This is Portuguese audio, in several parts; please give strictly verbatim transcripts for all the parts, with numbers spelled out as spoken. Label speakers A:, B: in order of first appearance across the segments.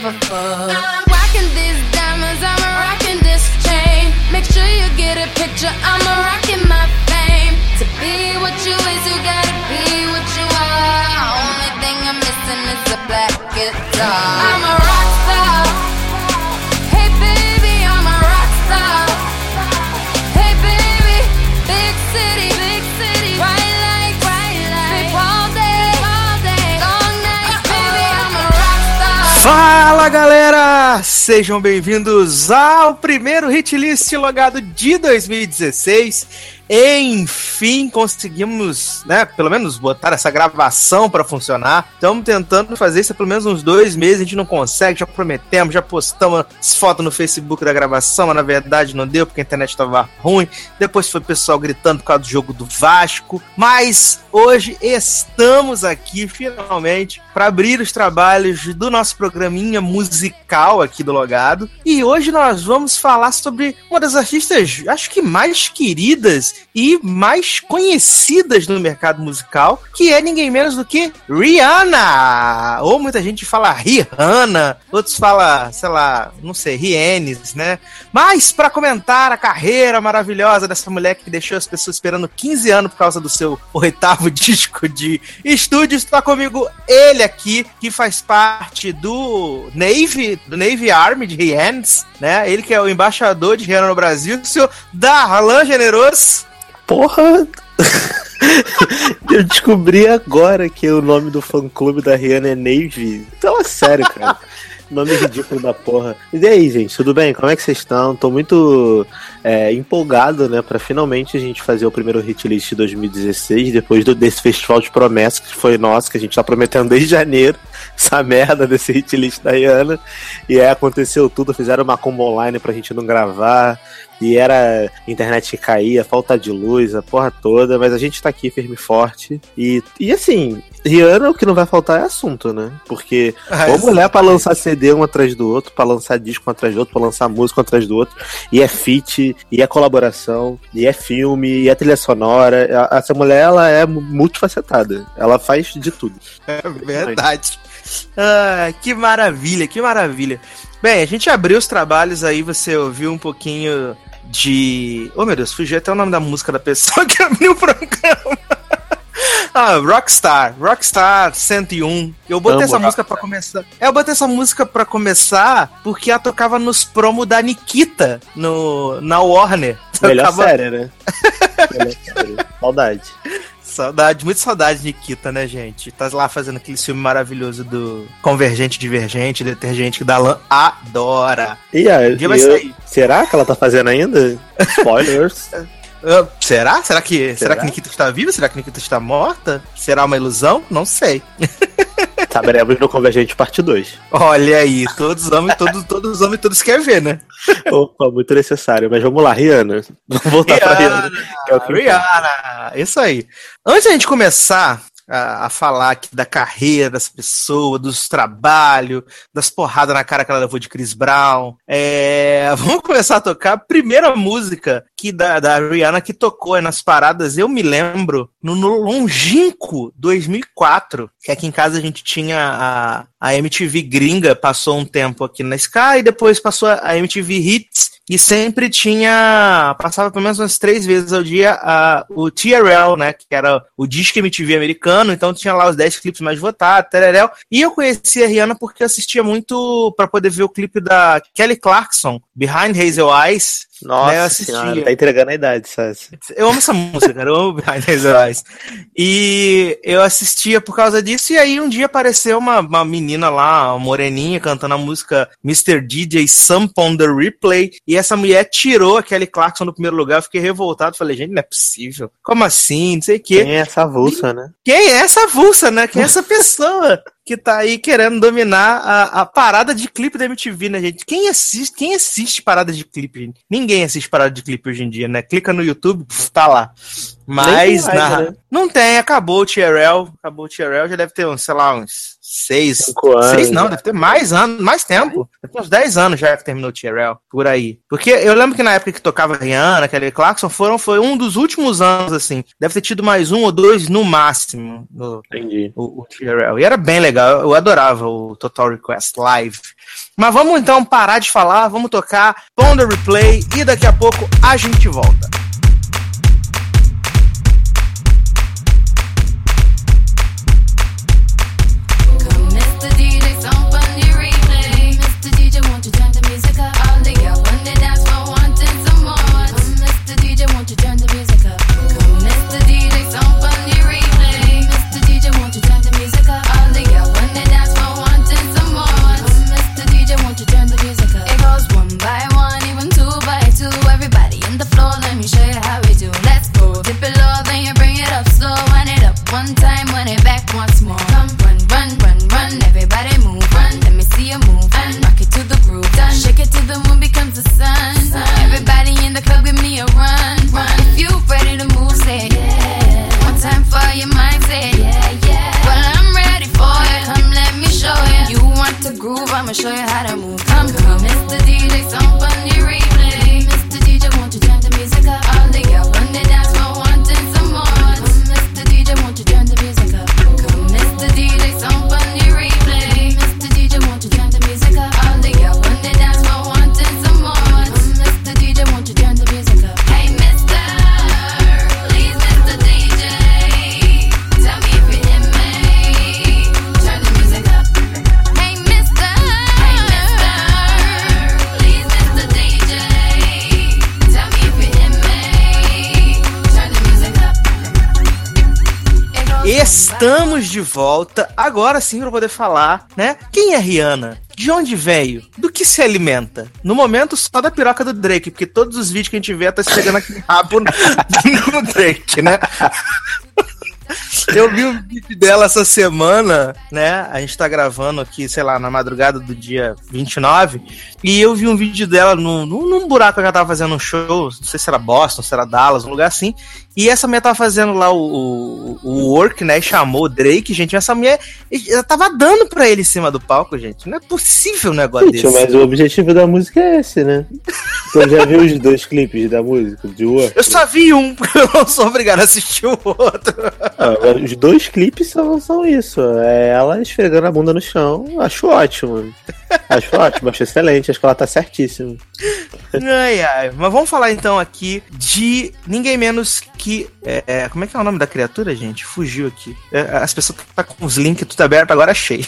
A: a fuck. I'm rocking these diamonds, I'm rocking this chain. Make sure you get a picture, I'm rocking my fame. To be what you is, you gotta be what you are. Only thing I'm missing is a black guitar. I'm a rock star. Hey baby, I'm a rock star. Hey baby, big city, big city, bright lights, bright lights, all day, all day, long night, baby, I'm a rock star.
B: Fala galera, sejam bem-vindos ao primeiro Hit List logado de dois mil e dezesseis. Enfim, conseguimos, né, pelo menos botar essa gravação pra funcionar. Estamos tentando fazer isso há pelo menos uns dois meses, a gente não consegue, já prometemos, já postamos foto no Facebook da gravação, mas na verdade não deu porque a internet estava ruim. Depois foi o pessoal gritando por causa do jogo do Vasco. Mas hoje estamos aqui finalmente para abrir os trabalhos do nosso programinha musical aqui do Logado. E hoje nós vamos falar sobre uma das artistas, acho que mais queridas e mais conhecidas no mercado musical, que é ninguém menos do que Rihanna! Ou muita gente fala Rihanna, outros falam, sei lá, não sei, Rihannes, né? Mas para comentar a carreira maravilhosa dessa mulher que deixou as pessoas esperando quinze anos por causa do seu oitavo disco de estúdio, está comigo ele aqui, que faz parte do Navy, do Navy Army de Rihannes, né? Ele que é o embaixador de Rihanna no Brasil, o senhor Darlan Generoso.
C: Porra! Eu descobri agora que o nome do fã-clube da Rihanna é Navy. Então é sério, cara. Nome ridículo da porra. E aí, gente, tudo bem? Como é que vocês estão? Tô muito é, empolgado, né, pra finalmente a gente fazer o primeiro Hit List de dois mil e dezesseis, depois do, desse festival de promessas que foi nosso, que a gente tá prometendo desde janeiro, essa merda desse Hit List da Rihanna. E aí aconteceu tudo, fizeram uma combo online pra gente não gravar, e era internet que caía, falta de luz, a porra toda, mas a gente tá aqui firme e forte. E, e assim, Rihanna, o que não vai faltar é assunto, né? Porque
B: ah,
C: uma mulher pra lançar C D um atrás do outro, pra lançar disco um atrás do outro, pra lançar música um atrás do outro, e é feat, e é colaboração, e é filme, e é trilha sonora. Essa mulher, ela é multifacetada, ela faz de tudo.
B: É verdade. Ah, que maravilha, que maravilha. Bem, a gente abriu os trabalhos aí, você ouviu um pouquinho de... Oh meu Deus, fugiu até o nome da música da pessoa que abriu o programa. Ah, Rockstar, Rockstar cento e um. Eu botei Amo essa música pra começar. É, eu botei essa música pra começar porque ela tocava nos promos da Nikita no, na Warner.
C: Melhor
B: tocava...
C: série, né? Melhor série. Saudade.
B: Saudade, muito saudade de Nikita, né, gente? Tá lá fazendo aquele filme maravilhoso do Convergente, Divergente, Detergente, que o Dalan adora.
C: E aí,
B: um dia vai sair.
C: Será que ela tá fazendo ainda? Spoilers.
B: Uh, será? Será que, será? será que Nikita está viva? Será que Nikita está morta? Será uma ilusão? Não sei.
C: Saberemos no Convergente parte dois.
B: Olha aí, todos amam, todos, todos amam e todos querem ver, né?
C: Opa, muito necessário. Mas vamos lá, Rihanna. Vamos voltar
B: Rihanna,
C: pra Rihanna. Que é o que
B: Rihanna, isso aí. Antes da gente começar a, a falar aqui da carreira dessa pessoa, dos trabalhos, das porradas na cara que ela levou de Chris Brown, é, vamos começar a tocar a primeira música que da, da Rihanna que tocou nas paradas, eu me lembro, no, no longínquo dois mil e quatro, que aqui em casa a gente tinha a, a M T V gringa, passou um tempo aqui na Sky, e depois passou a M T V Hits, e sempre tinha, passava pelo menos umas três vezes ao dia a, o T R L, né, que era o disco M T V americano, então tinha lá os dez clipes mais votados, tereréu, e eu conheci a Rihanna porque eu assistia muito pra poder ver o clipe da Kelly Clarkson, Behind Hazel Eyes.
C: Nossa,
B: né, eu
C: senhora, tá entregando a idade, sabe?
B: Eu amo essa música, cara, eu amo Behind Hazel Eyes. E eu assistia por causa disso, e aí um dia apareceu uma, uma menina lá, uma moreninha, cantando a música mister D J Sump on the Replay, e essa mulher tirou a Kelly Clarkson no primeiro lugar, eu fiquei revoltado, falei, gente, não é possível, como assim, não sei o quê.
C: Quem é essa avulsa, né?
B: Quem é essa avulsa, né? Quem é essa pessoa que tá aí querendo dominar a, a parada de clipe da M T V, né, gente? Quem assiste, quem assiste parada de clipe, gente? Ninguém assiste parada de clipe hoje em dia, né? Clica no YouTube, pff, tá lá. Mas
C: mais,
B: na...
C: né?
B: não tem, acabou o T R L, acabou o T R L, já deve ter uns, sei lá, uns seis.
C: Cinco anos.
B: Seis não, deve ter mais anos, mais tempo. Deve ter uns dez anos já que terminou o T R L, por aí. Porque eu lembro que na época que tocava Rihanna, Kelly Clarkson, foram, foi um dos últimos anos, assim. Deve ter tido mais um ou dois no máximo. No,
C: Entendi.
B: O, o T R L. E era bem legal, eu adorava o Total Request Live. Mas vamos então parar de falar, vamos tocar Pon the Replay e daqui a pouco a gente volta.
A: One time, run it back once more. Come, run, run, run, run. Everybody move, run. Let me see you move. Run. Rock it to the groove. Done. Shake it till the moon becomes the sun. sun. Everybody in the club, give me a run. Run. If you ready to move, say yeah. One time for your mind, say yeah, yeah. Well, I'm ready for it. Come, let me show you. You want to groove? I'ma show you how to move. Come, come, Mister D J, some funny replay. Mister D J, won't you turn the music up? All the girls on the dance floor wanting some more. Mister D J, won't you turn the music up? Come, Mister D J, some funny replay. Mister D J, won't you turn the music up? All the girls on the dance floor wanting some more. Mister D J, won't you turn the music up? Hey, Mister, please, Mister D J, tell me if you hear me. Turn the music up. Hey, Mister, hey, Mister, please, Mister D J, tell me if you hear me. Turn the music up.
B: Estamos de volta, agora sim pra poder falar, né? Quem é Rihanna? De onde veio? Do que se alimenta? No momento, só da piroca do Drake, porque todos os vídeos que a gente vê tá chegando aqui rabo no, no Drake, né? Eu vi um vídeo dela essa semana, né? A gente tá gravando aqui, sei lá, na madrugada do dia vinte e nove, e eu vi um vídeo dela num, num buraco que ela tava fazendo um show, não sei se era Boston, se era Dallas, um lugar assim, e essa mulher tava fazendo lá o, o, o work, né? E chamou o Drake, gente, essa mulher, ela tava dando pra ele em cima do palco, gente. Não é possível um negócio
C: Gente,
B: desse.
C: mas o objetivo da música é esse, né? Então já viu os dois clipes da música, de Work?
B: Eu só vi um, porque eu não sou obrigado a assistir o outro.
C: Ah, os dois clipes são, são isso. É ela esfregando a bunda no chão. Acho ótimo. Acho ótimo, acho excelente. Acho que ela tá certíssima.
B: Ai, ai. Mas vamos falar então aqui de ninguém menos que... É, é, como é que é o nome da criatura, gente? Fugiu aqui. É, as pessoas tá com os links tudo aberto, agora achei.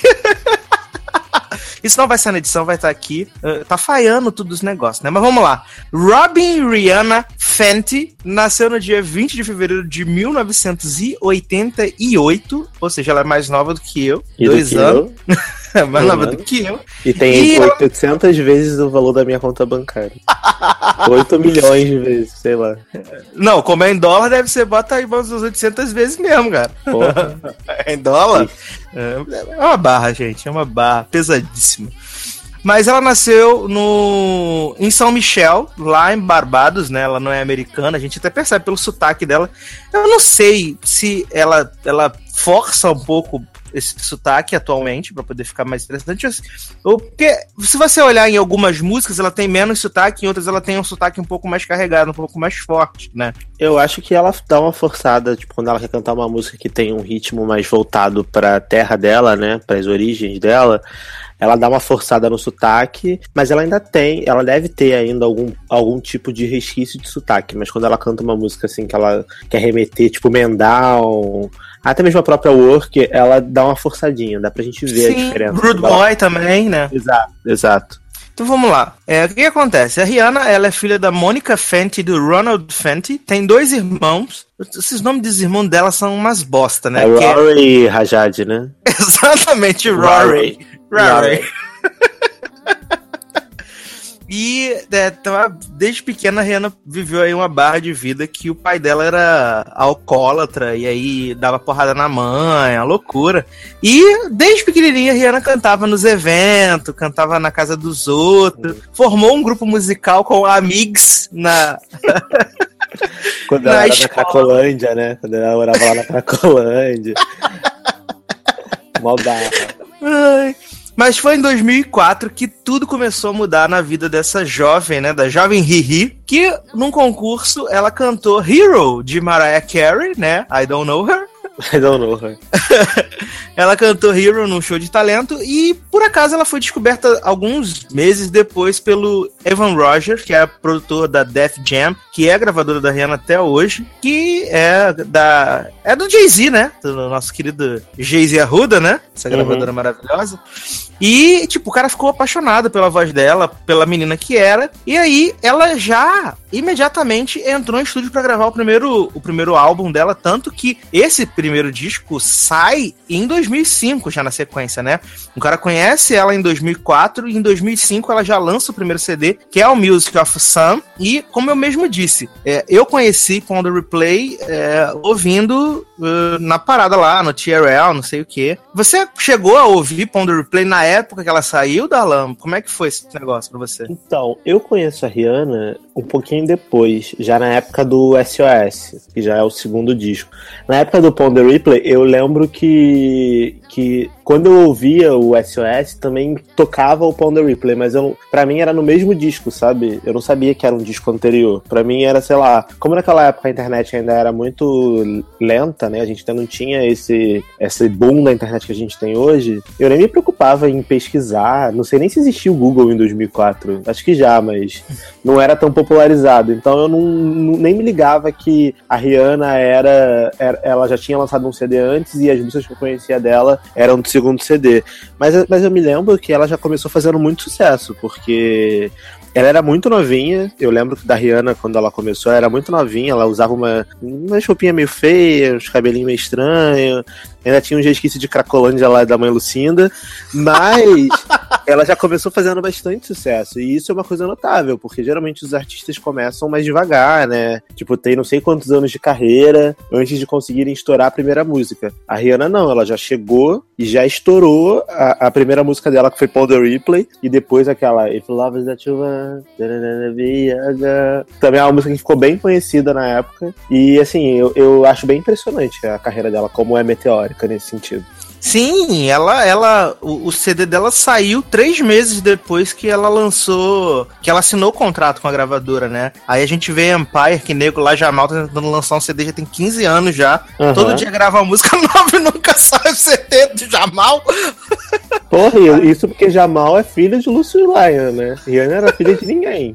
B: Isso não vai ser na edição, vai estar aqui. Uh, tá falhando tudo os negócios, né? Mas vamos lá. Robin Rihanna Fenty nasceu no dia vinte de fevereiro de mil novecentos e oitenta e oito. Ou seja, ela é mais nova do que eu.
C: E
B: dois
C: do que
B: anos.
C: Eu?
B: mais nova do que eu.
C: E tem
B: E
C: oitocentas vezes o valor da minha conta bancária. oito milhões de vezes, sei lá.
B: Não, como é em dólar, deve ser, bota aí umas oitocentas vezes mesmo, cara.
C: Porra.
B: É em dólar? É uma barra, gente, é uma barra pesadíssima. Mas ela nasceu no em São Michel, lá em Barbados, né? Ela não é americana, a gente até percebe pelo sotaque dela. Eu não sei se ela, ela força um pouco esse sotaque atualmente para poder ficar mais interessante, ou porque se você olhar em algumas músicas ela tem menos sotaque, em outras ela tem um sotaque um pouco mais carregado, um pouco mais forte, né?
C: Eu acho que ela dá uma forçada, tipo, quando ela quer cantar uma música que tem um ritmo mais voltado pra terra dela, né, pras origens dela, ela dá uma forçada no sotaque, mas ela ainda tem, ela deve ter ainda algum, algum tipo de resquício de sotaque, mas quando ela canta uma música assim que ela quer remeter, tipo Mendal, até mesmo a própria Work, ela dá uma forçadinha, dá pra gente ver. Sim, a diferença.
B: Rude Boy ela... também, né?
C: Exato, exato.
B: Então vamos lá. É, o que, que acontece? A Rihanna, ela é filha da Monica Fenty e do Ronald Fenty, tem dois irmãos. Esses nomes dos irmãos dela são umas bosta, né?
C: É
B: que
C: Rory e é... Rajad, né?
B: Exatamente, Rory. Rory. Rory. E é, desde pequena a Rihanna viveu aí uma barra de vida que o pai dela era alcoólatra e aí dava porrada na mãe, a loucura. E desde pequenininha a Rihanna cantava nos eventos, cantava na casa dos outros, formou um grupo musical com Amigs na...
C: Quando ela na era escola. Na Cracolândia, né? Quando ela morava lá na Cracolândia. Maldade.
B: Ai. Mas foi em dois mil e quatro que tudo começou a mudar na vida dessa jovem, né? Da jovem Riri, que num concurso ela cantou Hero, de Mariah Carey, né? I Don't Know Her.
C: I don't know her.
B: Ela cantou Hero num show de talento e, por acaso, ela foi descoberta alguns meses depois pelo Evan Rogers, que é produtor da Def Jam, que é a gravadora da Rihanna até hoje, que é da é do Jay-Z, né? Do nosso querido Jay-Z Arruda, né? Essa gravadora uhum. maravilhosa. E, tipo, o cara ficou apaixonado pela voz dela, pela menina que era, e aí ela já imediatamente entrou em estúdio pra gravar o primeiro, o primeiro álbum dela, tanto que esse primeiro disco sai em dois mil e cinco, já na sequência, né? O cara conhece ela em dois mil e quatro e em dois mil e cinco ela já lança o primeiro C D, que é o Music of Sam, e como eu mesmo disse, é, eu conheci Pon the Replay é, ouvindo uh, na parada lá, no T R L, não sei o que. Você chegou a ouvir Pon the Replay na época que ela saiu, Darlan? Como é que foi esse negócio pra você?
C: Então, eu conheço a Rihanna um pouquinho depois, já na época do S O S, que já é o segundo disco. Na época do Pon the Replay, eu lembro que, que quando eu ouvia o S O S, também tocava o Pon the Replay, mas eu, pra mim era no mesmo disco, sabe? Eu não sabia que era um disco anterior. Pra mim era, sei lá, como naquela época a internet ainda era muito lenta, né? A gente ainda não tinha esse, esse boom da internet que a gente tem hoje, eu nem me preocupava em pesquisar, não sei nem se existia o Google em dois mil e quatro, acho que já, mas não era tão popularizado, então eu não, não, nem me ligava que a Rihanna era, era, ela já tinha lançado um C D antes e as músicas que eu conhecia dela eram do segundo C D, mas, mas eu me lembro que ela já começou fazendo muito sucesso, porque ela era muito novinha, eu lembro que da Rihanna, quando ela começou, ela era muito novinha, ela usava uma, uma roupinha meio feia, uns cabelinhos meio estranhos, ainda tinha um resquício de Cracolândia lá da mãe Lucinda, mas ela já começou fazendo bastante sucesso, e isso é uma coisa notável, porque geralmente os artistas começam mais devagar, né? Tipo, tem não sei quantos anos de carreira antes de conseguirem estourar a primeira música. A Rihanna não, ela já chegou e já estourou a, a primeira música dela, que foi Pon the Replay, e depois aquela If Love Is That You Want, também é uma música que ficou bem conhecida na época, e assim, eu, eu acho bem impressionante a carreira dela, como é meteórica nesse sentido.
B: Sim, ela, ela, o, o C D dela saiu três meses depois que ela lançou, que ela assinou o contrato com a gravadora, né? Aí a gente vê Empire, que nego lá Jamal tá tentando lançar um C D já tem quinze anos já. Uhum. Todo dia grava uma música nova e nunca sai o C D do Jamal.
C: Porra, isso porque Jamal é filho de Lúcio Lyon, né? Rihanna era filha de ninguém.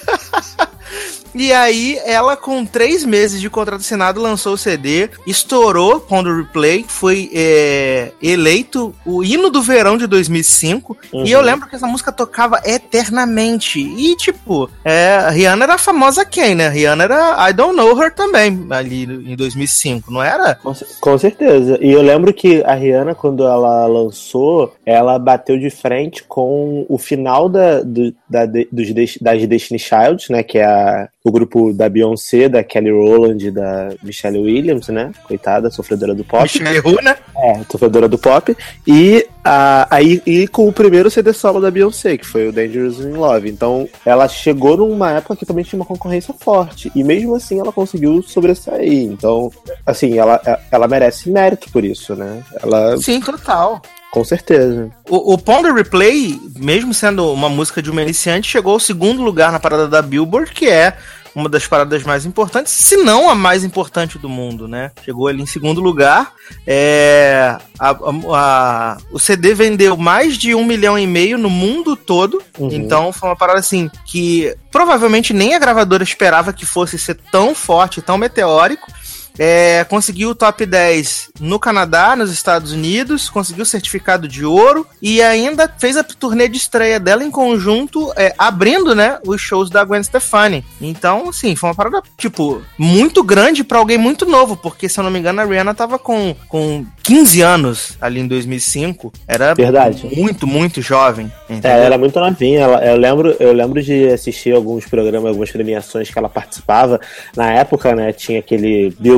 B: E aí, ela com três meses de contrato assinado lançou o C D, estourou Pon the Replay, foi é, eleito o hino do verão de dois mil e cinco, uhum. E eu lembro que essa música tocava eternamente, e tipo, é, a Rihanna era a famosa quem, né? A Rihanna era I Don't Know Her também, ali em dois mil e cinco, não era?
C: Com, com certeza, e eu lembro que a Rihanna, quando ela lançou, ela bateu de frente com o final da, do, da, dos, das Destiny Child, né, que é a o grupo da Beyoncé, da Kelly Rowland e da Michelle Williams, né? Coitada, sofredora do pop.
B: Michelle Who, né?
C: É, sofredora do pop. E, a, aí, e com o primeiro C D solo da Beyoncé, que foi o Dangerous in Love. Então, ela chegou numa época que também tinha uma concorrência forte. E mesmo assim, ela conseguiu sobressair. Então, assim, ela, ela merece mérito por isso, né? Ela...
B: Sim, total.
C: Com certeza.
B: O, o Pon the Replay, mesmo sendo uma música de uma iniciante, chegou ao segundo lugar na parada da Billboard, que é uma das paradas mais importantes, se não a mais importante do mundo, né? Chegou ali em segundo lugar. É, a, a, a, o C D vendeu mais de um milhão e meio no mundo todo. Uhum. Então foi uma parada assim que provavelmente nem a gravadora esperava que fosse ser tão forte, tão meteórico. É, conseguiu o top dez no Canadá, nos Estados Unidos, conseguiu o certificado de ouro e ainda fez a turnê de estreia dela em conjunto, é, abrindo, né, os shows da Gwen Stefani. Então, assim, foi uma parada, tipo, muito grande pra alguém muito novo, porque, se eu não me engano, a Rihanna tava com, com quinze anos ali em dois mil e cinco. Era
C: verdade,
B: muito, muito jovem.
C: É, ela era muito novinha. Ela, eu, lembro, eu lembro de assistir alguns programas, algumas premiações que ela participava. Na época, né, tinha aquele Billboard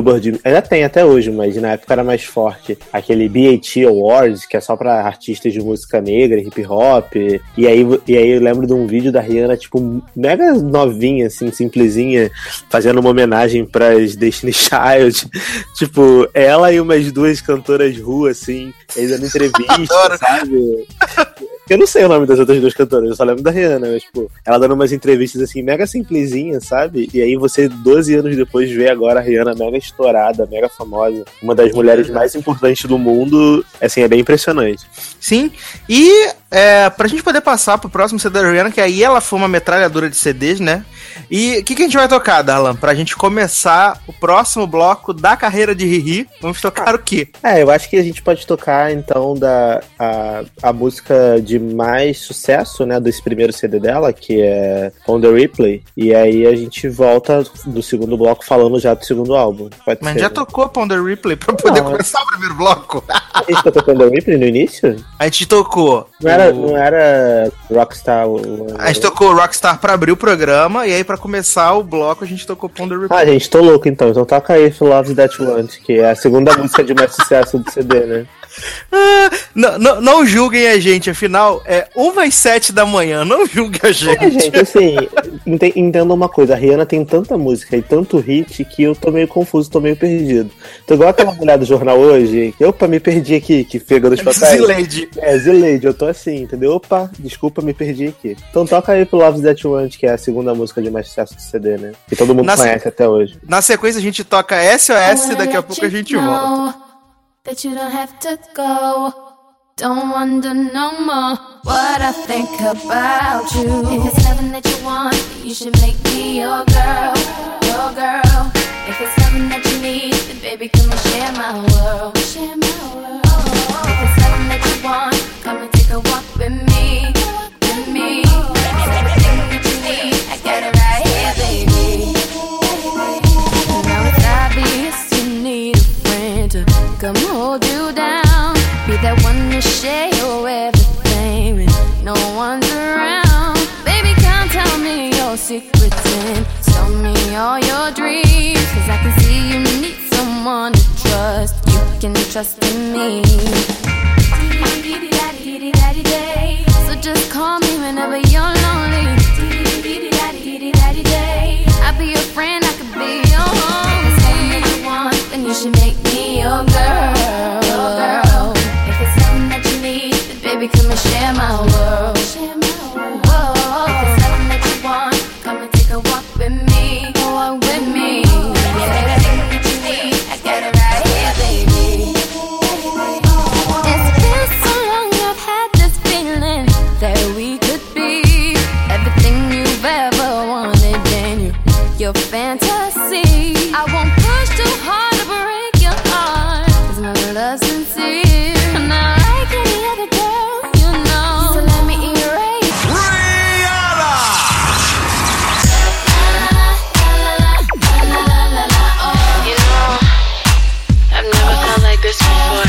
C: Billboard, ainda tem até hoje, mas na época era mais forte, aquele B A T Awards, que é só pra artistas de música negra, hip hop, e aí, e aí eu lembro de um vídeo da Rihanna, tipo, mega novinha, assim, simplesinha, fazendo uma homenagem pras Destiny Child, tipo, ela e umas duas cantoras rua, assim, eles dando entrevista, sabe? Eu não sei o nome das outras duas cantoras, eu só lembro da Rihanna, mas, tipo, ela dando umas entrevistas, assim, mega simplesinhas, sabe? E aí você, doze anos depois, vê agora a Rihanna mega estourada, mega famosa, uma das mulheres mais importantes do mundo, assim, é bem impressionante.
B: Sim, e é, pra gente poder passar pro próximo C D da Rihanna, que aí ela foi uma metralhadora de C Ds, né? E o que, que a gente vai tocar, Darlan? Pra gente começar o próximo bloco da carreira de Riri, vamos tocar o quê?
C: É, eu acho que a gente pode tocar, então, da, a, a música de mais sucesso, né, desse primeiro C D dela, que é On The Replay, e aí a gente volta do segundo bloco falando já do segundo álbum. Pode
B: Mas
C: ser,
B: já
C: né?
B: tocou Pon The Replay pra poder
C: Não,
B: começar o primeiro bloco?
C: A gente tocou On The Replay no início?
B: A gente tocou...
C: Não era,
B: o...
C: não era Rockstar? O...
B: A gente tocou Rockstar pra abrir o programa, e aí pra começar o bloco a gente tocou Pon The Replay.
C: Ah, gente, tô louco então. Então toca aí If Love That You Want, que é a segunda música de mais sucesso do C D, né?
B: Ah, não, não, não julguem a gente, afinal, é uma às sete da manhã, não julguem a gente.
C: É, gente, assim, ente- entenda uma coisa, a Rihanna tem tanta música e tanto hit que eu tô meio confuso, tô meio perdido. Tô igual aquela mulher do jornal hoje, que, opa, me perdi aqui, que pegou dos papéis.
B: Zileide.
C: É, Zileide, eu tô assim, entendeu? Opa, desculpa, me perdi aqui. Então toca aí pro Love That You Want, que é a segunda música de mais sucesso do C D, né? Que todo mundo
B: Na se-
C: conhece até hoje.
B: Na sequência a gente toca S O S e daqui a pouco a gente volta.
A: That you don't have to go. Don't wonder no more what I think about you. If it's something that you want, you should make me your girl, your girl. If it's something that you need, then baby come and share my world, share my world. If it's something that you want, come and take a walk with me, with me. If it's everything that you need, I got it right here, baby. Now it's obvious you need a friend to come hold you down. Be that one to share your everything when no one's around. Baby, come tell me your secrets and tell me all your dreams. Cause I can see you need someone to trust. You can trust in me. So just call me whenever you're lonely. I'll be your friend, I could be your home. If it's something that you want, then you should make me your girl, your girl. If it's something that you need, then baby come and share my world, share my world. Whoa. If it's something that you want, come and take a walk with me, walk with me. Yeah, everything that you need, I got it right here, baby. It's been so long, I've had this feeling that we could be everything you've ever wanted, and you, your fantasy. I won't push too hard to break your heart, cause my love's sincere. And not like any other girl, you know. So let me erase
D: Rihanna!
E: You know, I've never felt like this before.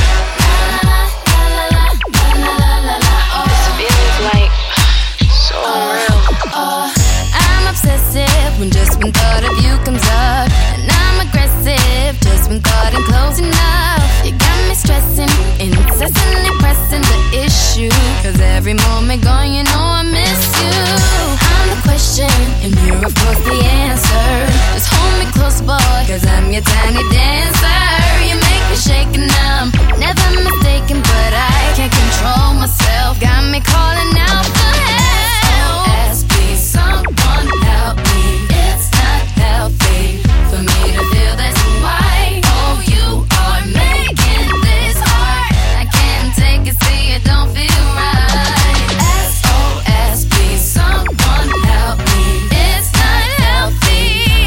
E: This feeling's like so real.
A: I'm obsessive when just one thought of you comes up. And I'm aggressive just when thought ain't close enough. You got me stressing, incessantly pressing the issue. Cause every moment gone, you know I miss you. I'm the question, and you're of course the answer. Just hold me close, boy, cause I'm your tiny dancer. You make me shake and I'm never mistaken, but I can't control myself. Got me calling out for help. S O S, please someone help me. It's not healthy for me to feel this way. Oh, you are making this hard. I can't take it, see it don't feel right. S O S, please someone help me. It's not healthy.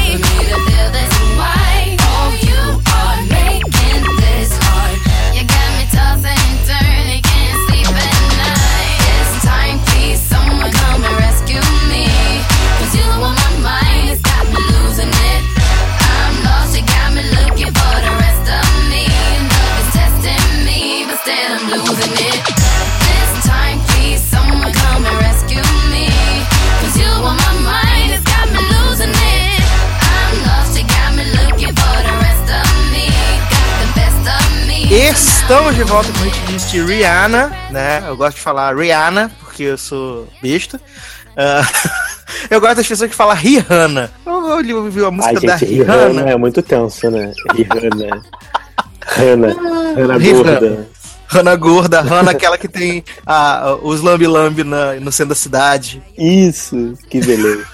B: Estamos de volta com o hitlist Rihanna, né? Eu gosto de falar Rihanna, porque eu sou besta. Uh, eu gosto das pessoas que falam Rihanna. Eu ouvi a música Ai, da gente, Rihanna. Rihanna
C: é muito tenso, né? Rihanna. Rihanna. Rihanna gorda.
B: Rihanna gorda, Rihanna aquela que tem ah, os lambi-lambi no centro da cidade.
C: Isso, que beleza.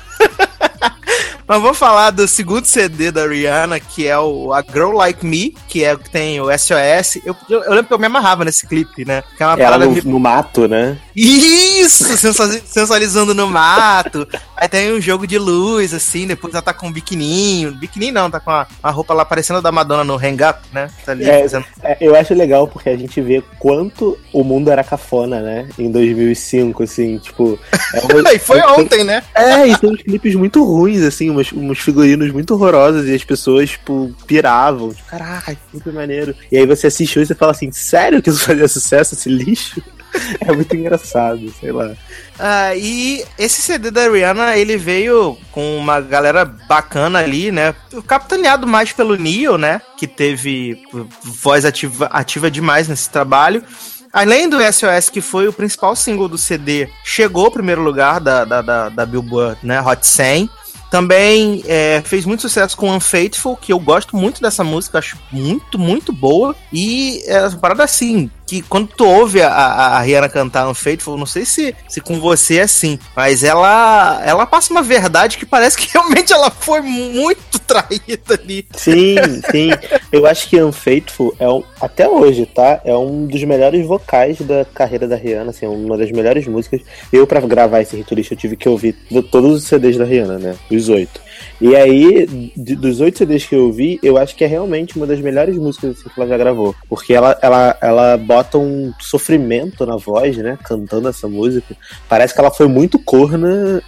B: Mas vamos falar do segundo C D da Rihanna, que é o A Girl Like Me, que é o que tem o S O S. Eu, eu, eu lembro que eu me amarrava nesse clipe, né? Que é uma
C: Ela no,
B: de...
C: no mato, né?
B: Isso! Sensualizando no mato. Aí tem um jogo de luz, assim, depois ela tá com um biquininho. Biquininho não, tá com a, a roupa lá parecendo da Madonna no Hang Up, né? Tá ali
C: é,
B: fazendo...
C: é, eu acho legal porque a gente vê quanto o mundo era cafona, né? Em dois mil e cinco, assim, tipo... É uma...
B: e foi ontem, né?
C: É, e tem uns clipes muito ruins, assim, umas, uns figurinos muito horrorosos e as pessoas, tipo, piravam. Tipo, caraca, que clipe maneiro. E aí você assistiu e você fala assim, sério que isso fazia sucesso, esse lixo? É muito engraçado, sei lá.
B: Ah, e esse C D da Rihanna, ele veio com uma galera bacana ali, né? Capitaneado mais pelo Neil, né? Que teve voz ativa, ativa demais nesse trabalho. Além do S O S, que foi o principal single do C D, chegou ao primeiro lugar da, da, da, da Billboard, né? Hot cem. Também é, fez muito sucesso com Unfaithful, que eu gosto muito dessa música, acho muito, muito boa. E é uma parada assim, que quando tu ouve a, a, a Rihanna cantar Unfaithful, não sei se, se com você é assim, mas ela, ela passa uma verdade que parece que realmente ela foi muito traída ali.
C: Sim, sim. Eu acho que Unfaithful é um, até hoje, tá? É um dos melhores vocais da carreira da Rihanna, assim, uma das melhores músicas. Eu, pra gravar esse hitlist, eu tive que ouvir todos os C Ds da Rihanna, né? Os oito. E aí, de, dos oito C Ds que eu ouvi, eu acho que é realmente uma das melhores músicas assim, que ela já gravou. Porque ela, ela, ela bota um sofrimento na voz, né? Cantando essa música. Parece que ela foi muito corna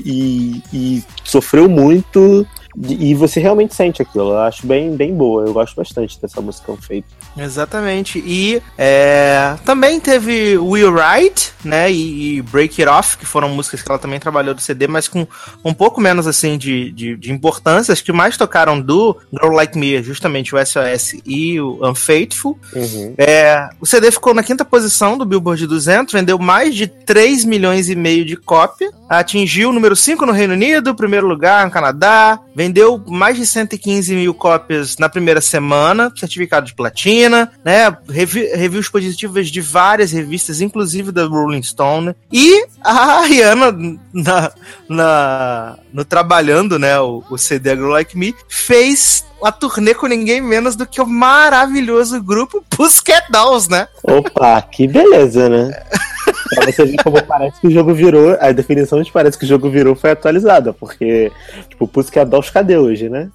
C: e, e, e sofreu muito. E você realmente sente aquilo. Eu acho bem, bem boa. Eu gosto bastante dessa música feita.
B: Exatamente. E é, também teve Will Wright, né? E, e Break It Off, que foram músicas que ela também trabalhou do C D, mas com um pouco menos assim de, de, de importância. As que mais tocaram do Girl Like Me, justamente o S O S e o Unfaithful.
C: Uhum.
B: É, o C D ficou na quinta posição do Billboard duzentos, vendeu mais de três milhões e meio de cópia, atingiu o número cinco no Reino Unido, primeiro lugar no Canadá, vendeu mais de cento e quinze mil cópias na primeira semana, certificado de platina, né? Revi- reviews positivas de várias revistas, inclusive da Rolling Stone. E a Rihanna, na, na, no trabalhando, né, o, o C D Girl Like Me, fez a turnê com ninguém menos do que o maravilhoso grupo Pussycat Dolls, né?
C: Opa, que beleza, né? Pra você ver como parece que o jogo virou, a definição de parece que o jogo virou foi atualizada, porque, tipo, Pussycat Dolls cadê hoje, né?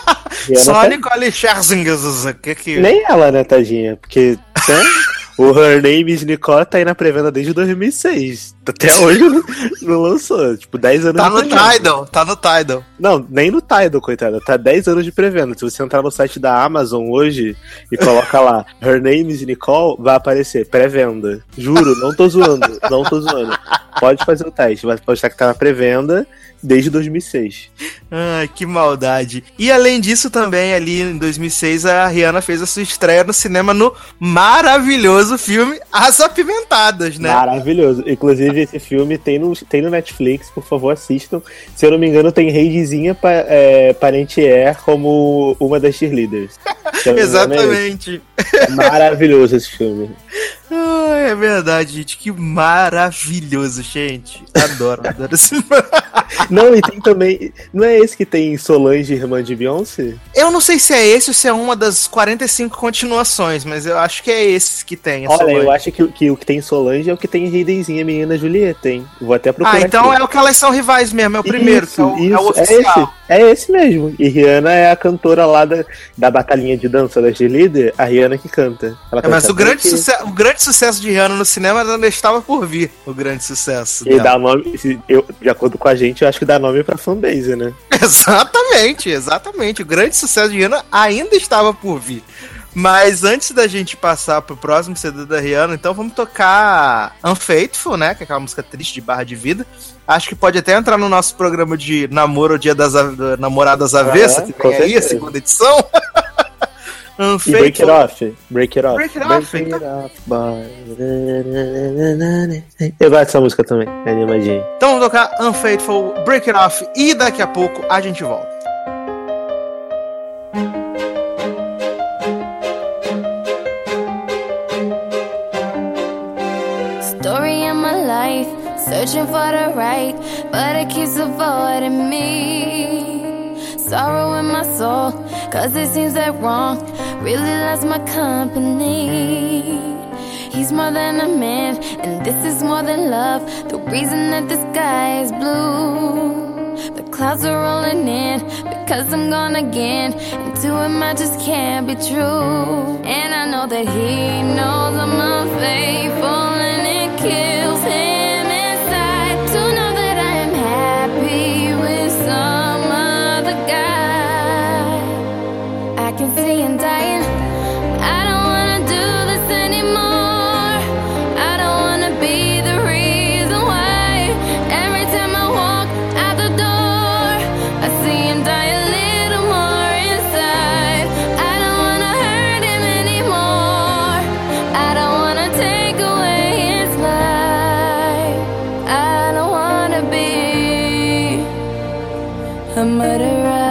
B: Só a Nicole Scherzinger, que que...
C: Nem ela, né, tadinha? Porque, né? O Her Name is Nicole tá aí na pré-venda desde dois mil e seis. Até hoje não, não lançou. Tipo, dez anos
B: tá
C: de
B: pré-venda. Tá no Tidal, tá no Tidal.
C: Não, nem no Tidal, coitada. Tá dez anos de pré-venda. Se você entrar no site da Amazon hoje e coloca lá Her Name is Nicole, vai aparecer pré-venda. Juro, não tô zoando. Não tô zoando. Pode fazer o teste. Vai postar que tá na pré-venda desde dois mil e seis.
B: Ai, que maldade. E além disso também, ali em dois mil e seis, a Rihanna fez a sua estreia no cinema no maravilhoso filme As Apimentadas, né?
C: Maravilhoso. Inclusive, esse filme tem no, tem no Netflix, por favor, assistam. Se eu não me engano, tem Heidizinha pa, é, Parentier como uma das cheerleaders.
B: Exatamente.
C: É, é maravilhoso esse filme.
B: Ai, é verdade, gente. Que maravilhoso, gente. Adoro, adoro esse filme.
C: Não, e tem também... Não é esse que tem Solange, irmã de Beyoncé?
B: Eu não sei se é esse ou se é uma das quarenta e cinco continuações, mas eu acho que é esse que tem.
C: Olha, Solange. Eu acho que, que o que tem Solange é o que tem Heidenzinha, menina Julieta, hein? Vou até procurar.
B: Ah, então
C: aqui.
B: É o que elas são rivais mesmo, é o primeiro,
C: isso,
B: que é o,
C: isso,
B: é o oficial.
C: É esse, é esse mesmo. E Rihanna é a cantora lá da, da batalhinha de dança da cheerleader, a Rihanna que canta. Ela
B: é, mas
C: canta
B: o grande,
C: que...
B: suce- o grande sucesso de Rihanna no cinema ainda estava por vir, o grande sucesso.
C: E dá nome, eu, de acordo com a gente, eu acho que dá nome pra fanbase, né?
B: Exatamente, exatamente. O grande sucesso de Rihanna ainda estava por vir. Mas antes da gente passar pro próximo C D da Rihanna, então vamos tocar Unfaithful, né? Que é aquela música triste de barra de vida. Acho que pode até entrar no nosso programa de namoro, o Dia das a... Namoradas Avessa,
C: ah,
B: que vem aí, a segunda edição. Unfaithful.
C: E Break It Off. Break It Off.
B: Break It Off,
C: Break
B: então.
C: It Off, boy. Eu gosto dessa música também, é animadinha.
B: Então vamos tocar Unfaithful, Break It Off e daqui a pouco a gente volta.
A: Story of my life, searching for the right, but it keeps avoiding me. Sorrow in my soul, cause it seems that wrong really loves my company. He's more than a man, and this is more than love. The reason that the sky is blue, the clouds are rolling in, because I'm gone again, and to him I just can't be true. And I know that he knows I'm unfaithful, and it kills him inside to know that I am happy with some other guy. I can see him dying, I don't wanna do this anymore. I don't wanna be the reason why every time I walk out the door I see him die a little more inside. I don't wanna hurt him anymore. I don't wanna take away his life. I don't wanna be a murderer.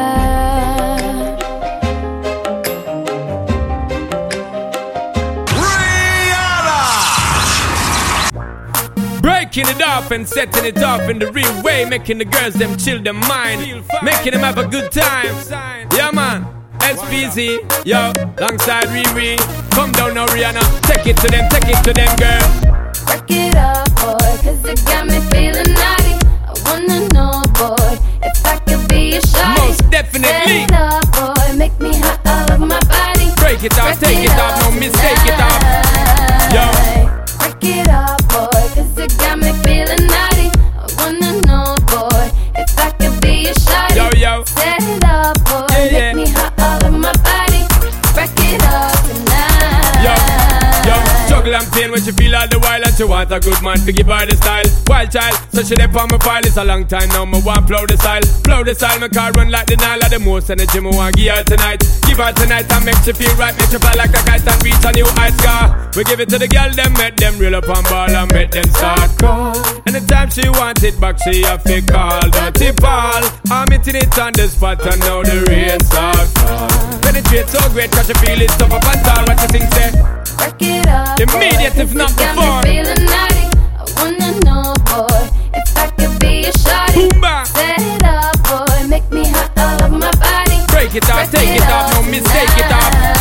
D: Breaking it up and setting it up in the real way, making the girls them chill their mind, making them have a good time. Yeah man, S P Z, yo, alongside Riri. Come down now Rihanna, take it to them, take it to them girl.
A: Break it up, boy, cause it got me feeling naughty. I wanna know, boy, if I could be a shawty.
D: Most definitely.
A: Set it up, boy, make me hot all over my body.
D: Break it off, take it off, no mistake it off. Yo.
A: Break it up, boy, cause it got me feeling naughty. I wanna know, boy, if I could be a shawty.
D: Yo, yo.
A: Set it up, boy,
D: Yeah,
A: make
D: yeah.
A: me hot all over my body. Break it up tonight.
D: Yo, yo, juggle and pain when she feel all the while, and she want a good man to give her the style. Wild child, so she dey on my file. It's a long time now, me want plow the style. Plow the style, my car run like the Nile. Of the most energy me want give her tonight. Give her tonight and make she feel right. Make she fly like a kite and reach a new height scar. We give it to the girl, them make them reel up on ball and make them start call. Anytime she want it back, she have to call. Dirty Paul, I'm hitting it on the spot and now the rain start fall. Penetrate so great, cause she feel it tough up and tall. What you think, say?
A: Break it up,
D: Immediate,
A: boy,
D: if not
A: 'cause it
D: before.
A: got me feeling naughty. I wanna know, boy, if I could be a shawty.
D: Boom, bang.
A: Set it up, boy, make me hot all over my body.
D: Break it off, take it off, no mistake it off.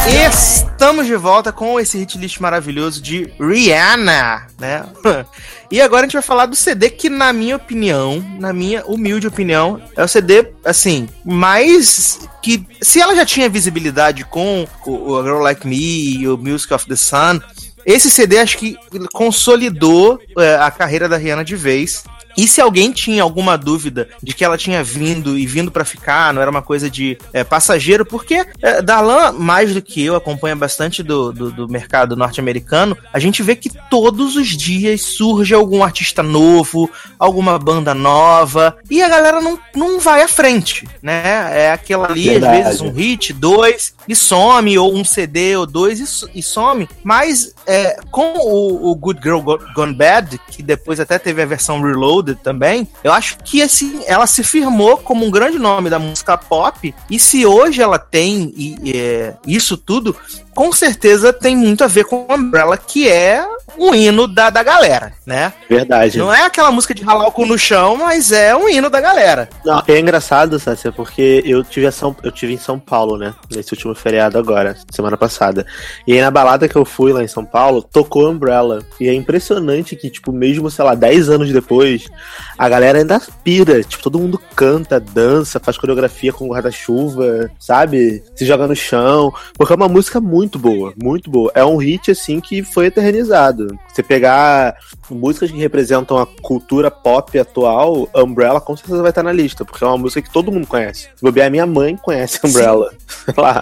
B: Estamos de volta com esse hit list maravilhoso de Rihanna, né? E agora a gente vai falar do C D que, na minha opinião, na minha humilde opinião, é o C D, assim, mais que... Se ela já tinha visibilidade com o, o Girl Like Me e o Music of the Sun, esse C D acho que consolidou é, a carreira da Rihanna de vez. E se alguém tinha alguma dúvida de que ela tinha vindo e vindo pra ficar, não era uma coisa de é, passageiro, porque é, Darlan, mais do que eu, acompanha bastante do, do, do mercado norte-americano, a gente vê que todos os dias surge algum artista novo, alguma banda nova, e a galera não, não vai à frente, né? É aquela ali,
C: Verdade.
B: às vezes um hit, dois, e some, ou um C D ou dois e, e some, mas é, com o, o Good Girl Gone Bad, que depois até teve a versão Reloaded também, eu acho que assim, ela se firmou como um grande nome da música pop, e se hoje ela tem e, e, é, isso tudo, com certeza tem muito a ver com Umbrella, que é um hino da, da galera, né?
C: Verdade.
B: Não é aquela música de ralar o cu no chão, mas é um hino da galera.
C: Não, é engraçado, Sácia, porque eu tive, a São, eu tive em São Paulo, né? Nesse último feriado agora, semana passada. E aí na balada que eu fui lá em São Paulo, tocou Umbrella. E é impressionante que, tipo, mesmo, sei lá, dez anos depois, a galera ainda pira. Tipo, todo mundo canta, dança, faz coreografia com guarda-chuva, sabe? Se joga no chão. Porque é uma música muito boa, muito boa. É um hit, assim, que foi eternizado. Você pegar músicas que representam a cultura pop atual, Umbrella com certeza vai estar na lista, porque é uma música que todo mundo conhece. Se bobear, minha mãe conhece Umbrella.
B: Sim.
C: lá.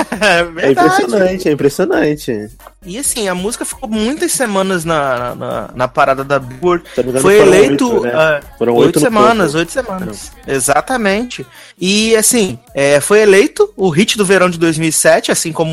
B: É
C: É impressionante, é impressionante.
B: E assim, a música ficou muitas semanas na, na, na parada da Billboard.
C: Se não me engano,
B: Foi
C: foram
B: eleito
C: oito, né?
B: uh,
C: Foram
B: oito,
C: oito no
B: semanas,
C: topo.
B: oito semanas. Exatamente. E assim, é, foi eleito o hit do verão de dois mil e sete, assim como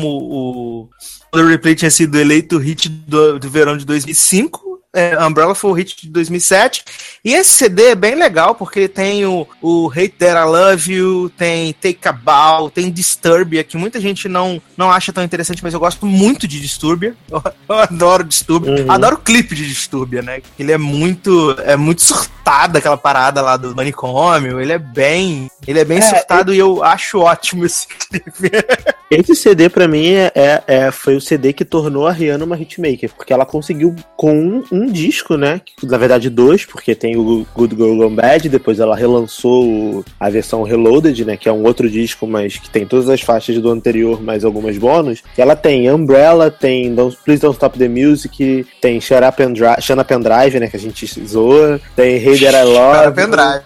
B: o The Replay tinha sido eleito o hit do, do verão de dois mil e cinco. É, Umbrella foi o hit de dois mil e sete. E esse C D é bem legal, porque tem o, o Hate That I Love You, tem Take a Bow, tem Disturbia, que muita gente não, não acha tão interessante, mas eu gosto muito de Disturbia. Eu, eu adoro Disturbia.
C: Uhum.
B: Adoro o clipe de Disturbia, né? Ele é muito, é muito surtado, aquela parada lá do manicômio. Ele é bem, ele é bem
C: É,
B: surtado e eu acho ótimo esse clipe.
C: Esse C D, pra mim, é, é, é- foi o C D que tornou a Rihanna uma hitmaker, porque ela conseguiu com um, um disco, né? que, Na verdade, dois, porque tem o Good Girl Gone Bad, depois ela relançou o- a versão Reloaded, né? Que é um outro disco, mas que tem todas as faixas do anterior, mais algumas bônus. Ela tem Umbrella, tem Don't, Please Don't Stop the Music, tem Shut Up and Drive, Shut Up and Drive, né? Que a gente zoa, tem Hey That I Love.
B: Pendrive.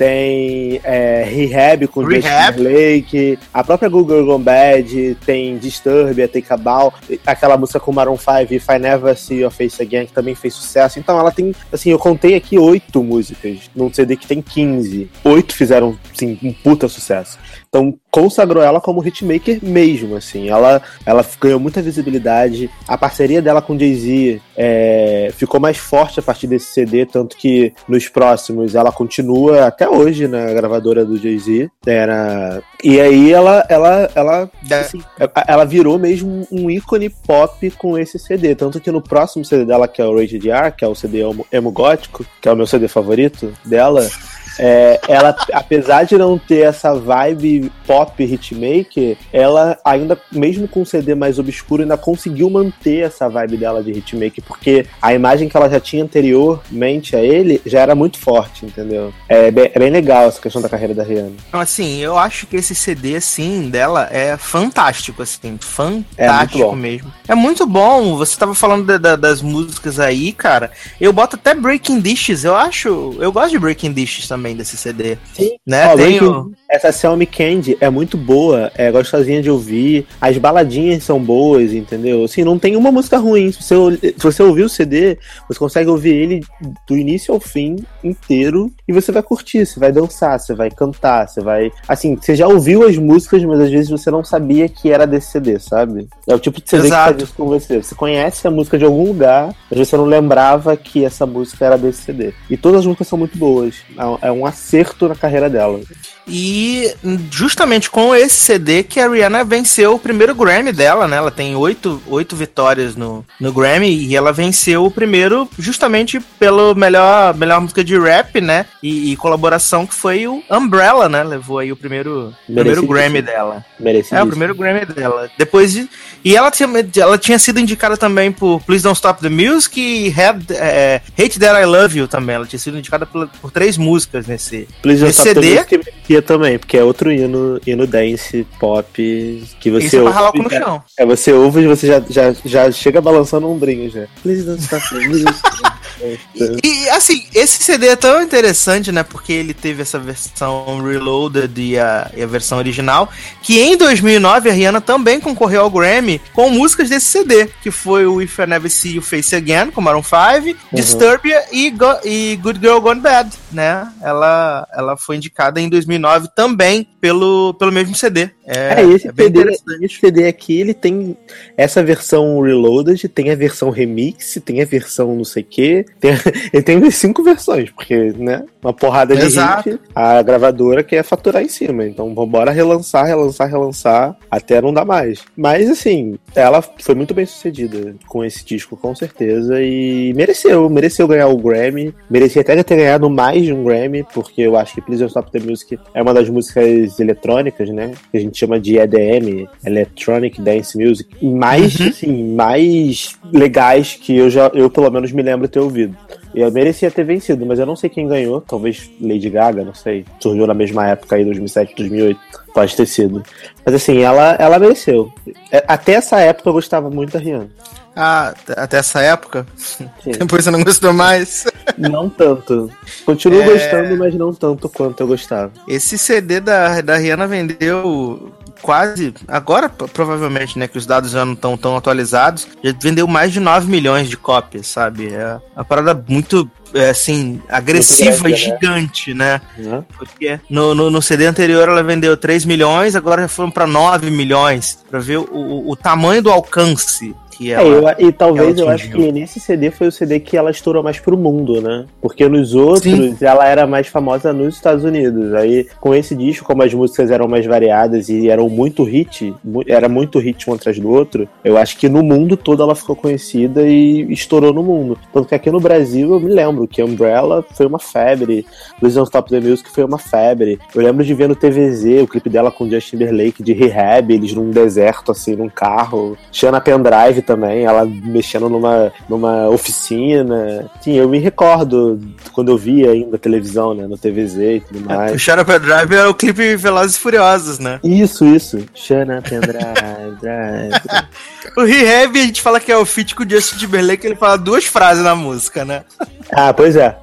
C: Tem é, Rehab com
B: Rehab.
C: Justin Timberlake, a própria Google Gone Bad, tem Disturbia, tem Cabal, aquela música com Maroon five, If I Never See Your Face Again, que também fez sucesso. Então ela tem, assim, eu contei aqui oito músicas, num C D que tem quinze. Oito fizeram, assim, um puta sucesso. Então consagrou ela como hitmaker mesmo, assim. Ela, ela ganhou muita visibilidade. A parceria dela com Jay-Z é, ficou mais forte a partir desse C D, tanto que nos próximos ela continua até hoje na gravadora do Jay-Z. Era... E aí ela, ela, ela, assim, ela virou mesmo um ícone pop com esse C D. Tanto que no próximo C D dela, que é o Rated R, que é o C D emo, emo gótico, que é o meu C D favorito dela, é, ela, apesar de não ter essa vibe pop hitmaker, ela ainda, mesmo com um C D mais obscuro, ainda conseguiu manter essa vibe dela de hitmaker, porque a imagem que ela já tinha anteriormente a ele já era muito forte, entendeu? É bem, é bem legal essa questão da carreira da Rihanna.
B: Então, assim, eu acho que esse C D, assim, dela é fantástico, assim, fantástico
C: É muito bom.
B: mesmo. É muito bom, você tava falando da- da- das músicas aí, cara, eu boto até Breaking Dishes, eu acho, eu gosto de Breaking Dishes também, desse C D.
C: Sim.
B: Né,
C: Ó,
B: tem
C: Breaking-
B: o-
C: Essa Selmy Candy é muito boa, é gostosinha de ouvir, as baladinhas são boas, entendeu? Assim, não tem uma música ruim. Se você, ol- se você ouvir o C D, você consegue ouvir ele do início ao fim inteiro e você vai curtir, você vai dançar, você vai cantar, você vai... Assim, você já ouviu as músicas, mas às vezes você não sabia que era desse C D, sabe? É o tipo de C D
B: Exato.
C: que faz isso com você. Você conhece a música de algum lugar, mas você não lembrava que essa música era desse C D. E todas as músicas são muito boas. É um acerto na carreira dela.
B: E justamente com esse C D que a Rihanna venceu o primeiro Grammy dela, né? Ela tem oito, oito vitórias no, no Grammy e ela venceu o primeiro justamente pelo melhor, melhor música de rap, né? E, e colaboração, que foi o Umbrella, né? Levou aí o primeiro, primeiro Grammy dela.
C: Merecido.
B: É, o primeiro Grammy dela. Depois de... E ela tinha, ela tinha sido indicada também por Please Don't Stop the Music e Had, é, Hate That I Love You também. Ela tinha sido indicada por, por três músicas nesse,
C: Please Don't
B: nesse
C: Stop
B: C
C: the
B: D.
C: Music merecia também, porque é outro hino, hino dance pop que você
B: Isso é pra ralar o cu
C: ouve.
B: no chão.
C: É, você ouve e você já, já, já chega balançando o ombrinho já. Please Don't Stop the Music.
B: E assim, esse C D é tão interessante, né? Porque ele teve essa versão Reloaded e a, e a versão original, que em dois mil e nove a Rihanna também concorreu ao Grammy com músicas desse C D, que foi o If I Never See You Face Again, com Maroon five, Disturbia e, Go- e Good Girl Gone Bad, né? Ela, ela foi indicada em dois mil e nove também pelo, pelo mesmo C D. É,
C: É, esse,
B: é bem
C: C D,
B: interessante.
C: esse C D aqui, ele tem essa versão Reloaded, tem a versão remix, tem a versão não sei o que, ele tem umas cinco versões, porque, né, uma porrada de
B: Exato.
C: hit, a gravadora quer faturar em cima, então vambora relançar, relançar, relançar, até não dar mais. Mas, assim, ela foi muito bem sucedida com esse disco, com certeza, e mereceu, mereceu ganhar o Grammy, merecia até ter ganhado mais de um Grammy, porque eu acho que Please Don't Stop the Music é uma das músicas eletrônicas, né, que a gente chama de E D M, Electronic Dance Music, mais,
B: Uhum.
C: assim, mais legais que eu já, eu pelo menos me lembro ter ouvido. E eu merecia ter vencido, mas eu não sei quem ganhou, talvez Lady Gaga, não sei, surgiu na mesma época aí, dois mil e sete, dois mil e oito, pode ter sido. Mas assim, ela, ela mereceu. É, até essa época eu gostava muito da Rihanna.
B: Ah, até essa época?
C: Sim.
B: Depois você não gostou mais?
C: Não tanto. Continuo
B: É.
C: gostando, mas não tanto quanto eu gostava.
B: Esse C D da, da Rihanna vendeu quase, agora provavelmente, né, que os dados já não estão tão atualizados, já vendeu mais de nove milhões de cópias, sabe? É uma parada muito, é, assim, agressiva grande, e gigante, né? né? Uhum. Porque no, no, no C D anterior ela vendeu três milhões, agora já foram para nove milhões, pra ver o, o, o tamanho do alcance. Que ela,
C: é, eu, e talvez eu acho que nesse C D foi o C D que ela estourou mais pro mundo, né? Porque nos outros Sim. ela era mais famosa nos Estados Unidos. Aí com esse disco, como as músicas eram mais variadas e eram muito hit, era muito hit um atrás do outro, eu acho que no mundo todo ela ficou conhecida e estourou no mundo. Tanto que aqui no Brasil eu me lembro que Umbrella foi uma febre, Please Don't Stop the Music foi uma febre. Eu lembro de ver no T V Z o clipe dela com Justin Timberlake de Rehab, eles num deserto assim, num carro, Xana Pendrive também, ela mexendo numa, numa oficina. Sim, eu me recordo quando eu via ainda a televisão, né, no T V Z e tudo mais.
B: É, o Xana Pendrive é o clipe Velozes e Furiosos, né?
C: Isso, isso. Xana Pendrive, drive.
B: O Rehab, a gente fala que é o feat com o Justin Timberlake, ele fala duas frases na música, né?
C: Ah, pois é.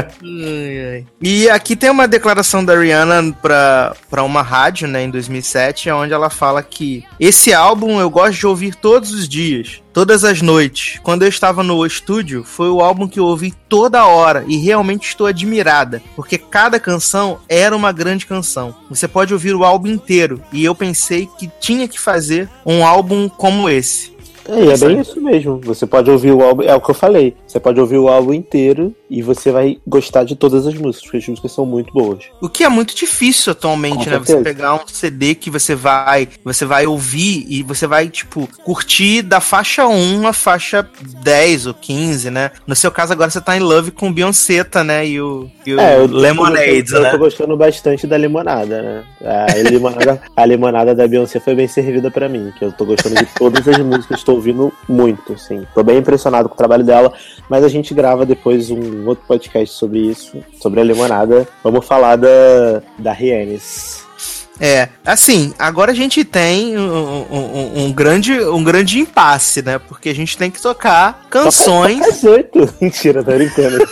B: ai, ai. E aqui tem uma declaração da Rihanna pra, pra uma rádio, né, em dois mil e sete, onde ela fala que esse álbum eu gosto de ouvir todos os dias, todas as noites. Quando eu estava no estúdio, foi o álbum que eu ouvi toda hora e realmente estou admirada, porque cada canção era uma grande canção. Você pode ouvir o álbum inteiro e eu pensei que tinha que fazer um álbum como esse.
C: É, é bem isso mesmo. Você pode ouvir o álbum, é o que eu falei. Você pode ouvir o álbum inteiro e você vai gostar de todas as músicas, porque as músicas são muito boas.
B: O que é muito difícil atualmente, né? Você pegar um C D que você vai, você vai ouvir e você vai, tipo, curtir da faixa um à faixa dez ou quinze, né? No seu caso, agora você tá em love com o Beyoncé, né? E o, e o
C: é, eu,
B: Lemonade,
C: eu, eu,
B: né?
C: Eu tô gostando bastante da limonada, né? A limonada, a limonada da Beyoncé foi bem servida pra mim, que eu tô gostando de todas as músicas, tô ouvindo muito, assim. Tô bem impressionado com o trabalho dela, mas a gente grava depois um outro podcast sobre isso, sobre a limonada. Vamos falar da, da Rihannes.
B: É, assim, agora a gente tem um, um, um, grande, um grande impasse, né? Porque a gente tem que tocar canções...
C: Toca às oito. Mentira, tô brincando.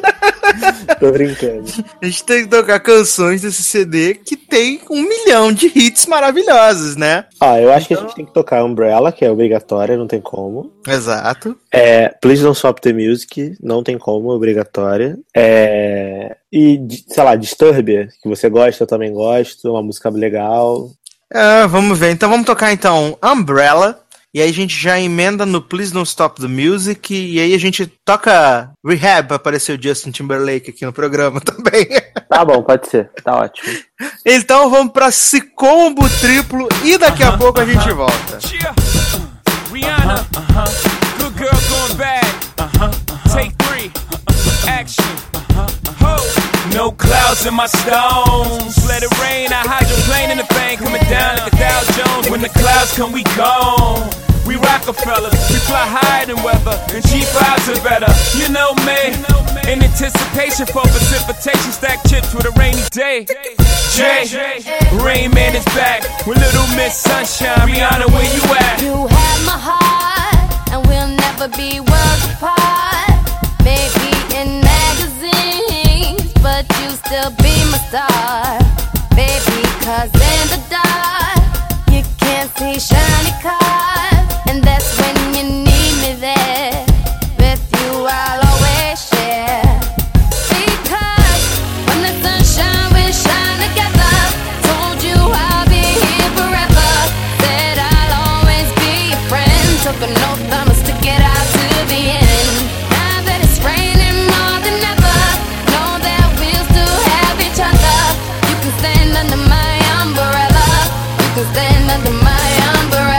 C: Tô brincando.
B: A gente tem que tocar canções desse C D que tem um milhão de hits maravilhosos, né?
C: Ah, eu acho então... que a gente tem que tocar Umbrella, que é obrigatória, não tem como.
B: Exato.
C: É, Please Don't Stop the Music, não tem como, é obrigatória. É... E, sei lá, Disturbia, que você gosta, eu também gosto, uma música legal.
B: É, vamos ver. Então vamos tocar então Umbrella. E aí a gente já emenda no Please Don't Stop the Music. E aí a gente toca Rehab, pra aparecer o Justin Timberlake aqui no programa também.
C: Tá bom, pode ser. Tá ótimo.
B: Então vamos pra Se Combo Triplo e daqui a pouco a gente volta.
D: Rihanna, good girl going bad. Take three, action. No clouds in my stones. Let it rain, I hydroplane in the bank, coming down like a Dow Jones. When the clouds come, we gone. We Rockefellers, we fly higher than weather, and G fives are better. You know me, in anticipation for precipitation, stack chips with a rainy day. Jay, Rain Man is back with Little Miss Sunshine. Rihanna, where you at?
A: You have my heart, and we'll never be worlds apart. Maybe in magazines, but you still be my star. Baby, cause in the dark, you can't see shiny cars. And that's when you need me there. With you I'll always share. Because when the sunshine we shine together. Told you I'll be here forever. Said I'll always be your friend. Took an oath I'ma stick it out to the end. Now that it's raining more than ever, know that we'll still have each other. You can stand under my umbrella. You can stand under my umbrella.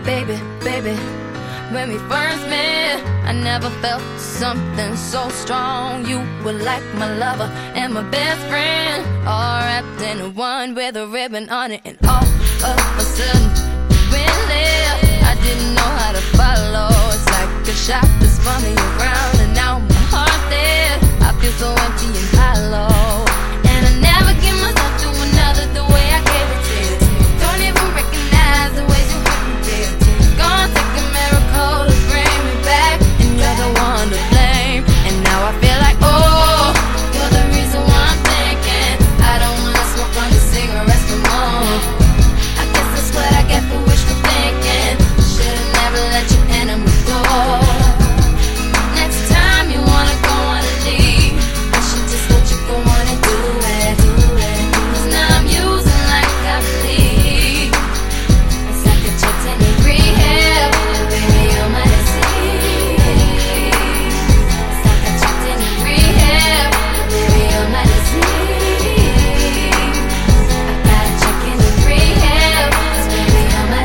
A: Baby, baby, when we first met, I never felt something so strong. You were like my lover and my best friend, all wrapped in one with a ribbon on it. And all of a sudden, we went left. I didn't know how to follow. It's like a shot that spun me around, and now my heart's dead. I feel so empty and hollow, and I never give myself to another the way I gave it to you. Don't even recognize the ways you hurt me, dear. It's gonna take a miracle to bring me back, and you're the one to blame. And now I feel like, oh, you're the reason why I'm thinking I don't wanna smoke on your cigarettes no more. I guess that's what I get for wishful thinking. Should've never let you enter my door. Next time you wanna go on a leave, I should just let you go on and do it. Cause now I'm using like I believe. It's like a check's in your rehab, baby, you're my disease. It's like a check's in your rehab, baby, you're my disease. I gotta check in your rehab, cause baby, you're my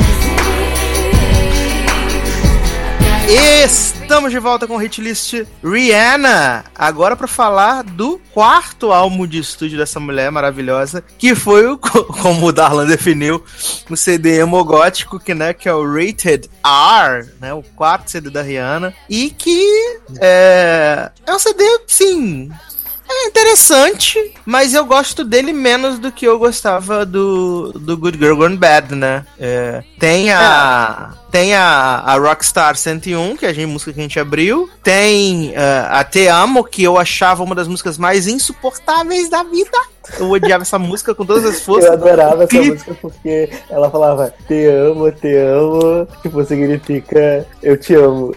A: disease.
B: Estamos de volta com o hitlist Rihanna, agora para falar do quarto álbum de estúdio dessa mulher maravilhosa, que foi o, como o Darlan definiu, o C D emo-gótico, que, né, que é o Rated R, né, o quarto C D da Rihanna, e que é, é um C D, sim, é interessante, mas eu gosto dele menos do que eu gostava do, do Good Girl Gone Bad, né? É, tem a... Tem a, a Rockstar cento e um, que é a música que a gente abriu. Tem uh, a Te Amo, que eu achava uma das músicas mais insuportáveis da vida. Eu odiava essa música com todas as forças.
C: Eu adorava essa música porque ela falava te amo, te amo, tipo, significa eu te amo.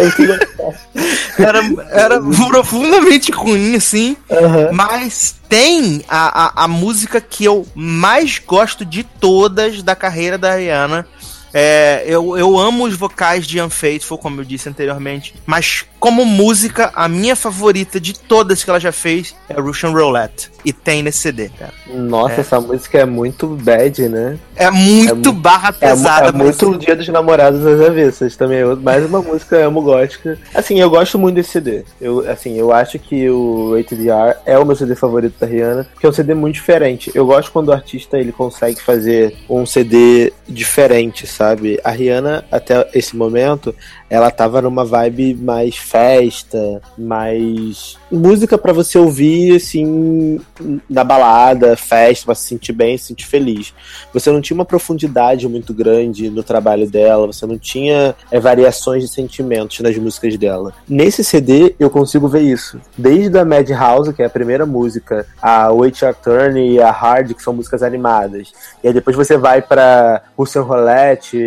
B: Era, era profundamente ruim, assim. Uhum. Mas tem a, a, a música que eu mais gosto de todas da carreira da Rihanna. É, eu, eu amo os vocais de Unfaithful, como eu disse anteriormente, mas como música, a minha favorita de todas que ela já fez é Russian Roulette, e tem nesse C D, cara.
C: Nossa,
B: é.
C: Essa música é muito bad, né?
B: É muito é barra pesada.
C: É, é muito o Dia dos Namorados às avessas também, mais uma música emo gótica. Assim, eu gosto muito desse C D. Eu, assim, eu acho que o Rated R é o meu C D favorito da Rihanna, porque é um C D muito diferente. Eu gosto quando o artista ele consegue fazer um C D diferente, sabe? Sabe? A Rihanna, até esse momento, ela tava numa vibe mais festa, mais música pra você ouvir, assim, na balada, festa, pra se sentir bem, se sentir feliz. Você não tinha uma profundidade muito grande no trabalho dela, você não tinha é, variações de sentimentos nas músicas dela. Nesse C D, eu consigo ver isso. Desde a Madhouse, que é a primeira música, a Wait Your Turn e a Hard, que são músicas animadas. E aí depois você vai pra Russian Roulette,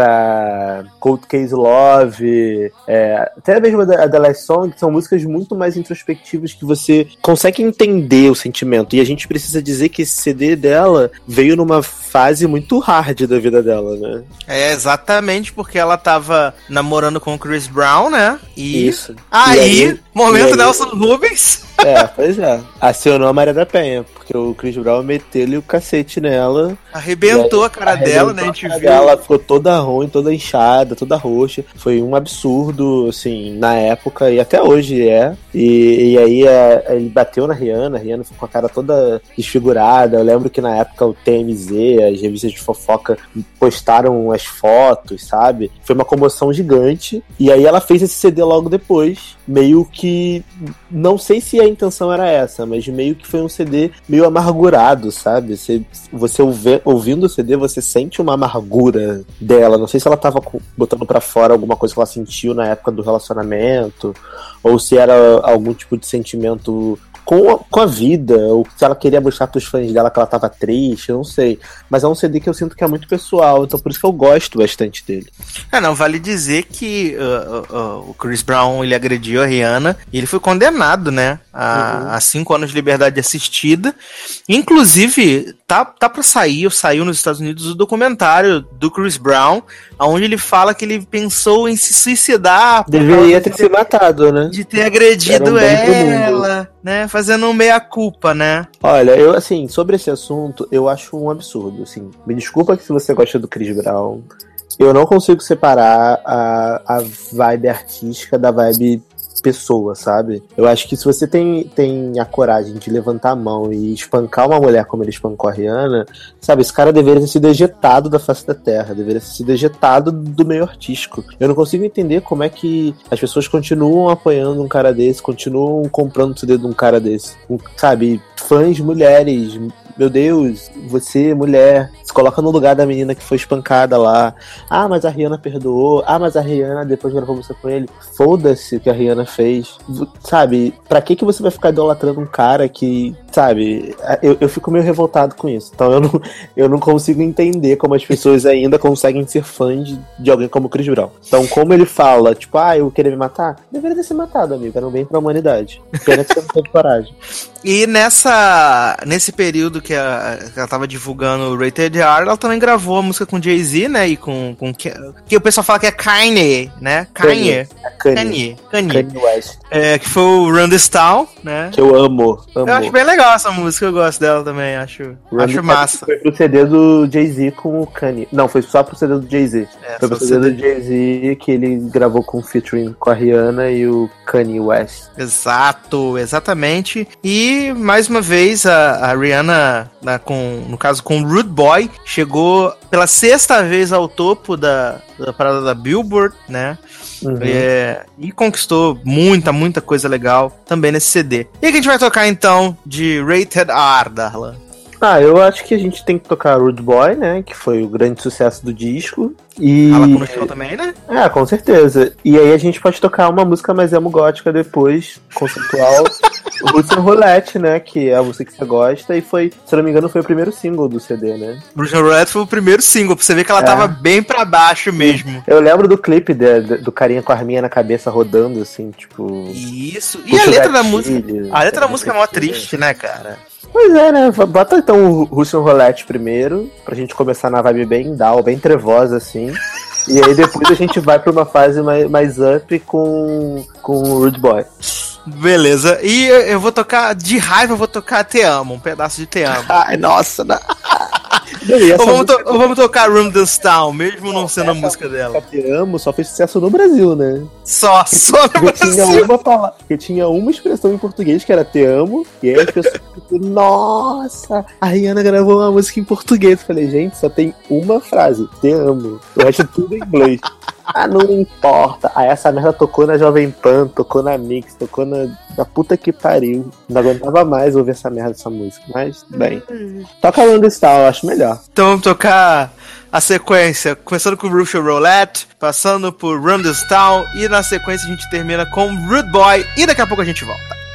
C: pra Cold Case Love, é, até mesmo a The Last Song, que são músicas muito mais introspectivas que você consegue entender o sentimento. E a gente precisa dizer que esse C D dela veio numa fase muito hard da vida dela, né? É,
B: exatamente, porque ela tava namorando com o Chris Brown, né? E
C: isso.
B: Aí,
C: e aí
B: momento
C: e aí...
B: Nelson Rubens.
C: É, pois é. Acionou a Maria da Penha, porque o Chris Brown meteu-lhe o cacete nela.
B: Arrebentou a cara dela, né? A gente viu.
C: Ela ficou toda ruim, toda inchada, toda roxa. Foi um absurdo, assim, na época, e até hoje é. E, e aí é, ele bateu na Rihanna, a Rihanna ficou com a cara toda desfigurada. Eu lembro que na época o T M Z, as revistas de fofoca, postaram as fotos, sabe? Foi uma comoção gigante. E aí ela fez esse C D logo depois, meio que... Não sei se a intenção era essa, mas meio que foi um C D meio amargurado, sabe? Você, você ouve, ouvindo o C D, você sente uma amargura dela. Não sei se ela tava botando pra fora alguma coisa que ela sentiu na época do relacionamento, ou se era algum tipo de sentimento com a, com a vida, ou se ela queria mostrar pros fãs dela que ela tava triste, eu não sei. Mas é um C D que eu sinto que é muito pessoal, então por isso que eu gosto bastante dele.
B: É, não, vale dizer que uh, uh, uh, o Chris Brown, ele agrediu a Rihanna e ele foi condenado, né, a, uhum. a cinco anos de liberdade assistida. Inclusive, tá, tá pra sair, ou saiu nos Estados Unidos, o documentário do Chris Brown, onde ele fala que ele pensou em se suicidar.
C: Deveria ter se matado, né?
B: De ter agredido um ela, né? Fazendo um meia-culpa, né?
C: Olha, eu, assim, sobre esse assunto, eu acho um absurdo, assim. Me desculpa que se você gosta do Chris Brown, eu não consigo separar a, a vibe artística da vibe pessoa, sabe? Eu acho que se você tem, tem a coragem de levantar a mão e espancar uma mulher como ele espancou a Rihanna, sabe? Esse cara deveria ter sido ejetado da face da terra, deveria ter sido ejetado do meio artístico. Eu não consigo entender como é que as pessoas continuam apoiando um cara desse, continuam comprando o C D de um cara desse. Um, sabe? Fãs mulheres, meu Deus, você, mulher, se coloca no lugar da menina que foi espancada lá. Ah, mas a Rihanna perdoou. Ah, mas a Rihanna depois gravou música com ele. Foda-se o que a Rihanna fez. Sabe, pra que que você vai ficar idolatrando um cara que, sabe, eu, eu fico meio revoltado com isso. Então eu não, eu não consigo entender como as pessoas ainda conseguem ser fãs de, de alguém como o Chris Brown. Então, como ele fala, tipo, ah, eu queria me matar, deveria ter se matado, amigo. Era um bem pra humanidade. Pena que você não teve coragem.
B: E nessa, nesse período que, a, que ela tava divulgando o Rated R, ela também gravou a música com Jay-Z, né? E com, com que, que o pessoal fala que é Kanye, né? Kanye.
C: Kanye.
B: Kanye.
C: Kanye West.
B: É, que foi o Run This Town, né?
C: Que eu amo, amo.
B: Eu acho bem legal essa música, eu gosto dela também, acho, acho massa.
C: Foi pro C D do Jay-Z com o Kanye. Não, foi só pro C D do Jay-Z. É, foi pro C D, C D do Jay-Z que ele gravou com o featuring com a Rihanna e o Kanye West.
B: Exato, exatamente. E, mais uma vez, a, a Rihanna, na, com, no caso com o Rude Boy, chegou pela sexta vez ao topo da, da parada da Billboard, né? Uhum. É, e conquistou muita, muita coisa legal também nesse C D. E o que a gente vai tocar então de Rated R, Darlan?
C: Ah, eu acho que a gente tem que tocar Rude Boy, né? Que foi o grande sucesso do disco. E...
B: Ela começou também, né?
C: É, com certeza. E aí a gente pode tocar uma música mais emo gótica depois, conceitual. Russian Roulette, né? Que é a música que você gosta. E foi, se não me engano, foi o primeiro single do C D, né?
B: Russian Roulette foi o primeiro single, pra você ver que ela é. tava bem pra baixo mesmo.
C: Eu lembro do clipe de, de, do carinha com a arminha na cabeça rodando, assim, tipo...
B: Isso. E a letra da música... A letra da música é mó triste, né, cara?
C: Pois é, né? Bota então o Russian Roulette primeiro, pra gente começar na vibe bem down, bem trevosa, assim. E aí depois a gente vai pra uma fase mais, mais up com, com o Rude Boy.
B: Beleza. E eu vou tocar, de raiva, eu vou tocar Te Amo, um pedaço de Te Amo.
C: Ai, nossa, não.
B: Ou vamos, to- ou vamos tocar Run This Town, mesmo não, não sendo a música dela.
C: Te Amo só fez sucesso no Brasil, né?
B: Só, só no
C: porque
B: Brasil.
C: Tinha uma palavra, porque tinha uma expressão em português que era Te Amo, e aí as pessoas tipo, nossa, a Rihanna gravou uma música em português. Eu falei, gente, só tem uma frase, Te Amo. O resto é tudo em inglês. Ah, não importa. Aí essa merda tocou na Jovem Pan, tocou na Mix, tocou na, na puta que pariu. Não aguentava mais ouvir essa merda dessa música. Mas, bem. Toca Run This Town, eu acho melhor.
B: Então vamos tocar a sequência, começando com Russian Roulette, passando por Run This Town, e na sequência a gente termina com Rude Boy, e daqui a pouco a gente volta.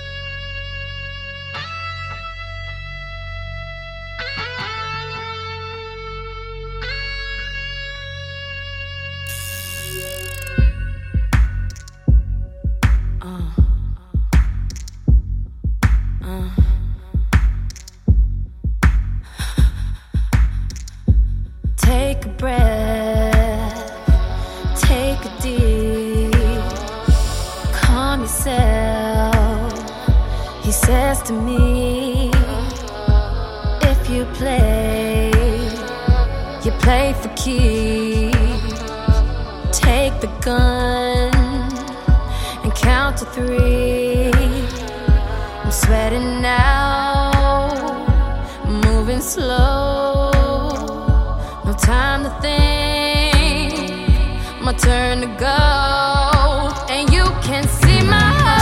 A: Take a breath, take a deep, calm yourself. He says to me, if you play, you play for keeps. Take the gun and count to three. I'm sweating now, moving slow. No time to think, my turn to go. And you can see my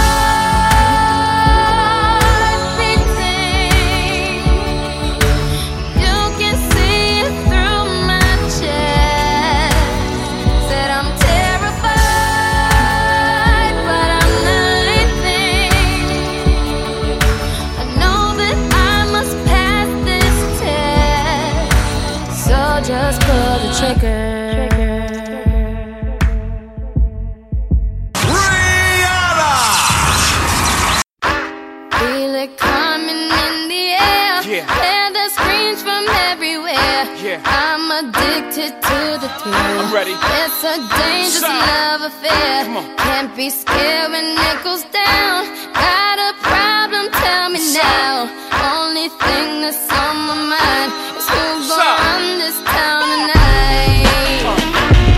A: heart beating. You can see it through my chest. Said I'm terrified, but I'm not anything. I know that I must pass this test. So just pull the trigger.
D: Rihanna!
A: Feel it coming in the air.
D: Yeah.
A: Hear the screams from everywhere.
D: Yeah.
A: I'm addicted to the thrill.
D: I'm ready.
A: It's a dangerous
D: Sign.
A: love affair.
D: Come on.
A: Can't be scared when it goes down. Got a problem? Tell me now. Only thing that's on my mind is who's gonna
D: Sign.
A: run this town tonight.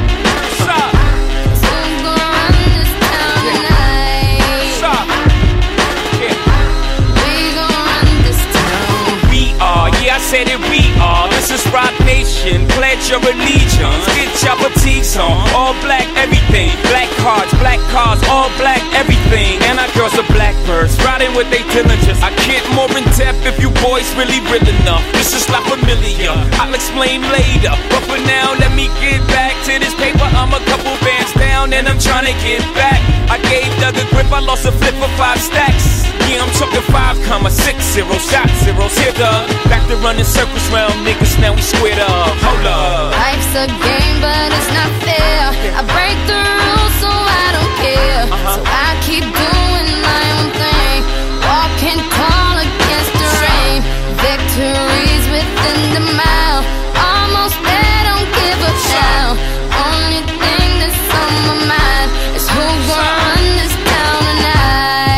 D: pledge your allegiance. Get your boutiques on, all black everything. Black cards, black cars, all black everything. And our girls are blackbirds, riding with they diligence. I get more in depth if you boys really real enough. This is not familiar, I'll explain later. But for now, let me get back to this paper. I'm a couple bands down and I'm trying to get back. I gave Doug a grip, I lost a flip for five stacks. Yeah, I'm talking five comma six zero, shot zeros. Here the back to running circles round niggas, now we squared up. Hold up.
A: Life's a game, but it's not fair. I break the rules, so I don't care. So I keep doing my own thing. Walking tall against the rain. Victories within the mile. Almost there, don't give up now. Only thing that's on my mind is who's gonna run this town tonight.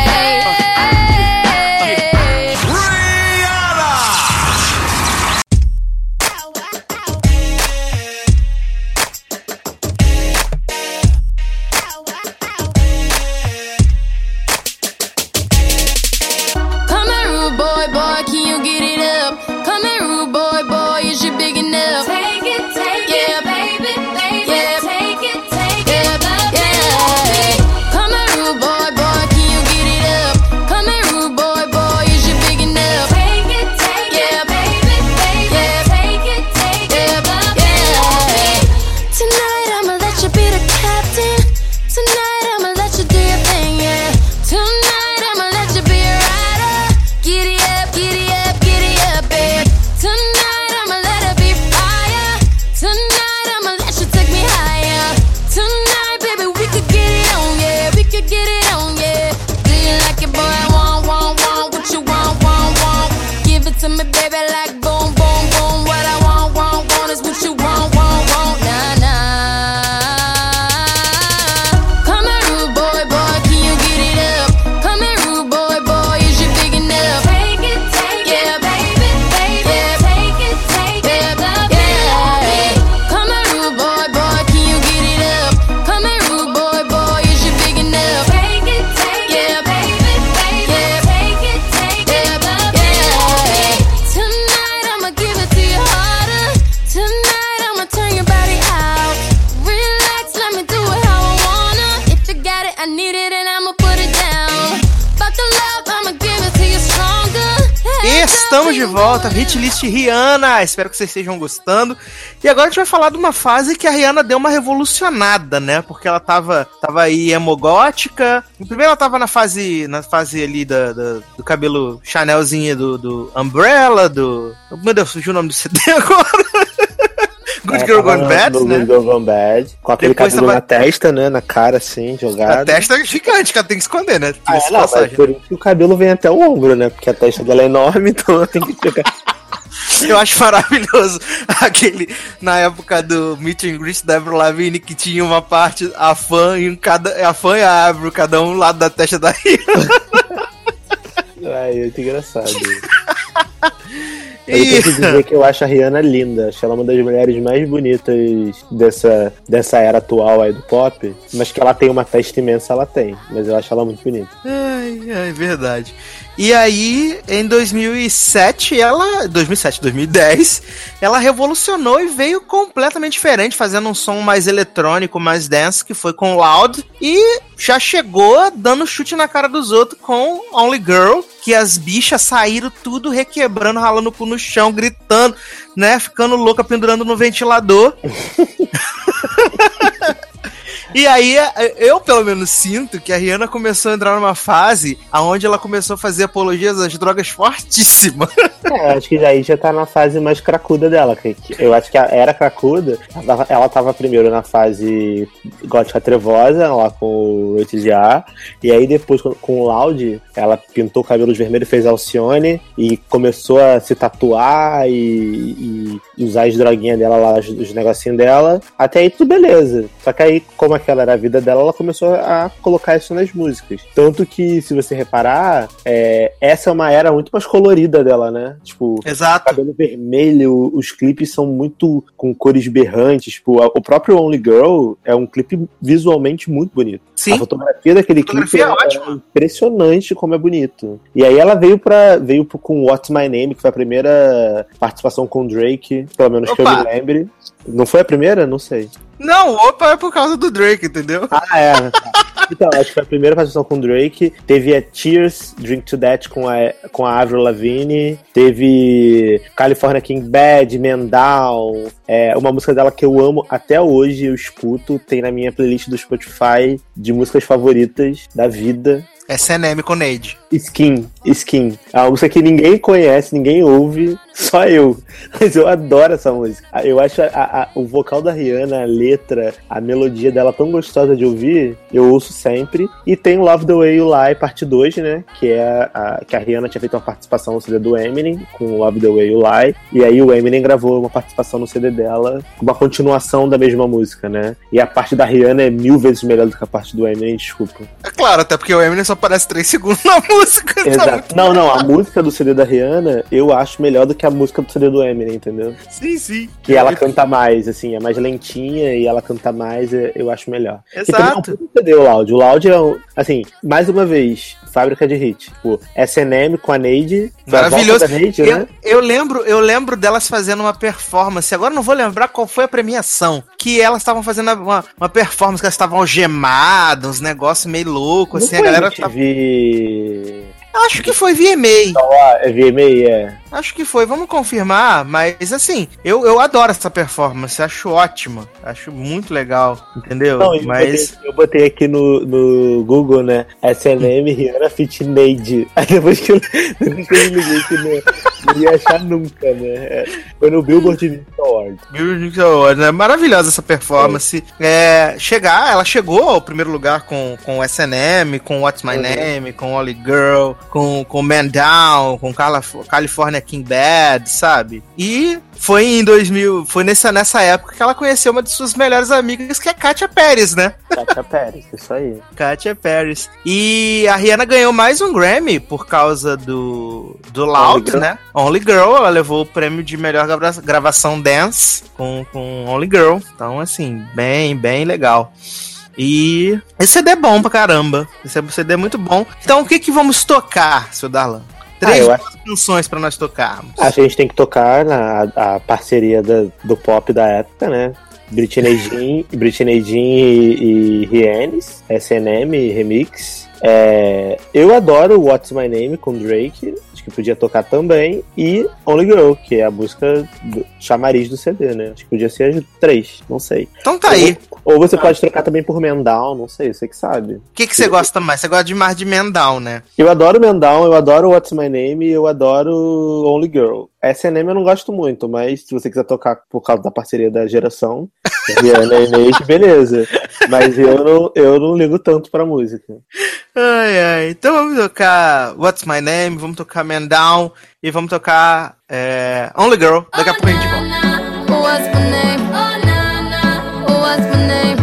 A: Come here, rude boy, boy, can you get it up? Come here, rude boy, boy, is you big enough? Take it, take it, baby, baby, take it, take it, yeah. Come here, rude boy, boy, can you get it up? Come here, rude boy, boy, is you big enough? Take it, take it, baby, baby, take it, take it, yeah. Tonight I'ma let you be the captain. Tonight I'ma let you do your thing, yeah. Tonight I'ma let you be a rider. Giddy up, giddy up, giddy up, babe. Tonight I'ma let it be fire. Tonight I'ma let you take me higher. Tonight, baby, we could get it on, yeah. We could get it on, yeah. Do you like it, boy? I want, want, want what you want, want, want. Give it to me, baby, like boom, boom, boom. What I want, want, want is what you want, want, want. Nah, nah. Come here, rude boy, boy, can you get it up? Come here, rude boy, boy, is you big enough? Take it, take it, baby, baby, take it, take it, yeah. Come here, rude boy, boy, can you get it up? Come here, rude boy, boy, is you big enough? Take it, take it, baby, baby, take it, take it, yeah. Tonight I'ma give it to you harder. Tonight I'ma turn your body out. Relax, let me do it how I wanna. If you got it, I need it, and I'ma put it down. But the love, I'ma give it to you stronger.
B: Estamos de volta, Hitlist Rihanna, espero que vocês estejam gostando. E agora a gente vai falar de uma fase que a Rihanna deu uma revolucionada, né? Porque ela tava, tava aí emogótica. Primeiro ela tava na fase, na fase ali da, da- do cabelo Chanelzinho do, do Umbrella, do... Meu Deus, fugiu o nome do C D agora. Good Girl Gone Bad,
C: no
B: né?
C: Good Girl Gone Bad. Com aquele
B: Depois
C: cabelo
B: você
C: na testa, né? Na cara, assim, jogado.
B: A testa é gigante, que ela tem que esconder, né?
C: Ah,
B: Diga-se de
C: não, mas
B: passagem.
C: por isso que o cabelo vem até o ombro, né? Porque a testa dela é enorme, então ela tem que ficar...
B: Eu acho maravilhoso aquele, na época do Meet and Greet da Avril Lavigne, que tinha uma parte, a fã e um cada, a fã e a Avril, cada um lado da testa da Rihanna.
C: Ai, é muito engraçado. Eu
B: E-
C: tenho que dizer que eu acho a Rihanna linda. Acho ela uma das mulheres mais bonitas dessa, dessa era atual aí do pop. Mas que ela tem uma testa imensa, ela tem. Mas eu acho ela muito bonita.
B: Ai, ai, verdade. E aí, em dois mil e sete, ela... dois mil e sete, dois mil e dez, ela revolucionou e veio completamente diferente, fazendo um som mais eletrônico, mais dance, que foi com Loud. E já chegou dando chute na cara dos outros com Only Girl, que as bichas saíram tudo requebrando, ralando o cu no chão, gritando, né? Ficando louca, pendurando no ventilador. E aí, eu pelo menos sinto que a Rihanna começou a entrar numa fase onde ela começou a fazer apologias às drogas fortíssimas.
C: É, acho que aí já tá na fase mais cracuda dela. Que que eu acho que a era cracuda, ela tava, ela tava primeiro na fase gótica trevosa, lá com o U T G A, e aí depois com, com o Loud, ela pintou cabelos vermelhos, fez Alcione, e começou a se tatuar e, e usar as droguinhas dela lá, os, os negocinhos dela. Até aí tudo beleza. Só que aí, como aquela era a vida dela, ela começou a colocar isso nas músicas. Tanto que, se você reparar, é, essa é uma era muito mais colorida dela, né? Tipo,
B: Exato.
C: cabelo vermelho, os clipes são muito com cores berrantes. Tipo, a, o próprio Only Girl é um clipe visualmente muito bonito.
B: Sim.
C: A fotografia daquele
B: Fotografia
C: clipe
B: é
C: é,
B: ótima.
C: é impressionante como é bonito. E aí ela veio pra, veio com What's My Name, que foi a primeira participação com o Drake, pelo menos que eu
B: Opa.
C: me lembre. Não foi a primeira? Não sei.
B: Não, opa, é por causa do Drake, entendeu?
C: Ah, é. Então, acho que foi a primeira participação com o Drake. Teve a Tears, Drink to That com a, com a Avril Lavigne. Teve California King Bad, Man Down. É, uma música dela que eu amo até hoje, eu escuto. Tem na minha playlist do Spotify de músicas favoritas da vida.
B: S N M com Neide.
C: Skin, Skin. É uma música que ninguém conhece, ninguém ouve, só eu. Mas eu adoro essa música. Eu acho a, a, o vocal da Rihanna, a letra, a melodia dela tão gostosa de ouvir, eu ouço sempre. E tem Love the Way You Lie, parte dois, né? Que é a, que a Rihanna tinha feito uma participação no C D do Eminem, com Love the Way You Lie. E aí o Eminem gravou uma participação no C D dela, uma continuação da mesma música, né? E a parte da Rihanna é mil vezes melhor do que a parte do Eminem, desculpa.
B: É claro, até porque o Eminem só aparece três segundos na música.
C: Exato. Não, não, a música do C D da Rihanna eu acho melhor do que a música do C D do Eminem, entendeu?
B: Sim, sim.
C: Que ela canta mais, assim, é mais lentinha e ela canta mais, eu acho melhor.
B: Exato.
C: E também não pode entender o Loud. O Loud é, um, assim, mais uma vez, fábrica de hit. Tipo, S N M com a Neide.
B: Maravilhoso.
C: A Neide,
B: eu,
C: né?
B: eu, lembro, eu lembro delas fazendo uma performance, agora não vou lembrar qual foi a premiação, que elas estavam fazendo uma, uma performance, que elas estavam algemadas, uns negócios meio loucos, assim,
C: Não
B: a galera
C: M T V...
B: tava... Acho que foi V M A.
C: Então, ah, é V M A, é.
B: Acho que foi, vamos confirmar, mas assim, eu, eu adoro essa performance, acho ótima, acho muito legal, entendeu?
C: Não, eu,
B: mas...
C: botei, eu botei aqui no, no Google, né, S N M, Rihanna Fit Neide. Aí depois que eu, depois que eu me liguei que não, não ia achar nunca, né, é, foi no Billboard Music Award.
B: Billboard Music Award, né? Maravilhosa essa performance. É. É, chegar, ela chegou ao primeiro lugar com, com S N M, com What's My uhum. Name, com Only Girl, com, com Man Down, com Cala, California King Bad, sabe? E foi em dois mil, foi nessa, nessa época que ela conheceu uma de suas melhores amigas, que é Katy Perry, né?
C: Katy Perry, isso aí.
B: Katy Perry. E a Rihanna ganhou mais um Grammy por causa do, do Loud, Only né? Only Girl, ela levou o prêmio de melhor grava- gravação dance com, com Only Girl. Então, assim, bem, bem legal. E esse C D é bom pra caramba. Esse C D é muito bom. Então, o que que vamos tocar, seu Darlan? Três
C: ah, acho...
B: canções pra nós tocarmos.
C: A gente tem que tocar na a parceria da, do pop da época, né? Britney Jean, Britney Jean e, e Rihannes, S N M Remix. É, eu adoro What's My Name com Drake, acho que podia tocar também, e Only Girl, que é a música do chamariz do C D, né? Acho que podia ser as três, não sei.
B: Então tá aí.
C: Ou, ou você ah. pode trocar também por Man Down, não sei, você que sabe.
B: O que que você gosta mais? Você gosta de mais de Man Down, né?
C: Eu adoro Man Down, eu adoro What's My Name e eu adoro Only Girl. S N M eu não gosto muito, mas se você quiser tocar por causa da parceria da geração, Rihanna e Nate, beleza. Mas eu não, eu não ligo tanto pra música.
B: Ai, ai. Então vamos tocar What's My Name, vamos tocar Man Down e vamos tocar é, Only Girl. Daqui a pouco a gente volta.
A: What's my name? Oh, na, na. What's my name?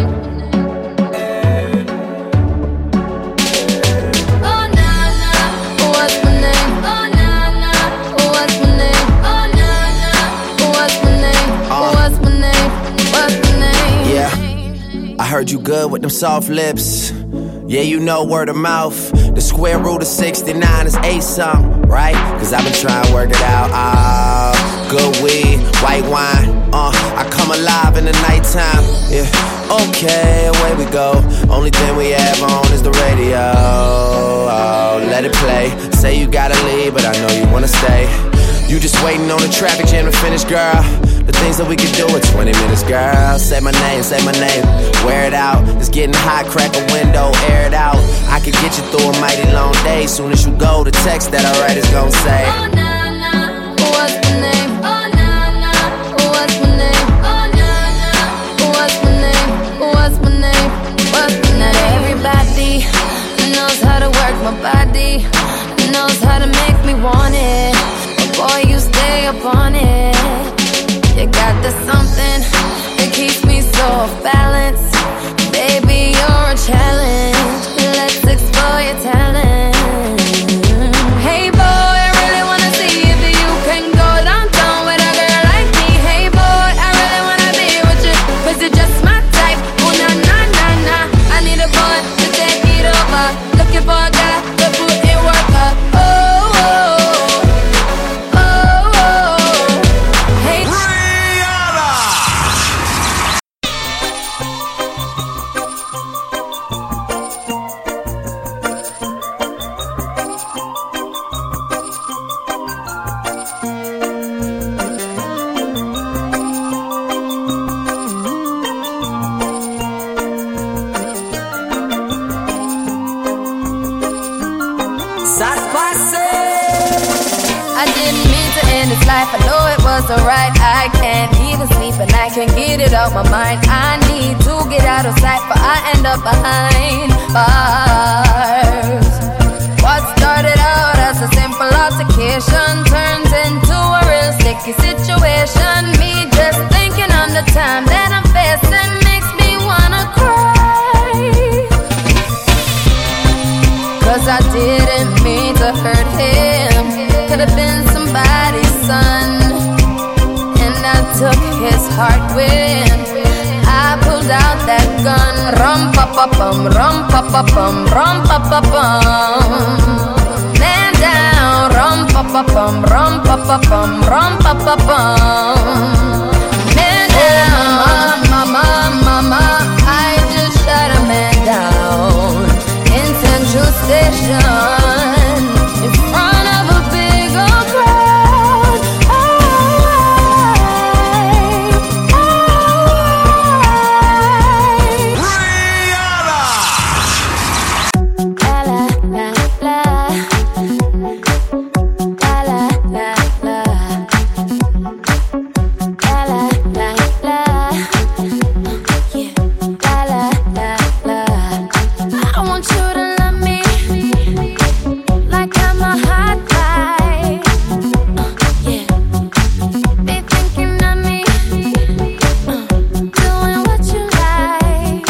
A: Oh, na, na. What's my name? Oh, na, na. What's my name? Oh, na, na. What's my name? What's my name? What's my name?
F: Yeah, I heard you good with them soft lips. Yeah, you know word of mouth. The square root of sixty-nine is eight something, right? Cause I've been trying to work it out. Ah, good weed, white wine. Uh, I come alive in the nighttime. Yeah, okay, away we go. Only thing we have on is the radio. Oh, let it play. Say you gotta leave, but I know you wanna stay. You just waiting on the traffic jam to finish, girl. The things that we could do in twenty minutes, girl. Say my name, say my name. Wear it out. It's getting hot, crack a window, air it out. I could get you through a mighty long day. Soon as you go, the text that I write is gon' say,
A: oh, na, na. What's my name? Oh, na, na. What's my name? Oh, na, na. What's my name? What's my name? What's my name? Not everybody knows how to work my body, knows how to make me want it. Boy, you stay up on it. You got the something that keeps me so off balance. life, I know it wasn't right. I can't even sleep and I can't get it out my mind. I need to get out of sight, but I end up behind bars. What started out as a simple altercation turns into a real sticky situation. Me just thinking on the time that I'm facing makes me wanna cry. Cause I didn't mean to hurt him. Could've been somebody's son. And I took his heart when I pulled out that gun. Rum pa pa bum, rum pa pa bum, rum pa pa bum. Man down, rum pa pa bum, rum pa pa bum, rum pa pa bum. Man down, mama, mama, I just shot a man down in Central Station in front of a big old crowd. I, I want you to love me like I'm a hot guy. Uh, yeah. Be thinking of me, uh, doing what you like.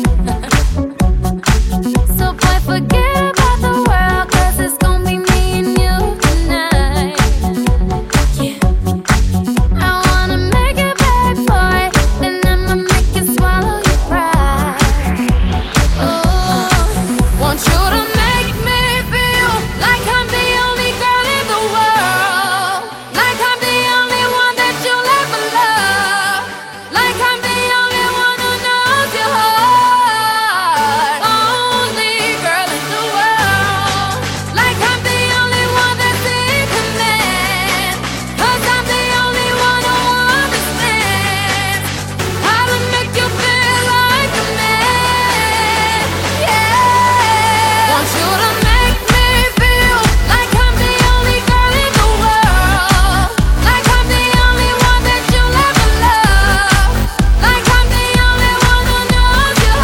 A: So boy, forget about the world, cause it's gonna be me and you tonight. Yeah. I wanna make it back, boy, then I'ma make you swallow your pride. Oh, want you to make me feel like I'm the only girl in the world, like I'm the only one that you'll ever love, like I'm the only one who knows your heart, only girl in the world, like I'm the only one that's in command, cause I'm the only one who understands how to make you feel like a man. Yeah, want you to make me feel like I'm the only girl in the world, like I'm the only one that you'll ever love, like I'm the only one who knows your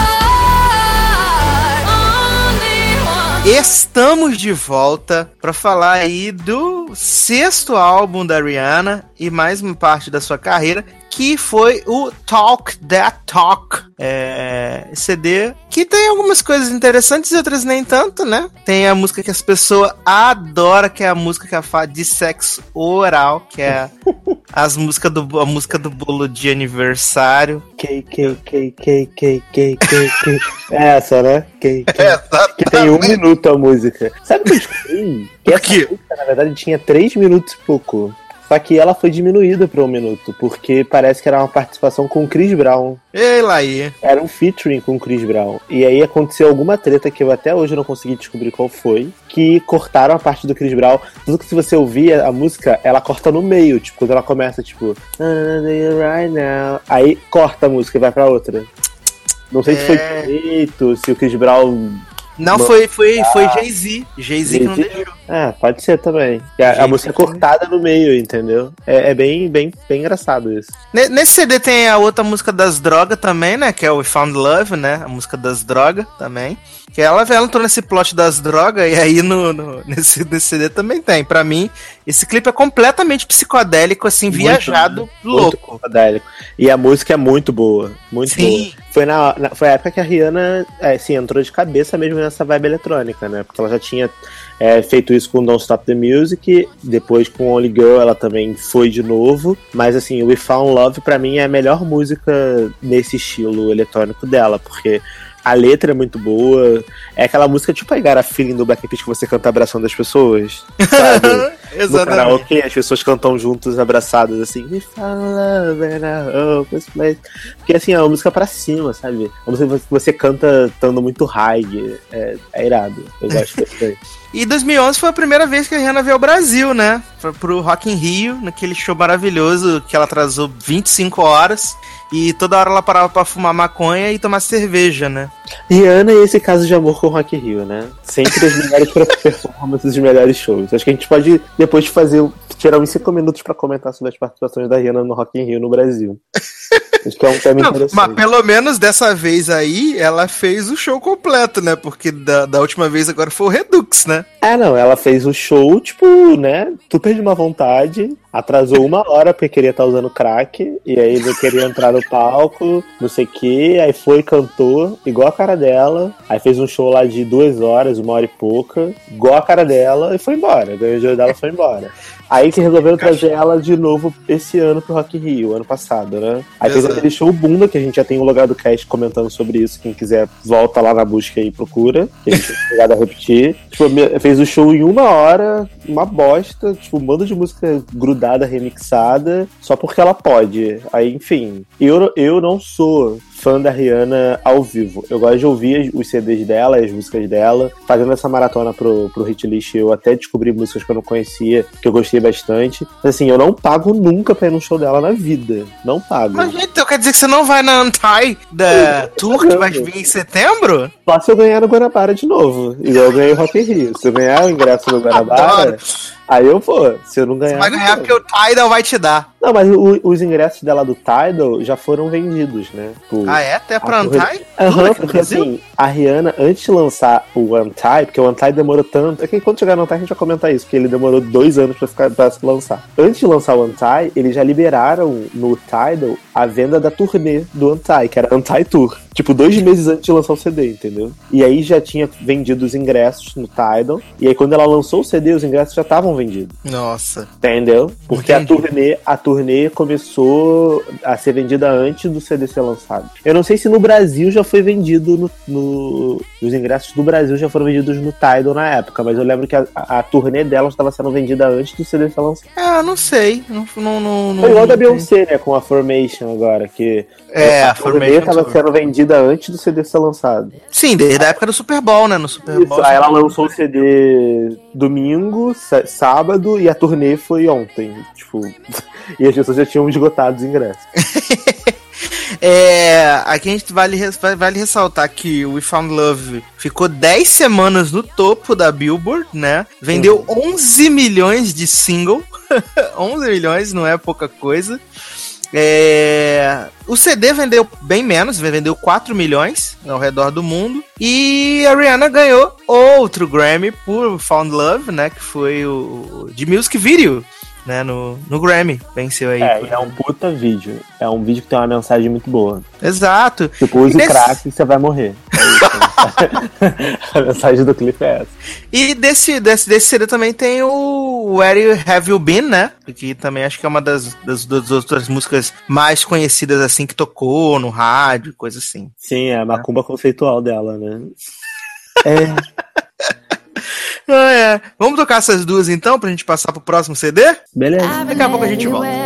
A: heart, only one.
B: Estamos de volta para falar aí do sexto álbum da Rihanna e mais uma parte da sua carreira, que foi o Talk That Talk. É, C D que tem algumas coisas interessantes e outras nem tanto, né? Tem a música que as pessoas adoram, que é a música que ela fala de sexo oral, que é as músicas do, a música do bolo de aniversário.
C: K, K, K, K, K, K, K, K. É essa, né? K, K.
B: É,
C: Que tem um minuto a música. Sabe o que eu descobri? Que
B: O
C: essa
B: quê?
C: música, na verdade, tinha três minutos e pouco. Só que ela foi diminuída para um minuto, porque parece que era uma participação com o Chris Brown.
B: Ei, lá aí.
C: Era um featuring com o Chris Brown. E aí aconteceu alguma treta que eu até hoje não consegui descobrir qual foi, que cortaram a parte do Chris Brown. Tudo que se você ouvir a música, ela corta no meio. Tipo, quando ela começa, tipo... Right now. Aí corta a música e vai pra outra. Não sei
B: É.
C: se foi direito, se o Chris Brown...
B: Não,
C: Não.
B: foi, foi, foi Jay-Z. Jay-Z que não
C: Jay-Z?
B: deixou.
C: Ah, pode ser também. E a, a
B: Jay-Z
C: música é
B: também.
C: cortada no meio, entendeu? É, é bem, bem, bem engraçado isso.
B: Ne- Nesse C D tem a outra música das drogas também, né? Que é o We Found Love, né? A música das drogas também. Que ela, ela entrou nesse plot das drogas e aí no, no- nesse, nesse C D também tem. Pra mim, esse clipe é completamente psicodélico, assim,
C: Muito,
B: viajado,
C: Muito
B: louco.
C: psicodélico. E a música é muito boa. Muito
B: Sim.
C: boa. Foi, na, na- foi a época que a Rihanna é, assim, entrou de cabeça mesmo nessa vibe eletrônica, né? Porque ela já tinha é, feito isso com Don't Stop the Music, depois com Only Girl ela também foi de novo. Mas assim, We Found Love pra mim é a melhor música nesse estilo eletrônico dela, porque a letra é muito boa. É aquela música tipo I Got a Feeling do Black Eyed Peas que você canta abraçando as pessoas, sabe? No
B: Exatamente.
C: karaokê, as pessoas cantam juntos, abraçadas, assim. We found love and I hope this place. Porque, assim, é uma música pra cima, sabe? É uma música que você canta estando muito high. É, é irado. Eu gosto bastante.
B: E dois mil e onze foi a primeira vez que a Rihanna veio ao Brasil, né? Foi pro Rock in Rio, naquele show maravilhoso que ela atrasou vinte e cinco horas. E toda hora ela parava pra fumar maconha e tomar cerveja, né?
C: Rihanna e esse caso de amor com o Rock in Rio, né? Sempre as melhores performances e os melhores shows. Acho que a gente pode depois fazer, tirar uns cinco minutos pra comentar sobre as participações da Rihanna no Rock in Rio no Brasil. Acho que é um tema
B: Não,
C: interessante.
B: mas pelo menos dessa vez aí, ela fez o show completo, né? Porque da, da última vez agora foi o Redux, né?
C: É, não, ela fez o show, tipo, né, super de má vontade, atrasou uma hora porque queria estar usando crack, e aí ele queria entrar no palco, não sei o que, aí foi, cantou, igual a cara dela, aí fez um show lá de duas horas, uma hora e pouca, igual a cara dela, e foi embora, ganhou o jogo dela e foi embora. Aí que resolveram trazer ela de novo esse ano pro Rock in Rio, ano passado, né? Aí fez aquele show bunda, que a gente já tem o lugar do cast comentando sobre isso. Quem quiser, volta lá na busca e procura. Que a gente tem chegado a repetir. Tipo, fez o show em uma hora, uma bosta, tipo, um bando de música grudada, remixada, só porque ela pode. Aí, enfim, eu, eu não sou fã da Rihanna ao vivo. Eu gosto de ouvir os C Ds dela, as músicas dela. Fazendo essa maratona pro, pro Hit List, eu até descobri músicas que eu não conhecia, que eu gostei bastante. Mas assim, eu não pago nunca pra ir no show dela na vida. Não pago.
B: Mas então quer dizer que você não vai na Anti da Tour que vai vir em setembro?
C: Só se eu ganhar no Guanabara de novo. Igual eu ganhei o Rock in Rio. Se eu ganhar o ingresso no Guanabara, aí eu vou. Se eu não ganhar...
B: Você vai ganhar porque o Tidal vai te dar.
C: Não, mas o, os ingressos dela do Tidal já foram vendidos, né? Por,
B: ah, é? Até pra Anti?
C: Aham, uhum, porque assim, a Rihanna, antes de lançar o Anti, porque o Anti demorou tanto... É que quando chegar no Anti a gente vai comentar isso, porque ele demorou dois anos pra, ficar, pra se lançar. Antes de lançar o Anti, eles já liberaram no Tidal a venda da turnê do Anti, que era Anti Tour. Tipo, dois meses antes de lançar o C D, entendeu? E aí já tinha vendido os ingressos no Tidal. E aí quando ela lançou o C D, os ingressos já estavam vendidos.
B: Nossa.
C: Entendeu? Porque a turnê, a turnê começou a ser vendida antes do C D ser lançado. Eu não sei se no Brasil já foi vendido no... no os ingressos do Brasil já foram vendidos no Tidal na época, mas eu lembro que a, a, a turnê dela estava sendo vendida antes do C D ser lançado.
B: Ah, não sei. Não, não, não,
C: foi igual
B: não,
C: da Beyoncé, né? Com a Formation agora, que
B: é,
C: a,
B: a
C: turnê estava sendo vendida antes do C D ser lançado.
B: Sim, desde a época do Super Bowl, né? No Super Bowl.
C: Isso, aí ela lançou o C D domingo, sábado, e a turnê foi ontem. Tipo, e as pessoas já tinham esgotado os ingressos.
B: É, aqui a gente vale, vale ressaltar que o We Found Love ficou dez semanas no topo da Billboard, né? Vendeu uhum. onze milhões de single. onze milhões, não é pouca coisa. É, o C D vendeu bem menos, vendeu quatro milhões ao redor do mundo. E a Rihanna ganhou outro Grammy por Found Love, né? Que foi o de Music Video. Né, no, no Grammy, venceu aí.
C: É, é um puta vídeo. É um vídeo que tem uma mensagem muito boa.
B: Exato.
C: Tipo, use nesse... crack e você vai morrer. A mensagem do clipe é essa.
B: E desse, desse, desse C D também tem o Where Have You Been, né? Que também acho que é uma das, das, das outras músicas mais conhecidas, assim, que tocou no rádio, coisa assim.
C: Sim, é a macumba é. conceitual dela, né? É...
B: Ah, é. Vamos tocar essas duas então pra gente passar pro próximo C D?
C: Beleza.
B: Daqui a pouco a gente volta.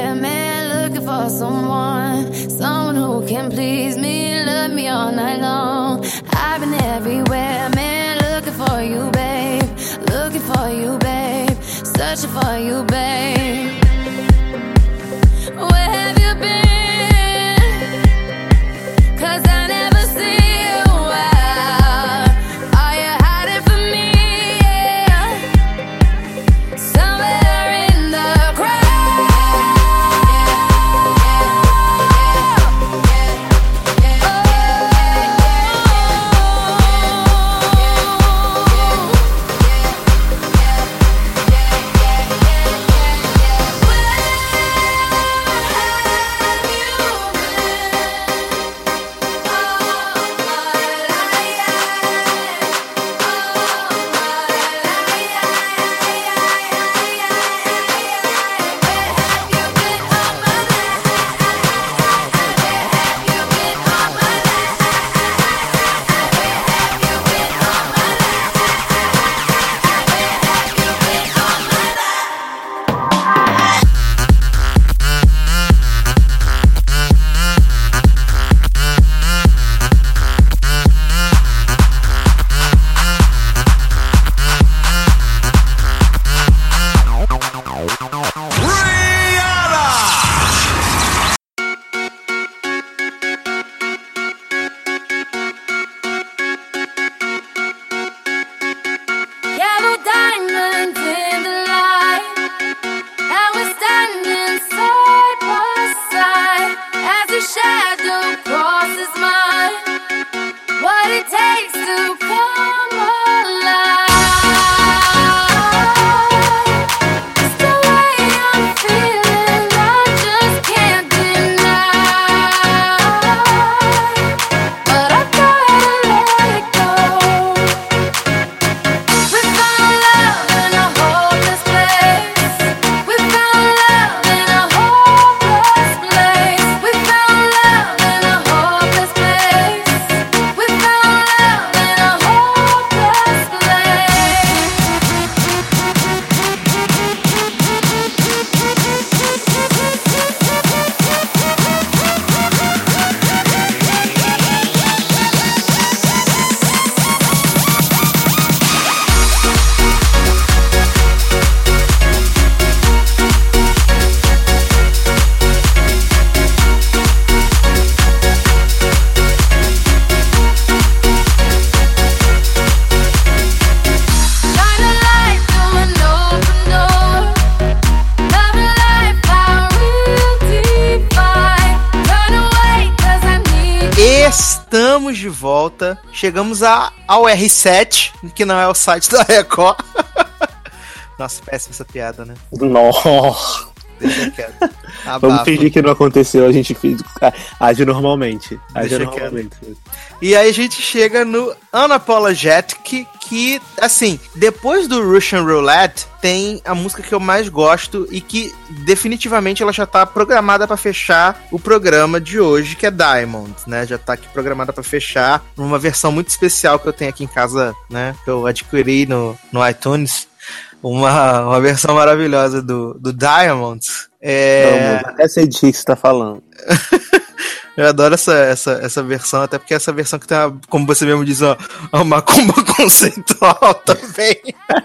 B: Estamos de volta. Chegamos a, ao R sete, que não é o site da Record. Nossa, péssima essa piada, né?
C: Nossa.
B: Deixa quieto.
C: Vamos fingir que não aconteceu, a gente age normalmente. Age
B: Deixa
C: normalmente.
B: E aí a gente chega no Unapologetic, que, assim, depois do Russian Roulette, tem a música que eu mais gosto e que definitivamente ela já tá programada pra fechar o programa de hoje, que é Diamond, né? Já tá aqui programada pra fechar numa versão muito especial que eu tenho aqui em casa, né? Que eu adquiri no, no iTunes. Uma, uma versão maravilhosa do, do Diamonds. É...
C: Não, até sei de que você tá falando.
B: Eu adoro essa, essa, essa versão, até porque essa versão que tem, uma, como você mesmo diz, uma, uma macumba conceitual também.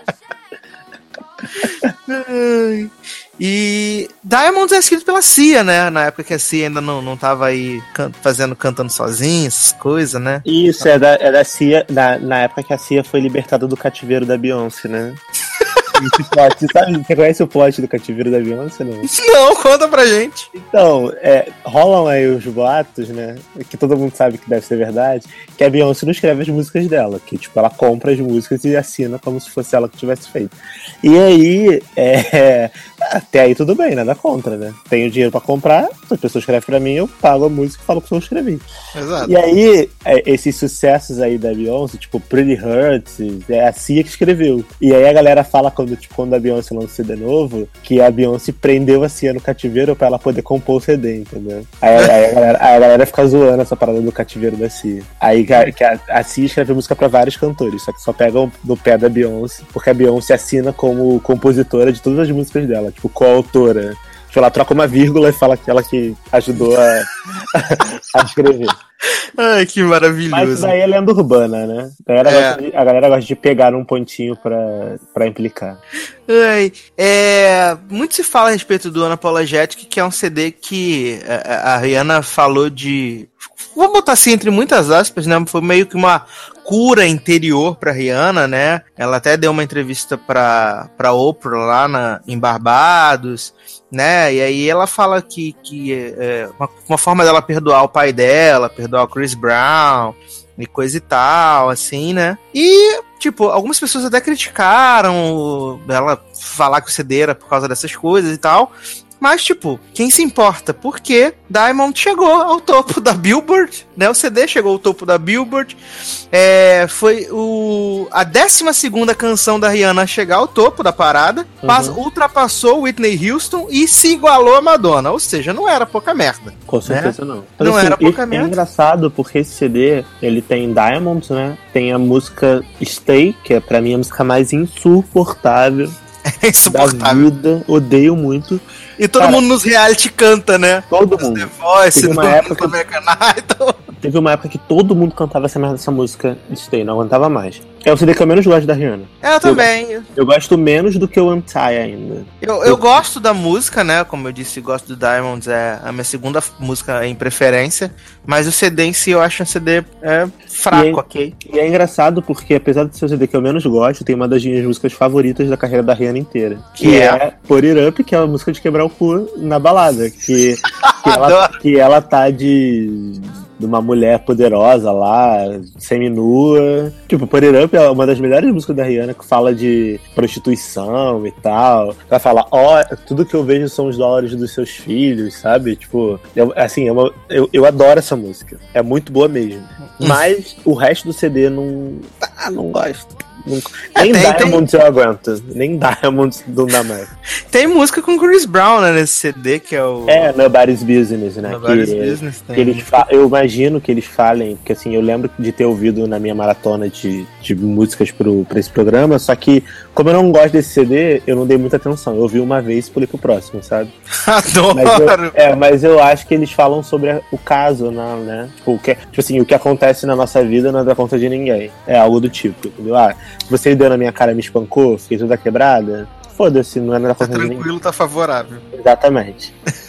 B: E Diamonds é escrito pela Cia, né? Na época que a Cia ainda não, não tava aí can- fazendo, cantando sozinha, essas coisas, né?
C: Isso, é da, é da Cia, na, na época que a Cia foi libertada do cativeiro da Beyoncé, né? Esse plot, você, sabe, você conhece o plot do cativeiro da Beyoncé, não?
B: Não, conta pra gente.
C: Então, é, rolam aí os boatos, né? Que todo mundo sabe que deve ser verdade, que a Beyoncé não escreve as músicas dela, que tipo, ela compra as músicas e assina como se fosse ela que tivesse feito. E aí, é, até aí tudo bem, nada contra, né? Tenho dinheiro pra comprar, a pessoa escreve pra mim, eu pago a música e falo que eu escrevi.
B: Exato.
C: E aí, é, esses sucessos aí da Beyoncé, tipo Pretty Hurts, é a Cia que escreveu. E aí a galera fala quando, tipo, quando a Beyoncé lança o C D novo, que a Beyoncé prendeu a Cia no cativeiro pra ela poder compor o C D, entendeu? Aí, aí, a, galera, aí a galera fica zoando essa parada do cativeiro da Cia. Aí que a, que a, a Cia escreve música pra vários cantores, só que só pegam no pé da Beyoncé, porque a Beyoncé assina como compositora de todas as músicas dela, tipo, coautora. Tipo, ela troca uma vírgula e fala que ela que ajudou a, a escrever.
B: Ai, que maravilhoso.
C: Mas isso daí é lenda urbana, né? A galera,
B: É.
C: gosta, de, a galera gosta de pegar um pontinho pra, pra implicar.
B: Ai, é, muito se fala a respeito do Unapologetic, que é um C D que a, a Rihanna falou de... Vou botar assim entre muitas aspas, né? Foi meio que uma cura interior pra Rihanna, né? Ela até deu uma entrevista pra, pra Oprah lá na, em Barbados, né? E aí ela fala que, que é uma, uma forma dela perdoar o pai dela, perdoar o Chris Brown e coisa e tal, assim, né? E, tipo, algumas pessoas até criticaram ela falar que o C D era por causa dessas coisas e tal. Mas, tipo, quem se importa? Porque Diamond chegou ao topo da Billboard, né? O C D chegou ao topo da Billboard. É, foi o, a décima segunda canção da Rihanna a chegar ao topo da parada.
C: Uhum.
B: Mas ultrapassou Whitney Houston e se igualou a Madonna. Ou seja, não era pouca merda.
C: Com certeza
B: né?
C: não.
B: Não era pouca
C: é
B: merda.
C: engraçado porque esse C D, ele tem Diamonds, né? Tem a música Stay, que é pra mim a música mais insuportável.
B: É insuportável.
C: Da vida, odeio muito.
B: E todo
C: Cara,
B: mundo nos reality canta, né?
C: Todo mundo.
B: The Voice,
C: Teve uma
B: do,
C: época
B: do American Idol.
C: Teve uma época que todo mundo cantava essa merda dessa música Stay, não aguentava mais. É o C D que eu menos gosto da Rihanna.
B: Eu também.
C: Eu, eu gosto menos do que o Untie ainda.
B: Eu, eu gosto da música, né? Como eu disse, gosto do Diamonds, é a minha segunda música em preferência. Mas o C D em si eu acho um C D é, fraco,
C: e é,
B: ok?
C: E é engraçado porque, apesar de ser o C D que eu menos gosto, tem uma das minhas músicas favoritas da carreira da Rihanna inteira. Que, que é? é Put It Up, que é a música de quebrar o cu na balada. Que, que, ela, que ela tá de... de uma mulher poderosa lá, semi-nua. Tipo, Put It Up é uma das melhores músicas da Rihanna, que fala de prostituição e tal. Ela fala, ó, oh, tudo que eu vejo são os dólares dos seus filhos, sabe? Tipo, eu, assim, é uma, eu, eu adoro essa música. É muito boa mesmo. Mas o resto do C D não... Ah, não gosto. Nunca. Nem é, tem, Diamonds tem... eu aguento. Nem Diamonds não dá mais.
B: Tem música com Chris Brown, né, nesse C D, que é o...
C: É, Nobody's Business, né?
B: Nobody's
C: que,
B: Business tem.
C: Que eles fa... Eu imagino que eles falem, porque assim, eu lembro de ter ouvido na minha maratona de, de músicas pro, pra esse programa, só que como eu não gosto desse C D, eu não dei muita atenção. Eu ouvi uma vez e pulei pro próximo, sabe?
B: Adoro!
C: Mas eu, é, mas eu acho que eles falam sobre a, o caso, não, né? Tipo, o que, tipo assim, o que acontece na nossa vida não é da conta de ninguém. É algo do tipo, entendeu? Ah, você deu na minha cara e me espancou, fiquei toda quebrada. Foda-se, não é da conta
B: tá
C: de ninguém.
B: Tranquilo, tá favorável.
C: Exatamente.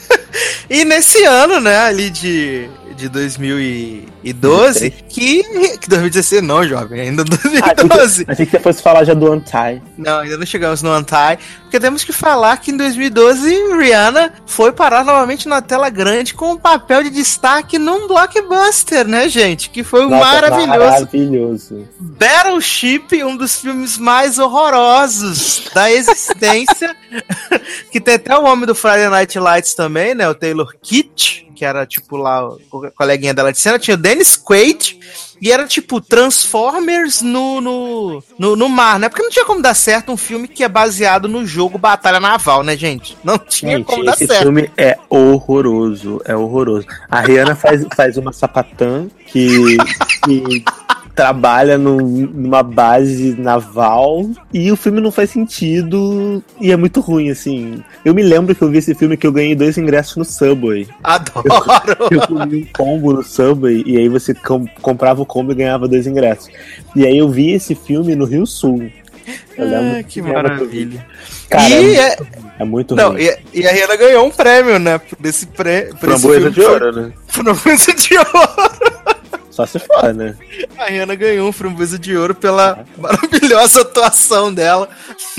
B: E nesse ano, né, ali de, de dois mil e doze, que, que dois mil e dezesseis não, jovem, ainda dois mil e doze.
C: Ah, achei que você fosse falar já do Untie.
B: Não, ainda não chegamos no Untie, porque porque temos que falar que em dois mil e doze Rihanna foi parar novamente na tela grande com um papel de destaque num blockbuster, né, gente? Que foi um
C: Nossa,
B: maravilhoso.
C: Maravilhoso.
B: Battleship, um dos filmes mais horrorosos da existência. Que tem até o homem do Friday Night Lights também, né? O Taylor Kitsch, que era tipo lá o coleguinha dela de cena. Tinha o Dennis Quaid. E era tipo Transformers no, no, no, no mar, né? Porque não tinha como dar certo um filme que é baseado no jogo Batalha Naval, né, gente? Não tinha
C: gente,
B: como dar
C: esse
B: certo.
C: Esse filme é horroroso, é horroroso. A Rihanna faz, faz uma sapatã que, que trabalha num, numa base naval e o filme não faz sentido e é muito ruim, assim. Eu me lembro que eu vi esse filme que eu ganhei dois ingressos no Subway.
B: Adoro!
C: Eu, eu comi um combo no Subway e aí você com, comprava o combo e ganhava dois ingressos. E aí eu vi esse filme no Rio Sul. Eu lembro
B: ah, que maravilha.
C: Cara,
B: e
C: é,
B: é,
C: é muito
B: não,
C: ruim.
B: E, e a Rihanna ganhou um prêmio, né? Desse pré,
C: Framboesa de ouro, né?
B: Framboesa de ouro.
C: Só se for, né?
B: A Rihanna ganhou um Framboesa de Ouro pela maravilhosa atuação dela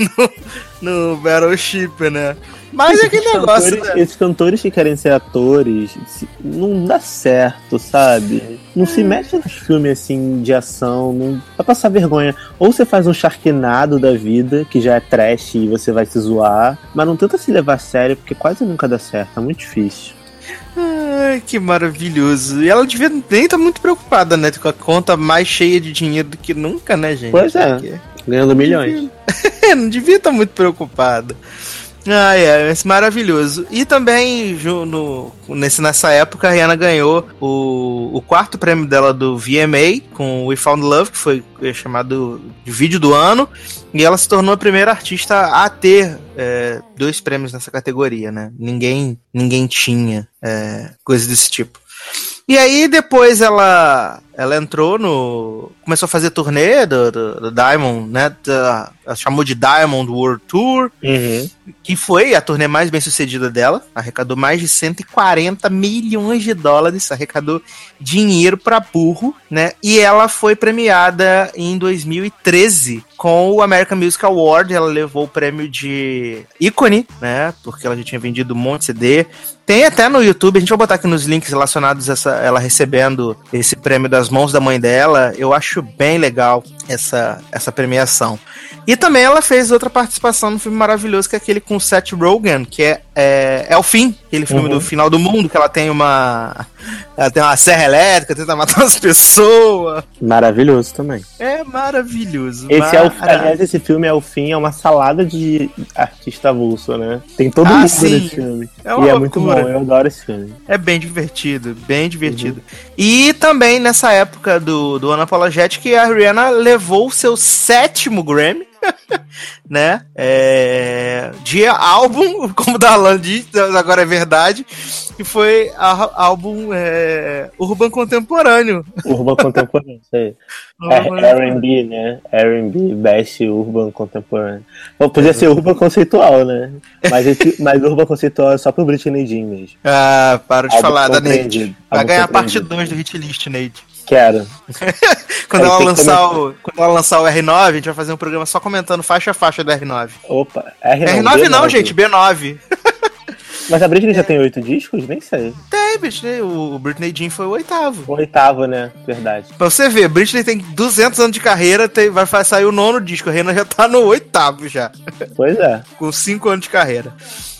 B: no, no Battleship, né? Mas é aquele
C: esses
B: negócio,
C: cantores,
B: né?
C: Esses cantores que querem ser atores, não dá certo, sabe? Não se mete nos filmes assim de ação, não vai passar vergonha. Ou você faz um Sharknado da vida, que já é trash e você vai se zoar, mas não tenta se levar a sério, porque quase nunca dá certo, é muito difícil.
B: Ai, que maravilhoso. E ela devia nem estar muito preocupada, né? Com a conta mais cheia de dinheiro do que nunca, né, gente?
C: Pois é,
B: Porque...
C: ganhando milhões.
B: Não devia estar muito preocupada. Ah, é, é maravilhoso. E também, no, nesse, nessa época, a Rihanna ganhou o, o quarto prêmio dela do V M A com We Found Love, que foi chamado de vídeo do ano, e ela se tornou a primeira artista a ter é, dois prêmios nessa categoria, né? Ninguém, ninguém tinha é, coisa desse tipo. E aí depois ela, ela entrou no... Começou a fazer turnê do, do, do Diamond, né? Da, ela chamou de Diamond World Tour,
C: uhum.
B: que foi a turnê mais bem sucedida dela. Arrecadou mais de cento e quarenta milhões de dólares, arrecadou dinheiro pra burro, né? E ela foi premiada em dois mil e treze com o American Music Award. Ela levou o prêmio de ícone, né? Porque ela já tinha vendido um monte de C D. Tem até no YouTube, a gente vai botar aqui nos links relacionados a essa, ela recebendo esse prêmio das mãos da mãe dela. Eu acho bem legal essa, essa premiação. E também ela fez outra participação no filme maravilhoso, que é aquele com Seth Rogen, que é, é, é o Fim, aquele filme uhum. do final do mundo, que ela tem uma ela tem uma serra elétrica, tenta matar as pessoas.
C: Maravilhoso também.
B: É maravilhoso.
C: Esse,
B: Mar...
C: é o, aliás, esse filme é o Fim, é uma salada de artista avulso, né? Tem todo
B: ah,
C: mundo
B: sim.
C: nesse filme.
B: É
C: e é muito bom, eu adoro esse filme.
B: É bem divertido, bem divertido. Uhum. E também nessa época do, do Unapologetic, a Rihanna levou o seu sétimo Grammy. Né? É... de álbum, como o Darlan disse, agora é verdade, que foi a, álbum é... Urban Contemporâneo.
C: Urban Contemporâneo, isso aí. É R and B, né? R and B, Best Urban Contemporâneo. Bom, podia é. ser Urban Conceitual, né? Mas, esse, mas Urban Conceitual é só pro Britney Jean mesmo.
B: Ah, para de álbum falar da Neide. Vai ganhar a parte dois do Hit List, Neide.
C: Quero.
B: quando, ela lançar o, quando ela lançar o R nove, a gente vai fazer um programa só comentando faixa a faixa do R nove.
C: Opa, R nove,
B: R nove B nove. Não, gente, B nove.
C: Mas a Britney é. já tem oito discos? Nem sei.
B: Tem, Britney. O Britney Jean foi o oitavo.
C: O oitavo, né? Verdade.
B: Pra você ver, Britney tem duzentos anos de carreira, tem, vai sair o nono disco. A Rihanna já tá no oitavo já.
C: Pois é.
B: Com cinco anos de carreira.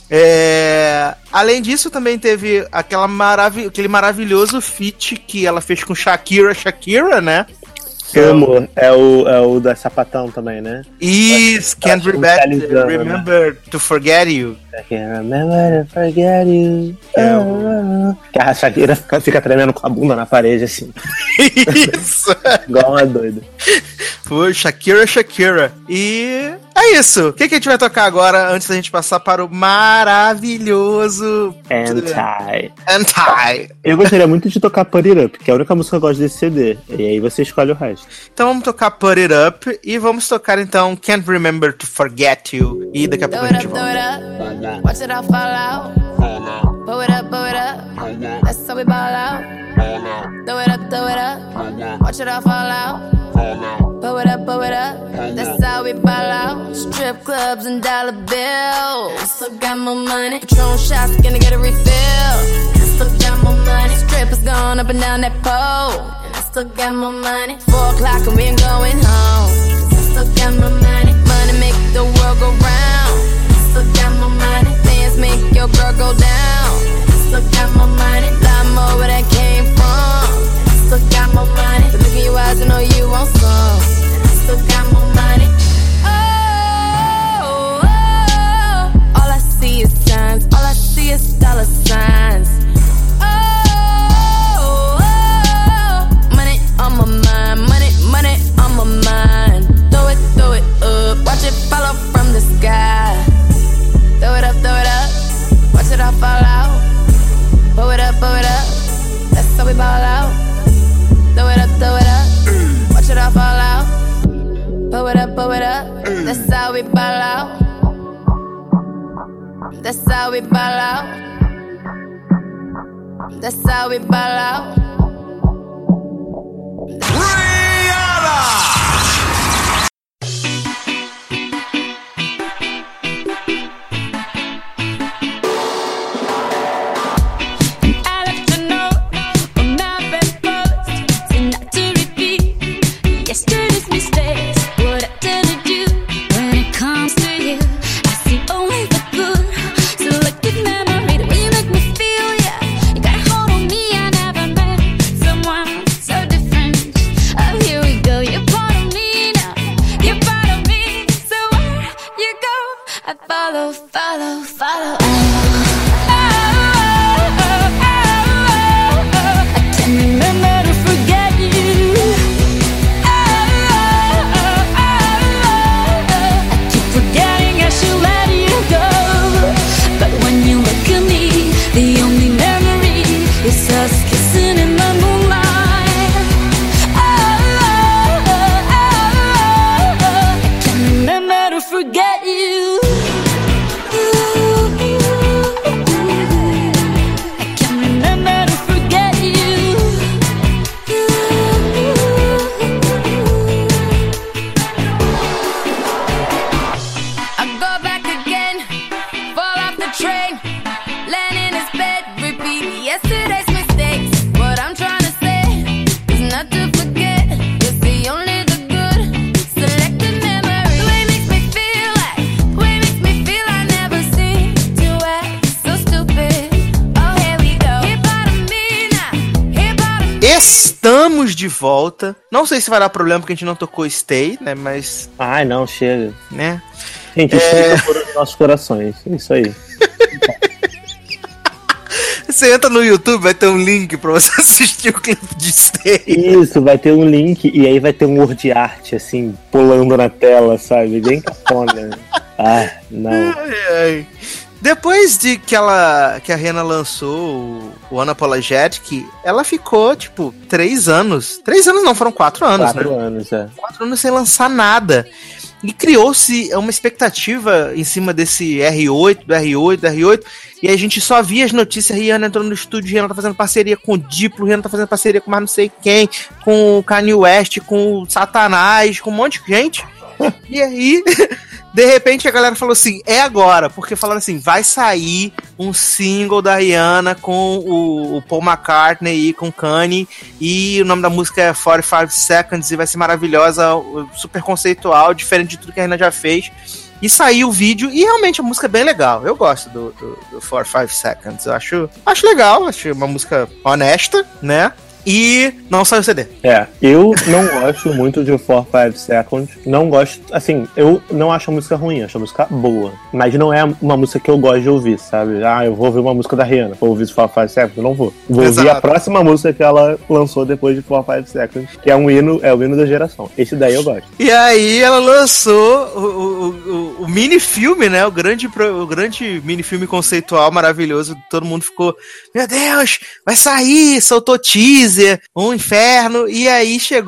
B: É... Além disso, também teve aquela marav... aquele maravilhoso feat que ela fez com Shakira, Shakira, né?
C: Amo, é o, é o da Sapatão também, né?
B: Isso, Can't Remember, remember né? to Forget You.
C: I can't remember to forget you.
B: É o...
C: Que a Shakira fica, fica tremendo com a bunda na parede, assim.
B: Isso!
C: Igual uma doida.
B: Foi Shakira, Shakira. E é isso. O que, que a gente vai tocar agora, antes da gente passar para o maravilhoso...
C: Anti.
B: Anti.
C: Eu gostaria muito de tocar Put It Up, que é a única música que eu gosto desse C D. E aí você escolhe o resto.
B: Então vamos tocar Put It Up e vamos tocar então Can't Remember to Forget You. E daqui a pouco a gente volta.
A: Watch it all fall out. Blow it up, blow it up. That's how we ball out. Throw it up, throw it up. Watch it all fall out. Pull it up, pull it up, that's how we ball out. Strip clubs and dollar bills. Still got more money. Patron shots, gonna get a refill. Still got more money. Strippers going up and down that pole. And I still got more money. Four o'clock and we ain't going home. Cause I still got more money. Money make the world go round. I still got more money. Dance make your girl go down. I still got more money. Lot more where that came from. I still got more money. So look in your eyes, I know you want some. And I still got more money. Oh, oh, all I see is signs. All I see is dollar signs. Oh, oh, money on my mind. Money, money on my mind. Throw it, throw it up. Watch it fall off from the sky. Throw it up, throw it up. Watch it all fall out. Pull it up, pull it up. That's how we ball out. Throw it up, throw it up. Watch it all fall out. Pull it up, pull it up. That's how we ball out. That's how we ball out. That's how we ball out.
B: Estamos de volta. Não sei se vai dar problema porque a gente não tocou Stay, né? Mas.
C: Ai, não, chega.
B: Né?
C: Gente,
B: é...
C: fica por os nossos corações. É isso aí.
B: Você entra no YouTube, vai ter um link pra você assistir o clipe de Stay.
C: Isso, vai ter um link e aí vai ter um word art, assim, pulando na tela, sabe? Bem cafona. Ah, não.
B: Ai, ai. Depois de que ela que a Rihanna lançou o, o Unapologetic, ela ficou, tipo, três anos. Três anos não, foram quatro anos,
C: quatro
B: né?
C: Quatro anos, é.
B: Quatro anos sem lançar nada. E criou-se uma expectativa em cima desse R oito, do R oito, do R oito, e a gente só via as notícias, Rihanna entrando no estúdio, Rihanna tá fazendo parceria com o Diplo, Rihanna tá fazendo parceria com mais não sei quem, com o Kanye West, com o Satanás, com um monte de gente. E aí, de repente a galera falou assim, é agora, porque falaram assim, vai sair um single da Rihanna com o, o Paul McCartney e com o Kanye, e o nome da música é quarenta e cinco Seconds, e vai ser maravilhosa, super conceitual, diferente de tudo que a Rihanna já fez. E saiu o vídeo, e realmente a música é bem legal. Eu gosto do, do, do quarenta e cinco Seconds, eu acho, acho legal, acho uma música honesta, né? E não saiu o C D.
C: É, eu não gosto muito de quarenta e cinco Seconds. Não gosto, assim, eu não acho a música ruim, acho a música boa. Mas não é uma música que eu gosto de ouvir, sabe? Ah, eu vou ouvir uma música da Rihanna, vou ouvir quarenta e cinco Seconds, eu não vou. Vou Exato. ouvir a próxima música que ela lançou depois de quarenta e cinco Seconds, que é um hino, é o hino da geração. Esse daí eu gosto.
B: E aí ela lançou o, o, o, o mini-filme, né? O grande, o grande mini-filme conceitual maravilhoso. Todo mundo ficou, meu Deus, vai sair, soltou teaser, um inferno, e aí chegou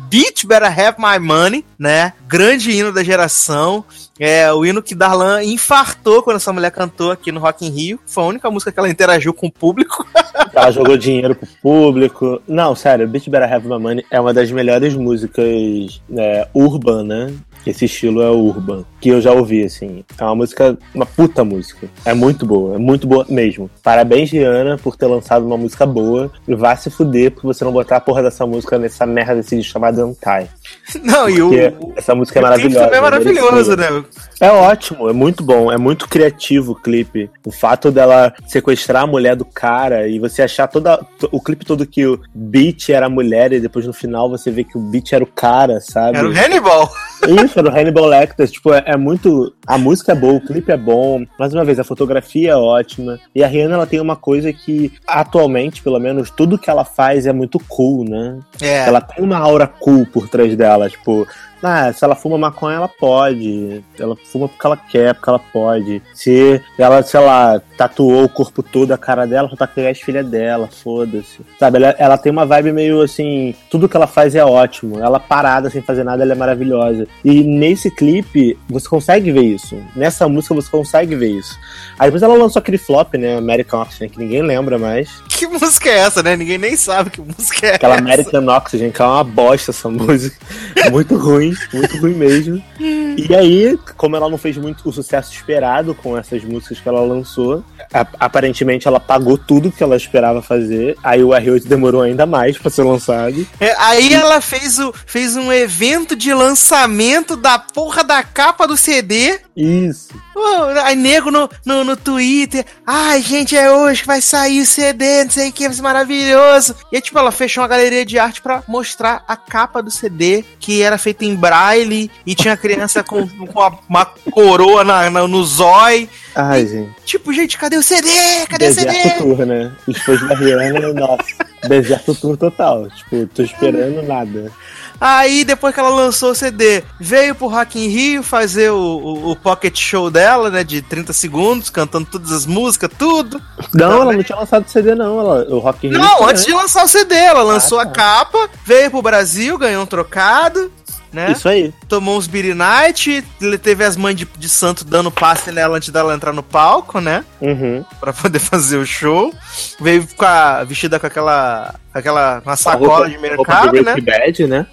B: Bitch Better Have My Money, né? Grande hino da geração. É o hino que Darlan infartou quando essa mulher cantou aqui no Rock in Rio. Foi a única música que ela interagiu com o público.
C: Ela jogou dinheiro pro público. Não, sério, Bitch Better Have My Money é uma das melhores músicas é, urban, né? Esse estilo é urban, que eu já ouvi, assim. É uma música, uma puta música. É muito boa, é muito boa mesmo. Parabéns, Rihanna, por ter lançado uma música boa. E vá se fuder por você não botar a porra dessa música nessa merda desse chamado Antai.
B: Não, e o...
C: essa música é maravilhosa.
B: O clipe também é maravilhoso, né?
C: É ótimo, é muito bom, é muito criativo o clipe. O fato dela sequestrar a mulher do cara e você achar toda, o clipe todo que o Beat era a mulher e depois no final você vê que o Beat era o cara, sabe?
B: Era o Hannibal.
C: Isso, era o Hannibal Lecter. Tipo, é, é muito... A música é boa, o clipe é bom. Mais uma vez, a fotografia é ótima. E a Rihanna, ela tem uma coisa que, atualmente, pelo menos, tudo que ela faz é muito cool, né? É. Ela tem uma aura cool por trás dela, tipo... Ah, se ela fuma maconha, ela pode. Ela fuma porque ela quer, porque ela pode. Se ela, sei lá, tatuou o corpo todo, a cara dela, só tatuou as filhas dela, foda-se. Sabe, ela, ela tem uma vibe meio assim, tudo que ela faz é ótimo. Ela parada, sem fazer nada, ela é maravilhosa. E nesse clipe, você consegue ver isso. Nessa música, você consegue ver isso. Aí depois ela lançou aquele flop, né, American Oxygen, que ninguém lembra mais.
B: Que música é essa, né? Ninguém nem sabe que música é
C: Aquela
B: essa.
C: Aquela American Oxygen, que é uma bosta essa música. Muito ruim. Muito ruim mesmo. E aí, como ela não fez muito o sucesso esperado com essas músicas que ela lançou, a, aparentemente ela pagou tudo que ela esperava fazer. Aí o R oito demorou ainda mais pra ser lançado.
B: É, aí ela fez, o, fez um evento de lançamento da porra da capa do C D.
C: Isso.
B: Oh, aí nego no, no, no Twitter, ai gente, é hoje que vai sair o C D, não sei o que, vai ser maravilhoso. E aí, tipo, ela fechou uma galeria de arte pra mostrar a capa do C D, que era feita em braille, e tinha criança com, com uma, uma coroa na, na, no zói.
C: Ai,
B: e,
C: gente.
B: Tipo, gente, cadê o C D? Cadê
C: Deserto
B: o C D?
C: Tour, né? Os fãs da Rihanna, nossa, Deserto Tour total. Tipo, tô esperando nada.
B: Aí, depois que ela lançou o C D, veio pro Rock in Rio fazer o, o, o pocket show dela, né, de trinta segundos, cantando todas as músicas, tudo.
C: Não, ela não tinha lançado o C D, não. Ela, o Rock in Rio...
B: Não, antes de lançar o C D, ela lançou
C: ah, tá.
B: a capa, veio pro Brasil, ganhou um trocado, né?
C: Isso aí.
B: Tomou uns Beer Night, teve as mães de, de santo dando passe nela antes dela entrar no palco, né?
C: Uhum.
B: Pra poder fazer o show. Veio com a, vestida com aquela, com aquela uma sacola roupa, de mercado,
C: de
B: né?
C: Bad, né?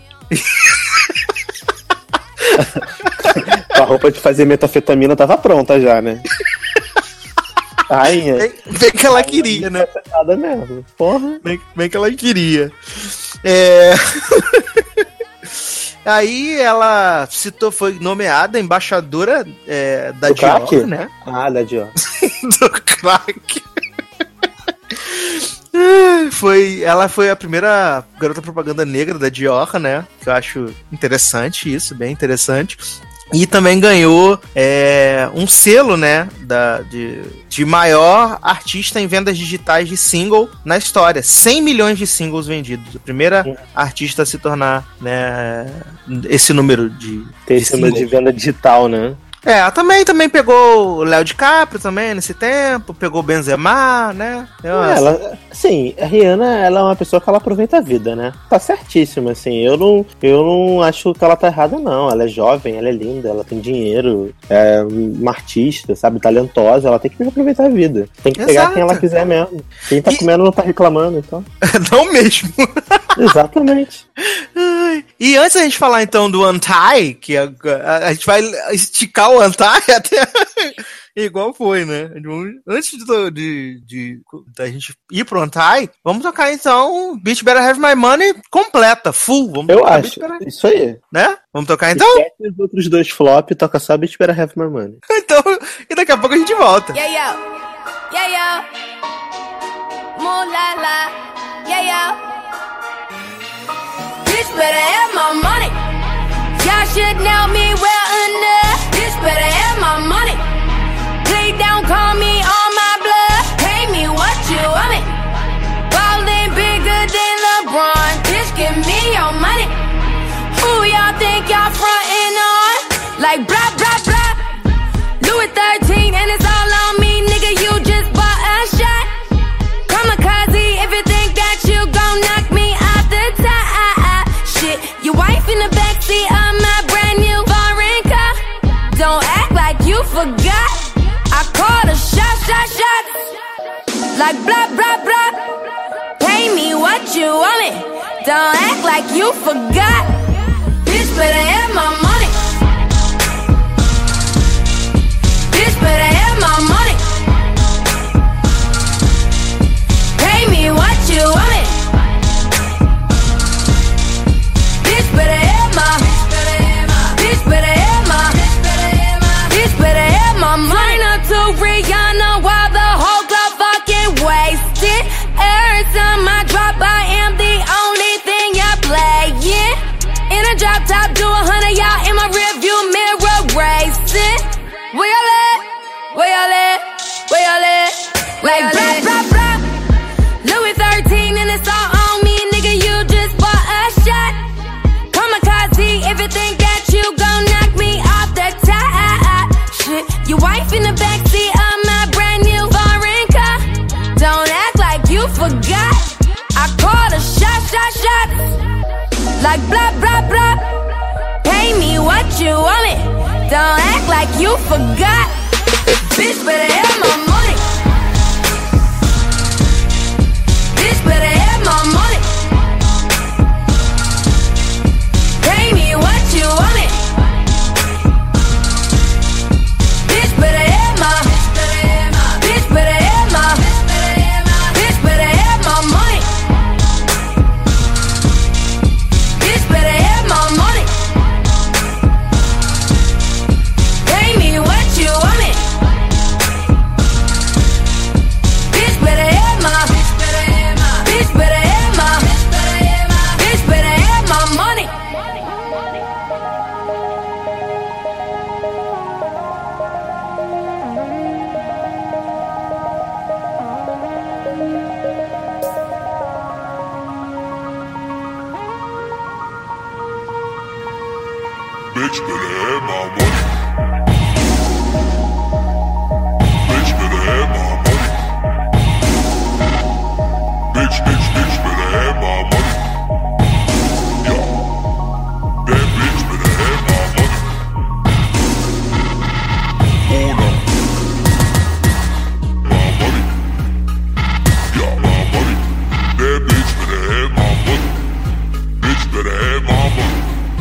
C: A roupa de fazer metafetamina tava pronta já, né? Ai,
B: bem, bem que ela queria, né?
C: Nada mesmo. Porra.
B: Bem, bem que ela queria. É... Aí ela citou, foi nomeada embaixadora é, da
C: do
B: Dior,
C: crack?
B: né?
C: Ah, da Dior.
B: Do crack. Foi, ela foi a primeira garota propaganda negra da Dior, né? Que eu acho interessante isso, bem interessante. E também ganhou é, um selo, né, da, de, de maior artista em vendas digitais de single na história. cem milhões de singles vendidos. A primeira Sim. artista a se tornar, né, esse número de
C: Tem esse número de venda digital, né?
B: É, ela também, também pegou o Léo DiCaprio também nesse tempo, pegou o Benzema, né? Eu,
C: é, ela, sim, a Rihanna, ela é uma pessoa que ela aproveita a vida, né? Tá certíssima, assim, eu não, eu não acho que ela tá errada, não. Ela é jovem, ela é linda, ela tem dinheiro, é uma artista, sabe, talentosa, ela tem que aproveitar a vida. Tem que pegar Exato. Quem ela quiser mesmo. Quem tá e... comendo não tá reclamando, então.
B: Não mesmo.
C: Exatamente.
B: E antes da gente falar, então, do Untie, que a, a, a gente vai esticar o Untie até igual foi, né? Antes de, de, de, de a gente ir pro Untie, vamos tocar, então, Bitch Better Have My Money completa, full. Vamos
C: Eu acho, Better... isso aí.
B: Né? Vamos tocar, então?
C: Esquece os outros dois flop, toca só Bitch Better Have My Money.
B: Então, e daqui a pouco a gente volta.
A: Yeah, yo. Yeah, yo. Moon la la. Yeah, yo. Bitch better have my money. Y'all should know me well enough. Bitch better have my money. Please don't call me on my blood. Pay me what you want me. Ballin' bigger than LeBron. Bitch, give me your money. Who y'all think y'all frontin' on? Like blah, blah, blah. Louis thirteen and it's all on me. Nigga, you just bought a shot. Kamikaze if you think that you gon' knock me off the top. You white like blah, blah, blah. Pay me what you want me. Don't act like you forgot. Bitch better have my money. Bitch better have my money. Pay me what you want me. Bitch better have my. Bitch better have my. Bitch better have my money. Sign up to Rihanna while the whole club fucking wasted. Every time I drop, I am the only thing you're playing. In a drop top, do a hundred, y'all in my rearview mirror racing. Where y'all at? Where y'all at? Where y'all at? Like blah, blah, blah. Louis thirteen and it's all on me, nigga, you just bought a shot. Kamikaze, if you think that you gon' knock me off the top. Shit, your wife in the backseat of my brand new foreign car. Don't act like you forgot. I called a shot, shot, shot. Like blah, blah, blah. Pay me what you want me. Don't act like you forgot. Bitch better have my money. Bitch better have my money. Pay me what you want me. Bitch better have my. Bitch better have my. Bitch better have my money. Bitch better have my money. Pay me what you want me. Bitch better have my. Bitch better have my. Bitch better have my money.
G: Bitch better have my money. Bitch better have my money. Bitch, bitch, bitch better have my money. Yeah. That bitch better have my money. Hold on. My money. Yeah, my money. That bitch better have my money. Bitch better have my money.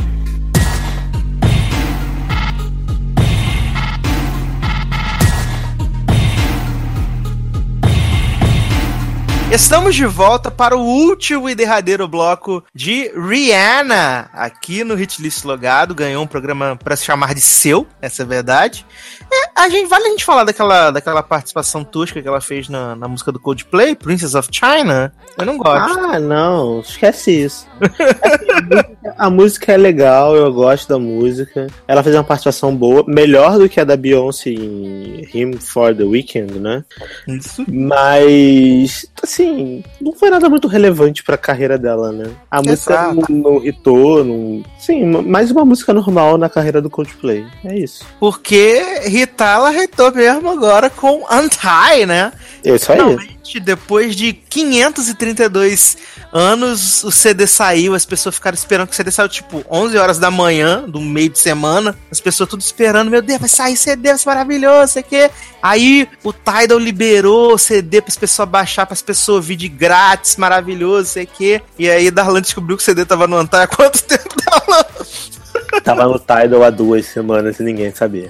B: Estamos de volta para o último e derradeiro bloco de Rihanna, aqui no Hitlist Logado. Ganhou um programa para se chamar de seu, essa é a verdade. É, a gente, vale a gente falar daquela, daquela participação tosca que ela fez na, na música do Coldplay, Princess of China? Eu não gosto.
C: Ah, não, esquece isso. A música é legal, eu gosto da música. Ela fez uma participação boa, melhor do que a da Beyoncé em Him for the Weeknd, né?
B: Isso.
C: Mas, assim, não foi nada muito relevante pra carreira dela, né? A música não, não hitou, não... Sim, mais uma música normal na carreira do Coldplay. É isso.
B: Porque hitar, ela hitou mesmo agora com Untie, né?
C: Isso aí.
B: Finalmente, depois de quinhentos e trinta e dois anos, o C D saiu, as pessoas ficaram esperando que o C D saiu tipo onze horas da manhã, do meio de semana, as pessoas tudo esperando, meu Deus, vai sair C D, vai ser maravilhoso, sei o quê. Aí o Tidal liberou o C D para as pessoas baixar, para as pessoas ouvir de grátis, maravilhoso, sei o quê. E aí Darlan descobriu que o C D tava no Untie há quanto tempo, Darlan?
C: Tava no Tidal há duas semanas e ninguém sabia.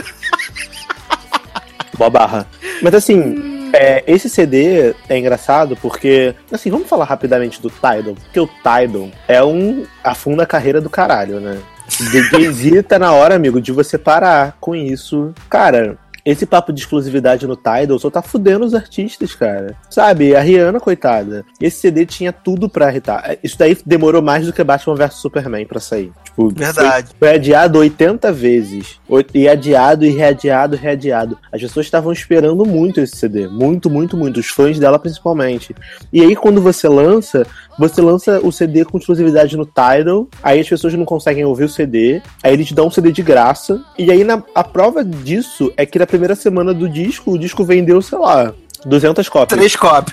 C: Boa barra. Mas assim... É, esse C D é engraçado porque, assim, vamos falar rapidamente do Tidal, porque o Tidal é um afunda a carreira do caralho, né? Jay-Z tá na hora, amigo, de você parar com isso. Cara, esse papo de exclusividade no Tidal só tá fudendo os artistas, cara. Sabe, a Rihanna, coitada. Esse C D tinha tudo pra irritar. Isso daí demorou mais do que Batman versus Superman pra sair. Tipo,
B: verdade.
C: Foi, foi adiado oitenta vezes. E adiado, e readiado, readiado. As pessoas estavam esperando muito esse C D. Muito, muito, muito. Os fãs dela, principalmente. E aí, quando você lança, você lança o C D com exclusividade no Tidal. Aí as pessoas não conseguem ouvir o C D. Aí eles te dão um C D de graça. E aí, na, a prova disso é que na primeira semana do disco, o disco vendeu, sei lá, duzentas cópias.
B: Três cópias.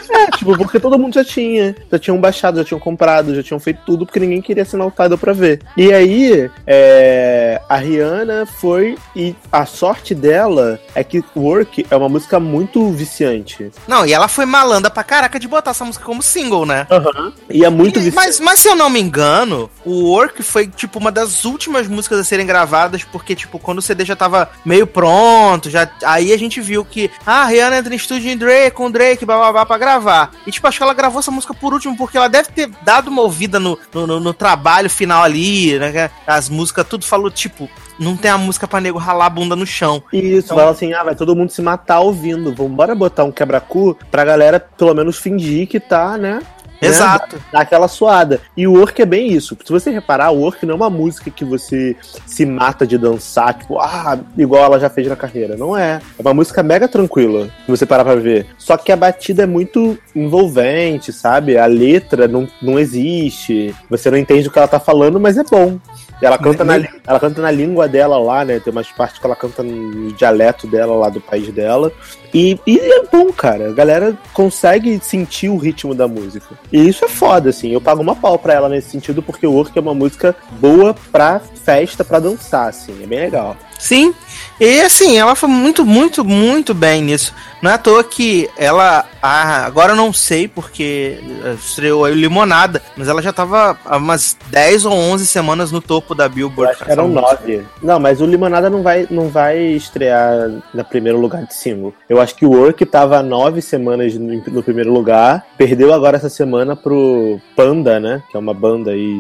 C: É, tipo, porque todo mundo já tinha. Já tinham baixado, já tinham comprado, já tinham feito tudo, porque ninguém queria assinar o Tidal pra ver. E aí, é, a Rihanna foi, e a sorte dela é que Work é uma música muito viciante.
B: Não, e ela foi malandra pra caraca de botar essa música como single, né?
C: Aham. Uhum. E é muito
B: e,
C: viciante.
B: Mas, mas se eu não me engano, o Work foi, tipo, uma das últimas músicas a serem gravadas, porque, tipo, quando o C D já tava meio pronto, já, aí a gente viu que, ah, a Rihanna entra em estúdio em Drake, com Drake, blá, blá, blá, pra gravar. E, tipo, acho que ela gravou essa música por último, porque ela deve ter dado uma ouvida no, no, no, no trabalho final ali, né? As músicas, tudo falou, tipo, não tem a música pra nego ralar a bunda no chão.
C: Isso, então, fala assim, ah, vai todo mundo se matar ouvindo. Vambora botar um quebra-cu pra galera, pelo menos, fingir que tá, né?
B: Exato.
C: Né? Dá aquela suada. E o Work é bem isso. Se você reparar, o Work não é uma música que você se mata de dançar, tipo, ah, igual ela já fez na carreira. Não é. É uma música mega tranquila, se você parar pra ver. Só que a batida é muito envolvente, sabe? A letra não, não existe. Você não entende o que ela tá falando, mas é bom. E ela canta, na, ela canta na língua dela lá, né? Tem umas partes que ela canta no dialeto dela lá do país dela. E, e é bom, cara. A galera consegue sentir o ritmo da música. E isso é foda, assim. Eu pago uma pau pra ela nesse sentido, porque o Work é uma música boa pra festa, pra dançar, assim. É bem legal.
B: Sim, e assim, ela foi muito, muito, muito bem nisso. Não é à toa que ela, ah, agora eu não sei porque estreou aí o Limonada, mas ela já tava há umas dez ou onze semanas no topo da Billboard.
C: Eu acho que eram nove. Não, mas o Limonada não vai, não vai estrear no primeiro lugar de single. Eu acho que o Work tava há nove semanas no, no primeiro lugar, perdeu agora essa semana pro Panda, né, que é uma banda aí...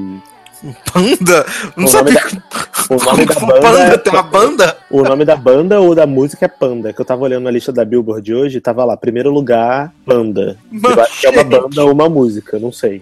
B: Panda? Não
C: o
B: sabia
C: da, o nome da banda
B: Panda
C: é,
B: tem uma banda?
C: O nome da banda ou da música é Panda, que eu tava olhando na lista da Billboard de hoje, tava lá, primeiro lugar, Panda. Eu acho que é uma banda ou uma música, não sei.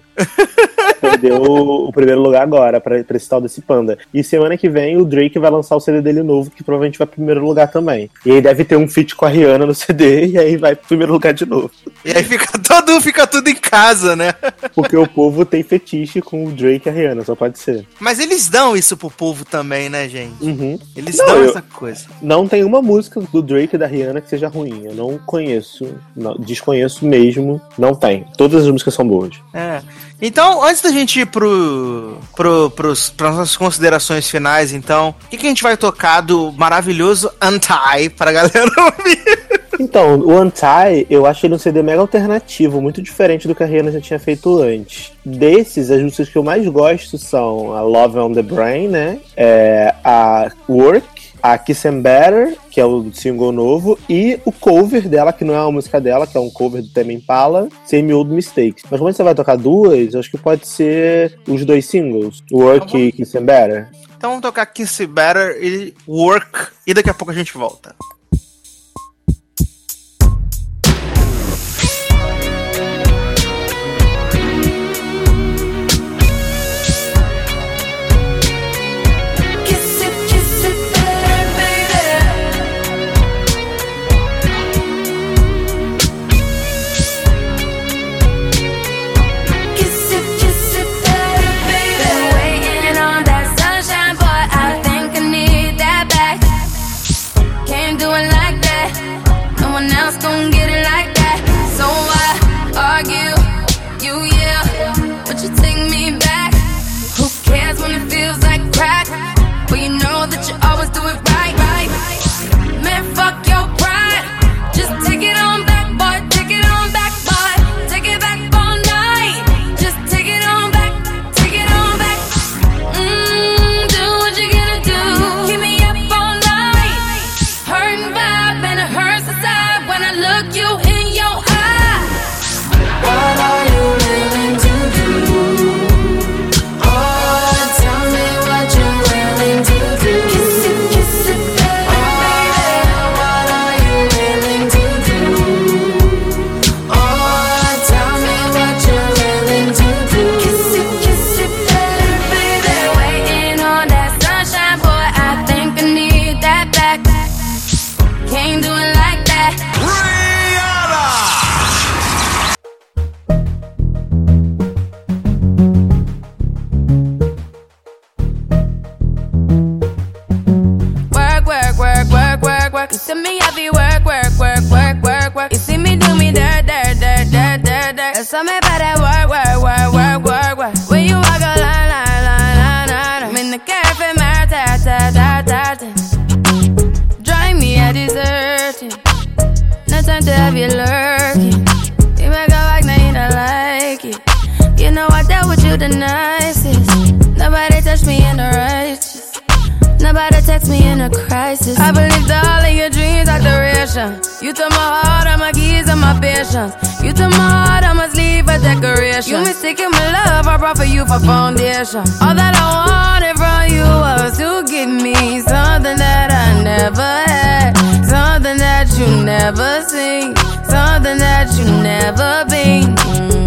C: Perdeu o primeiro lugar agora pra, pra esse tal desse Panda. E semana que vem o Drake vai lançar o C D dele novo, que provavelmente vai pro primeiro lugar também. E aí deve ter um feat com a Rihanna no C D, e aí vai pro primeiro lugar de novo.
B: E aí fica todo, fica tudo em casa, né?
C: Porque o povo tem fetiche com o Drake e a Rihanna, só pode ser.
B: Mas eles dão isso pro povo também, né, gente?
C: Uhum.
B: Eles
C: não,
B: dão
C: eu,
B: essa coisa.
C: Não tem uma música do Drake e da Rihanna que seja ruim. Eu não conheço, não, desconheço mesmo, não tem. Todas as músicas são boas.
B: É. Então, antes da gente ir pro, pro, pros, pras nossas considerações finais, então, o que, que a gente vai tocar do maravilhoso Untie pra galera ouvir?
C: Então, o Untie, eu acho ele um C D mega alternativo, muito diferente do que a Rihanna já tinha feito antes. Desses, as músicas que eu mais gosto são a Love on the Brain, né? É, a Work, a Kiss and Better, que é o single novo, e o cover dela, que não é uma música dela, que é um cover do Tame Impala, Same Old Mistakes. Mas como você vai tocar duas, eu acho que pode ser os dois singles, Work tá e Kiss and Better.
B: Então vamos tocar Kiss and Better e Work, e daqui a pouco a gente volta.
A: You see me heavy work, work, work, work, work, work. You see me do me dirt, dirt, dirt, dirt, dirt. something about that work, work, work, work, work, work. When you walk a line, line, line, line, line. I'm in the cafe, my ta, ta, ta, ta, ta. Drive me a desertion. No time to have you lurking. You make a like, now you don't like it. You know I dealt with you the nicest. Nobody touched me in the righteous. Nobody text me in a crisis. I believed all of your dreams are duration. You took my heart, all my keys, and my patience. You took my heart, I must leave a decoration. You mistaken my love, I brought for you for foundation. All that I wanted from you was to give me something that I never had, something that you never seen, something that you never been.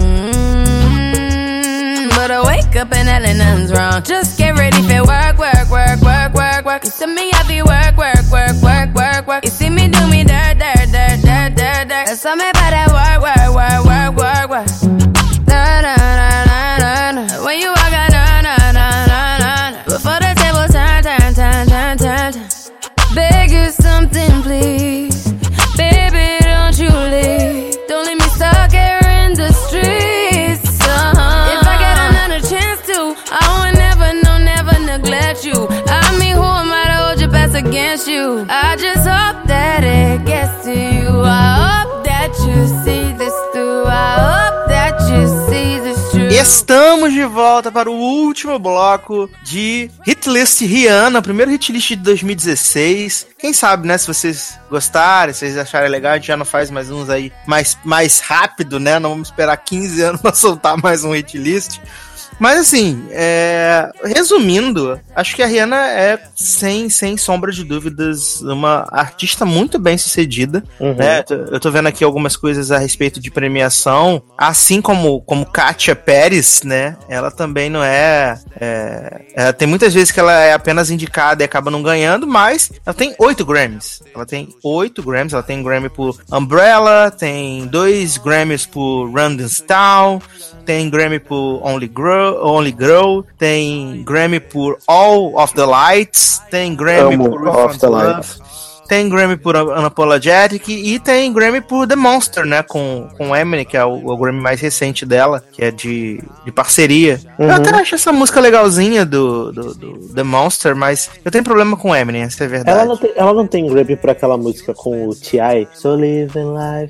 A: Mm-hmm. But I wake up and hell and nothing's wrong. Just get ready for work, work, work, work, work, work. You see me, I be work, work, work, work, work, work. You see me do me dirt, dirt, dirt, dirt, dirt, dirt. There's something about that work, work, work, work, work, work. Na na na na na na. When you walk out, na na na na na. Before the table turn, turn, turn, turn, turn, turn. Beg you something, please, baby, don't you leave. Don't leave me stuck here in the streets. Uh-huh. If I get another chance to, I would never, no, never neglect you. I mean, who am I to hold your best against you? I just hope that it gets to you. I hope that you see this through. I hope that you see this true.
B: Estamos de volta para o último bloco de Hitlist Rihanna, primeiro hitlist de dois mil e dezesseis. Quem sabe, né, se vocês gostarem, se vocês acharem legal, a gente já não faz mais uns aí mais, mais rápido, né? Não vamos esperar quinze anos para soltar mais um hitlist. Mas assim, é... resumindo, acho que a Rihanna é, sem, sem sombra de dúvidas, uma artista muito bem sucedida, uhum. né? Eu tô vendo aqui algumas coisas a respeito de premiação, assim como, como Katia Pérez, né? Ela também não é, é... Ela tem muitas vezes que ela é apenas indicada e acaba não ganhando, mas ela tem oito Grammys. Ela tem oito Grammys, ela tem Grammy por Umbrella, tem dois Grammys por Random Town, tem Grammy por Only Girl, Only Girl, tem Grammy por All of the Lights, tem Grammy
C: Amo
B: por All of the Lights, tem Grammy por Unapologetic e tem Grammy por The Monster, né, com, com Eminem, que é o, o Grammy mais recente dela, que é de, de parceria. Uhum. Eu até acho essa música legalzinha do, do, do The Monster, mas eu tenho problema com Eminem, essa é verdade.
C: Ela não tem, ela não tem Grammy por aquela música com o T I So Living Life,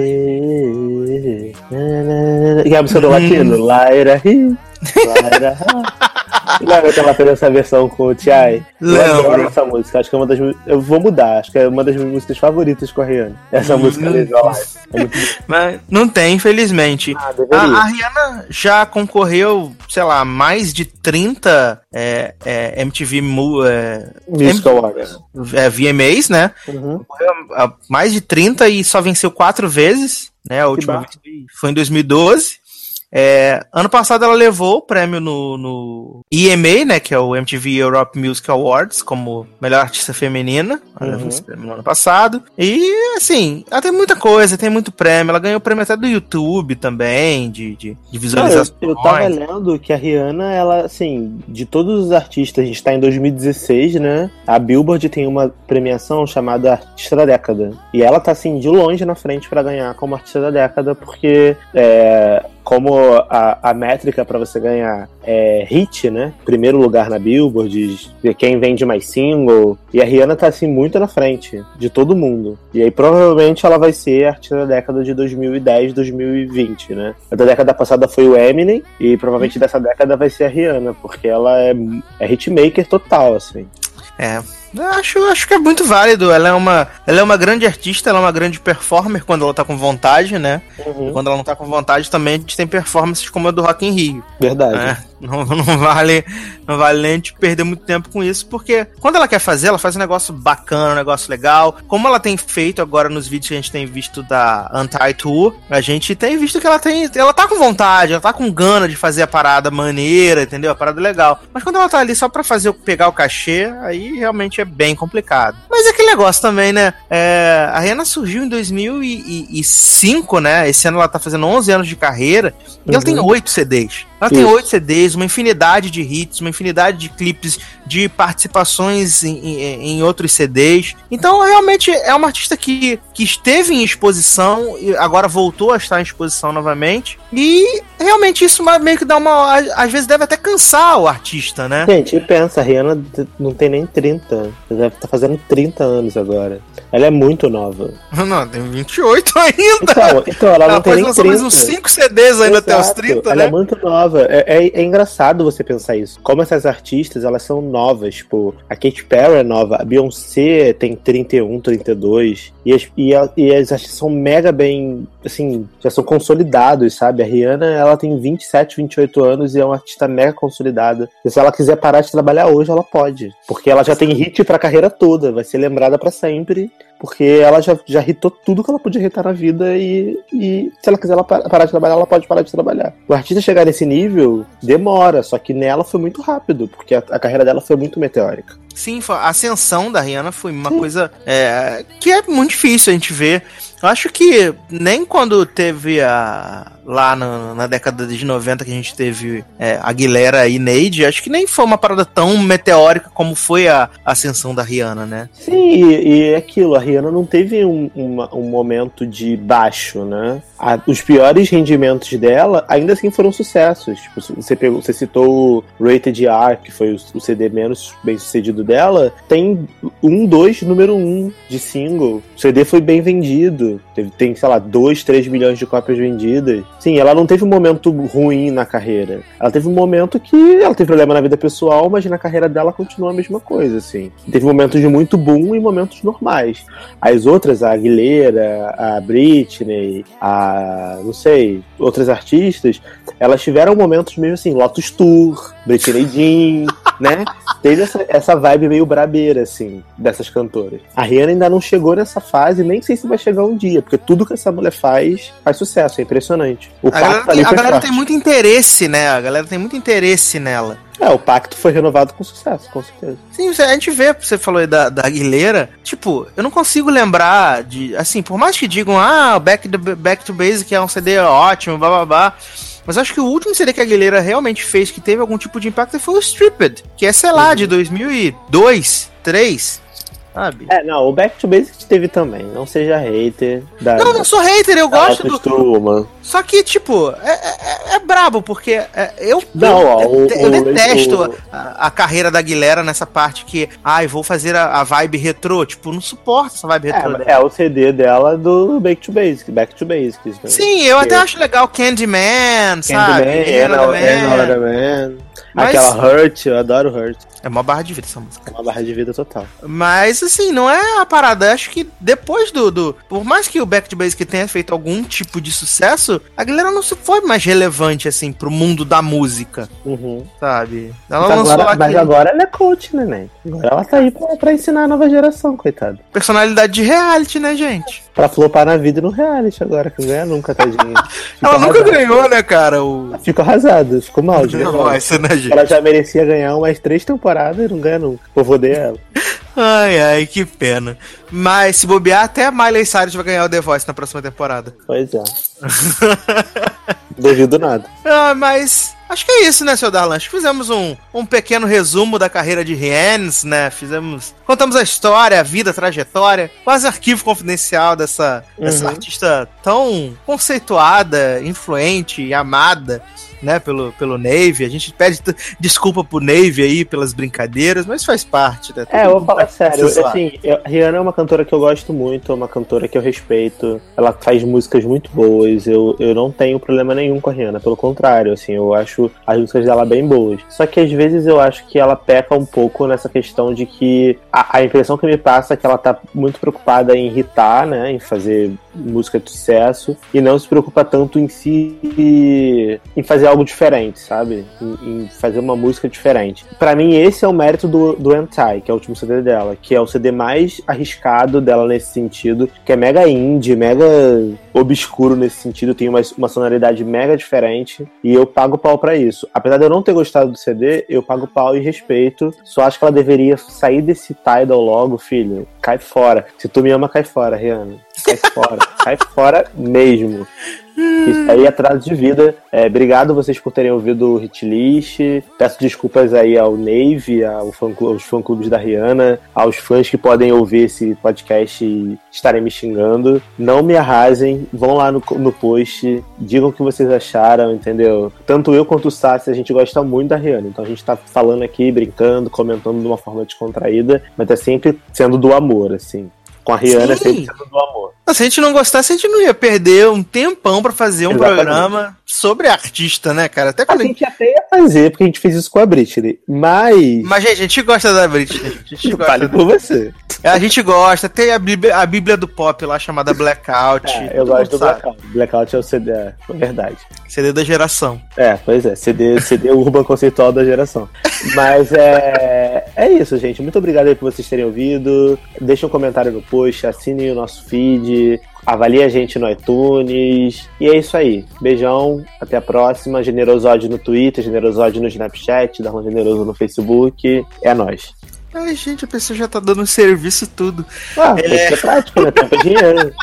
C: eh, eh, que é a música do latino, Laira, Laira, lembra que ela fez essa versão com o T I? Eu adoro essa música, acho que é uma das... Eu vou mudar, acho que é uma das minhas músicas favoritas com a Rihanna. Essa hum, música Live Your Life. É muito...
B: Mas não tem, infelizmente. Ah, a, a Rihanna já concorreu, sei lá, mais de trinta é, é, M T V é,
C: Music Awards.
B: É, V M As, né?
C: Uhum.
B: Concorreu a mais de trinta e só venceu quatro vezes, né? A última vez foi em dois mil e doze. É, ano passado ela levou o prêmio no, no E M A, né, que é o M T V Europe Music Awards, como melhor artista feminina. Ela
C: uhum.
B: levou esse prêmio no ano passado. E, assim, ela tem muita coisa, tem muito prêmio. Ela ganhou o prêmio até do YouTube também, de, de, de visualização.
C: Eu, eu tava lendo que a Rihanna, ela, assim, de todos os artistas, a gente tá em dois mil e dezesseis, né? A Billboard tem uma premiação chamada Artista da Década. E ela tá, assim, de longe na frente pra ganhar como Artista da Década, porque é... como a, a métrica para você ganhar é hit, né? Primeiro lugar na Billboard, quem vende mais single. E a Rihanna tá assim muito na frente de todo mundo. E aí provavelmente ela vai ser a artista da década de dois mil e dez, dois mil e vinte, né? A da década passada foi o Eminem e provavelmente dessa década vai ser a Rihanna, porque ela é, é hitmaker total, assim.
B: É, acho, acho que é muito válido. Ela é, uma, ela é uma grande artista, ela é uma grande performer quando ela tá com vontade, né? Uhum. E quando ela não tá com vontade também a gente tem performances como a do Rock in Rio.
C: Verdade.
B: É, não, não, vale, não vale nem a gente perder muito tempo com isso, porque quando ela quer fazer, ela faz um negócio bacana, um negócio legal. Como ela tem feito agora nos vídeos que a gente tem visto da Anti-Tour, a gente tem visto que ela tem. Ela tá com vontade, ela tá com gana de fazer a parada maneira, entendeu? A parada legal. Mas quando ela tá ali só pra fazer, pegar o cachê, aí realmente é bem complicado. Mas é aquele negócio também, né? É, a Rihanna surgiu em dois mil e cinco, né? Esse ano ela tá fazendo onze anos de carreira. E uhum. ela tem oito C Ds. Ela Isso. tem oito C Ds, uma infinidade de hits, uma infinidade de clipes, de participações em, em, em outros C Ds. Então, realmente, é uma artista que, que esteve em exposição e agora voltou a estar em exposição novamente. E realmente isso meio que dá uma... Às vezes deve até cansar o artista, né?
C: Gente, pensa, a Rihanna não tem nem trinta. Ela deve estar fazendo trinta anos agora. Ela é muito nova.
B: Não, tem vinte e oito ainda.
C: Então, então ela não
B: ela
C: tem nem
B: lançar
C: trinta.
B: mais uns cinco C Ds ainda. Exato. Até os trinta,
C: ela
B: né?
C: é muito nova. É, é, é engraçado você pensar isso. Como essas artistas, elas são novas. Tipo, a Katy Perry é nova. A Beyoncé tem trinta e um, trinta e dois. E as, e, a, e as artistas são mega bem... Assim, já são consolidados, sabe? A Rihanna, ela tem vinte e sete, vinte e oito anos e é uma artista mega consolidada. E se ela quiser parar de trabalhar hoje, ela pode. Porque ela já tem hit pra carreira toda. Vai ser lembrada pra sempre. Porque ela já, já hitou tudo que ela podia hitar na vida e, e se ela quiser ela parar de trabalhar, ela pode parar de trabalhar. O artista chegar nesse nível demora, só que nela foi muito rápido, porque a, a carreira dela foi muito meteórica.
B: Sim, a ascensão da Rihanna foi uma Sim. coisa é, que é muito difícil a gente ver. Eu acho que nem quando teve a... lá na, na década de noventa que a gente teve é, Aguilera e Neide, acho que nem foi uma parada tão meteórica como foi a ascensão da Rihanna, né?
C: Sim, e, e é aquilo, a Rihanna não teve um, uma, um momento de baixo, né? A, os piores rendimentos dela ainda assim foram sucessos. Tipo, você, pegou, você citou o Rated R, que foi o, o C D menos bem sucedido dela, tem um, dois, número um de single. O C D foi bem vendido. Teve, tem, sei lá, dois, três milhões de cópias vendidas. Sim, ela não teve um momento ruim na carreira. Ela teve um momento que ela teve problema na vida pessoal, mas na carreira dela continua a mesma coisa, assim. Teve momentos de muito boom e momentos normais. As outras, a Aguilera, a Britney, a... não sei, outras artistas, elas tiveram momentos meio assim, Lotus Tour, Britney Jean, né? Teve essa, essa vibe meio brabeira, assim, dessas cantoras. A Rihanna ainda não chegou nessa fase, nem sei se vai chegar um dia, porque tudo que essa mulher faz, faz sucesso, é impressionante. O
B: a galera, tem, a galera tem muito interesse, né? A galera tem muito interesse nela.
C: É, o pacto foi renovado com sucesso, com certeza.
B: Sim, a gente vê, você falou aí da, da Aguilera, tipo, eu não consigo lembrar de, assim, por mais que digam, ah, Back to, Back to Basic é um C D ótimo, bababá, mas acho que o último C D que a Aguilera realmente fez que teve algum tipo de impacto foi o Stripped, que é, sei lá, uhum. de dois mil e dois, dois mil e três, sabe?
C: É, não, o Back to Basics teve também, não seja hater. Da,
B: não, não sou hater, eu gosto do...
C: Turma.
B: Só que, tipo, é, é, é brabo, porque é, eu,
C: não,
B: eu,
C: ó,
B: eu,
C: o,
B: eu detesto
C: o,
B: a, a carreira da Aguilera nessa parte que, ai, ah, vou fazer a, a vibe retrô, tipo, não suporto essa vibe retrô
C: é,
B: dela.
C: É o C D dela do Back to Basics, Back to Basics. Né?
B: Sim, eu até acho legal Candyman, sabe?
C: Candyman, Man. Mas... Aquela Hurt, eu adoro Hurt.
B: É uma barra de vida essa música.
C: É uma barra de vida total.
B: Mas, assim, não é a parada. Acho que depois do... do por mais que o Back to Basics tenha feito algum tipo de sucesso, a galera não foi mais relevante, assim, pro mundo da música.
C: Uhum.
B: Sabe? Ela
C: mas
B: lançou
C: agora,
B: aqui...
C: Mas agora ela é coach, né, né? Agora ela tá aí pra, pra ensinar a nova geração, coitada.
B: Personalidade de reality, né, gente?
C: Pra flopar na vida e no reality agora, que não ganha nunca, tadinha.
B: Ela arrasado. Nunca ganhou, né, cara? O...
C: Ficou arrasada, ficou mal de
B: não, essa, né, gente?
C: Ela já merecia ganhar umas três temporadas e não ganha nunca. Eu vou odeio ela.
B: Ai, ai, que pena. Mas se bobear, até a Miley Cyrus vai ganhar o The Voice na próxima temporada.
C: Pois é. Duvido nada.
B: Ah, mas acho que é isso, né, seu Darlan? Acho que fizemos um, um pequeno resumo da carreira de Rihanna, né? Fizemos... Contamos a história, a vida, a trajetória, quase arquivo confidencial dessa, uhum. dessa artista tão conceituada, influente e amada, né, pelo, pelo Navy. A gente pede t- desculpa pro Navy aí pelas brincadeiras, mas faz parte, né?
C: É, eu vou falar sério, assim, eu, a Rihanna é uma cantora que eu gosto muito, é uma cantora que eu respeito, ela faz músicas muito boas, eu, eu não tenho problema nenhum com a Rihanna, pelo contrário, assim, eu acho as músicas dela bem boas. Só que às vezes eu acho que ela peca um pouco nessa questão de que a, a impressão que me passa é que ela tá muito preocupada em hitar, né, em fazer música de sucesso, e não se preocupa tanto em si, em fazer algo diferente, sabe? Em, em fazer uma música diferente. Pra mim, esse é o mérito do, do Anti, que é o último C D dela, que é o C D mais arriscado dela nesse sentido, que é mega indie, mega obscuro nesse sentido, tem uma, uma sonoridade mega diferente, e eu pago pau pra isso. Apesar de eu não ter gostado do C D, eu pago pau e respeito, só acho que ela deveria sair desse Tidal logo, filho. cai fora. Se tu me ama, cai fora, Rihanna. Cai fora. Cai fora mesmo. Isso aí é atraso de vida. É, obrigado vocês por terem ouvido o Hitlist. Peço desculpas aí ao Nave, ao fã, aos fã-clubes da Rihanna, aos fãs que podem ouvir esse podcast e estarem me xingando. Não me arrasem, vão lá no, no post, digam o que vocês acharam, entendeu? Tanto eu quanto o Sassi, a gente gosta muito da Rihanna, então a gente tá falando aqui, brincando, comentando de uma forma descontraída, mas é sempre sendo do amor, assim. Com a Rihanna,
B: Sim.
C: sempre sendo do amor.
B: Se a gente não gostasse, a gente não ia perder um tempão pra fazer um
C: Exatamente.
B: programa sobre artista, né, cara? Até
C: A
B: quando...
C: gente até ia fazer, porque a gente fez isso com a Britney, mas...
B: Mas, gente, a gente gosta da Britney. A gente gosta,
C: Fale por você.
B: a gente gosta. Tem a Bíblia, a Bíblia do Pop lá, chamada Blackout.
C: É, eu
B: Todo
C: gosto do
B: mundo sabe.
C: Blackout. Blackout é o C D, é verdade.
B: C D da geração.
C: É, pois é, C D, C D Urban Conceitual da geração. Mas é, é isso, gente. Muito obrigado aí por vocês terem ouvido. Deixem um comentário no post, assinem o nosso feed, avalie a gente no iTunes. E é isso aí. Beijão, até a próxima. Generosode no Twitter, Generosode no Snapchat, Darlan Generoso no Facebook. É nóis.
B: Ai, gente, a pessoa já tá dando um serviço tudo.
C: Ah, tem que ser prático, né? Tempo é dinheiro.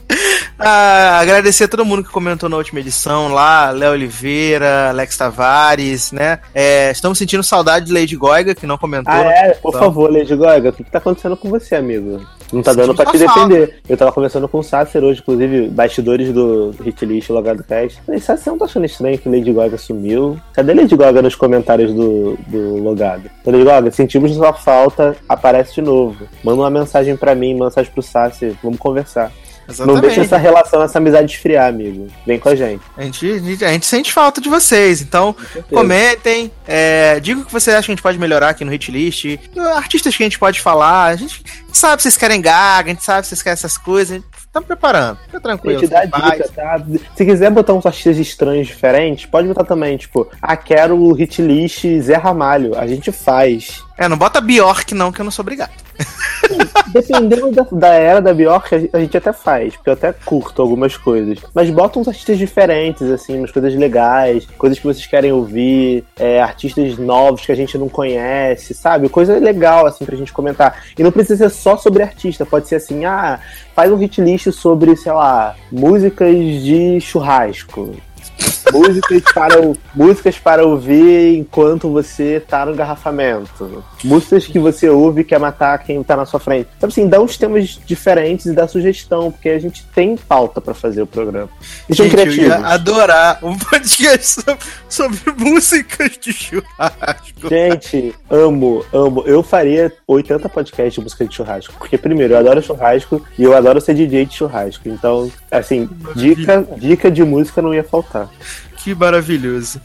B: Ah, agradecer a todo mundo que comentou na última edição lá, Léo Oliveira, Alex Tavares, né? É, estamos sentindo saudade de Lady Goiga, que não comentou.
C: Ah, é? Por
B: Então,
C: favor, Lady Gaga, o que, que tá acontecendo com você, amigo? Não tá dando
B: Sentimos
C: pra te
B: sua falta.
C: defender. Eu tava conversando com o Sasser hoje, inclusive, bastidores do Hitlist, Logado Cast. Falei, Sasser, não tá achando estranho que Lady Gaga sumiu? Cadê Lady Gaga nos comentários do, do Logado? Então, Lady Gaga, sentimos sua falta, aparece de novo. Manda uma mensagem pra mim, mensagem pro Sasser, vamos conversar.
B: Exatamente.
C: Não deixa essa relação, essa amizade esfriar, amigo. Vem com a gente.
B: A gente, a gente, a gente sente falta de vocês, então comentem, é, digam o que vocês acham que a gente pode melhorar aqui no Hitlist, artistas que a gente pode falar, a gente sabe que vocês querem gaga, a gente sabe que vocês querem essas coisas, estamos preparando, fica tranquilo.
C: A gente dá
B: faz.
C: dica, tá? Se quiser botar uns artistas estranhos diferentes, pode botar também, tipo, ah, quero o Hitlist Zé Ramalho. A gente faz.
B: É, não bota Bjork não, que eu não sou obrigado.
C: Dependendo da, da era da Bjork, a gente, a gente até faz, porque eu até curto algumas coisas. Mas bota uns artistas diferentes, assim, umas coisas legais, coisas que vocês querem ouvir, é, artistas novos que a gente não conhece, sabe? Coisa legal, assim, pra gente comentar. E não precisa ser só sobre artista, pode ser assim, ah, faz um hit list sobre, sei lá, músicas de churrasco. Músicas para, músicas para ouvir enquanto você tá no engarrafamento. Músicas que você ouve e quer matar quem tá na sua frente. Então, assim, dá uns temas diferentes e dá sugestão, porque a gente tem pauta pra fazer o programa. E são
B: Gente, eu
C: criativos.
B: ia adorar um podcast sobre, sobre músicas de churrasco.
C: Gente, amo, amo. Eu faria oitenta podcasts de música de churrasco. Porque, primeiro, eu adoro churrasco e eu adoro ser D J de churrasco. Então, assim, dica, dica de música não ia faltar.
B: Que maravilhoso.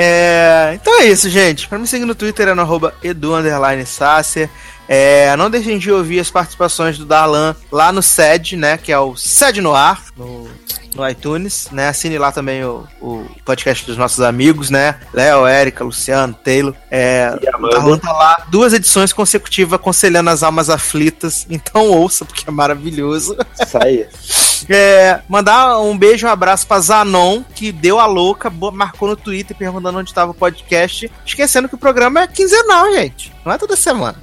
B: É, então é isso, gente. Pra me seguir no Twitter é no arroba edu underline Sasser. É, não deixem de ouvir as participações do Darlan lá no S E D, né? Que é o S E D no ar, no, no iTunes, né? Assine lá também o, o podcast dos nossos amigos, né? Léo, Érica, Luciano, Taylor. É, o Darlan tá lá, duas edições consecutivas aconselhando as almas aflitas. Então ouça, porque é maravilhoso.
C: Isso aí.
B: É, mandar um beijo, um abraço pra Zanon, que deu a louca, marcou no Twitter perguntando onde estava o podcast, esquecendo que o programa é quinzenal, gente. Não é toda semana.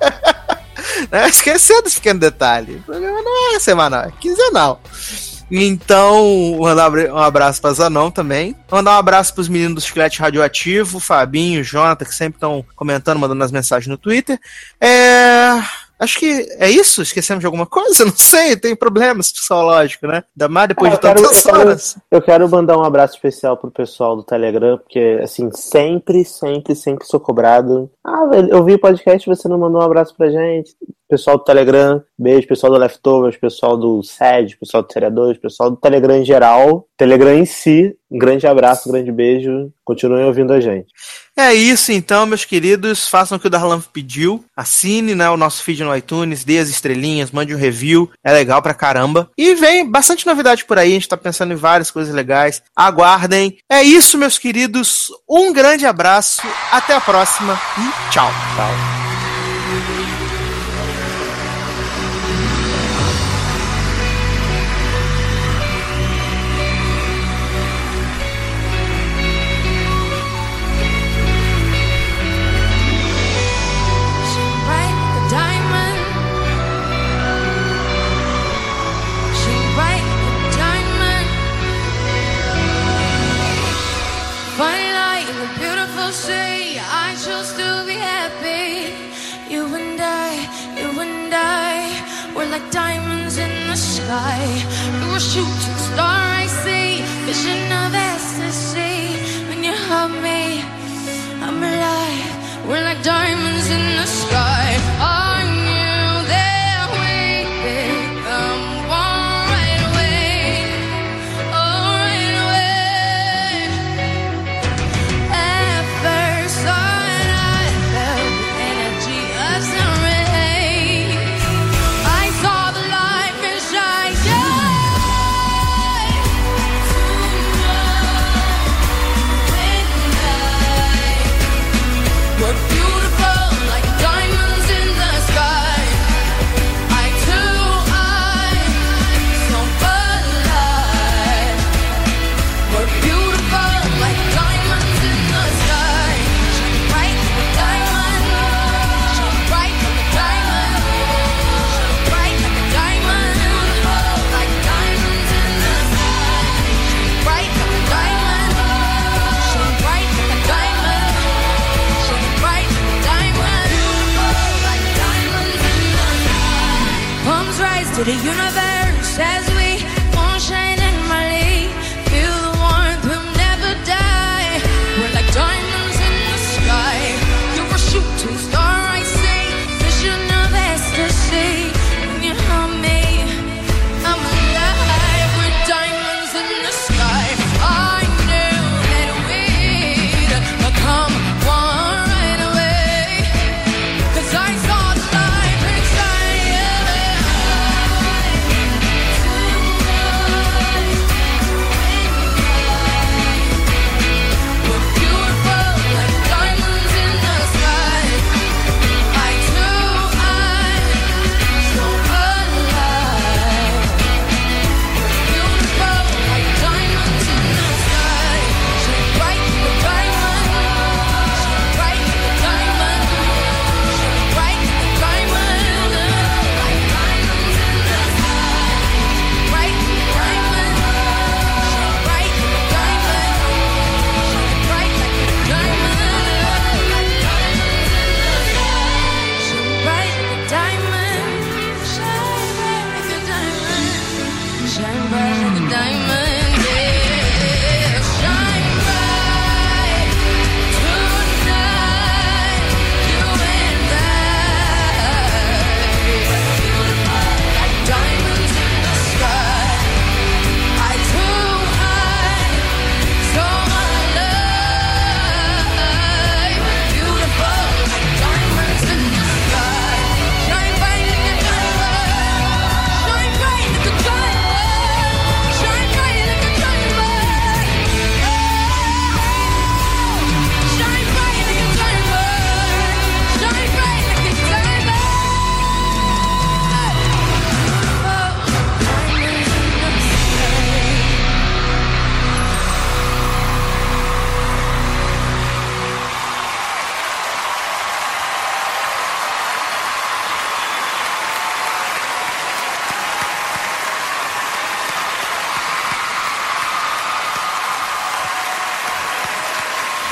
B: Né? Esquecendo esse pequeno detalhe. O programa não é semanal, é quinzenal. Então, mandar um abraço pra Zanon também. Mandar um abraço pros meninos do Chiclete Radioativo, Fabinho, Jonathan, que sempre estão comentando, mandando as mensagens no Twitter. É... Acho que é isso? Esquecemos de alguma coisa? Não sei, tem problemas psicológicos, né? Ainda mais depois
C: Ah,
B: de
C: eu quero-
B: tantas
C: eu quero-
B: horas.
C: Eu quero mandar um abraço especial pro pessoal do Telegram, porque, assim, sempre, sempre, sempre sou cobrado. Ah, velho, eu vi o podcast e você não mandou um abraço pra gente. Pessoal do Telegram, beijo. Pessoal do Leftovers, pessoal do S E D, pessoal do Seriadores, pessoal do Telegram em geral. Telegram em si, um grande abraço, um grande beijo. Continuem ouvindo a gente.
B: É isso então, meus queridos. Façam o que o Darlan pediu. Assine, né, o nosso feed no iTunes, dê as estrelinhas, mande um review. É legal pra caramba. E vem bastante novidade por aí. A gente tá pensando em várias coisas legais. Aguardem. É isso, meus queridos. Um grande abraço. Até a próxima. E tchau.
C: Tchau.
A: Bright like a diamond, to be happy. You and I, you and I, we're like diamonds in the sky. You're a shooting star I see, vision of ecstasy. When you hug me, I'm alive. We're like diamonds in the sky. Are you there with me? I'm born right away. Oh, right away. At first sight, I felt the energy of sun rays. I saw the light and shine. We're beautiful like diamonds in the sky. I too, I so alive. We're beautiful like diamonds in the sky. Shine bright like a diamond. Shine bright like a diamond. Shine bright like a diamond. Like diamonds in the sky. Shine bright like a diamond. Shine bright like a diamond. Shine bright like a diamond. Like diamonds in the sky. Palms rise to the universe.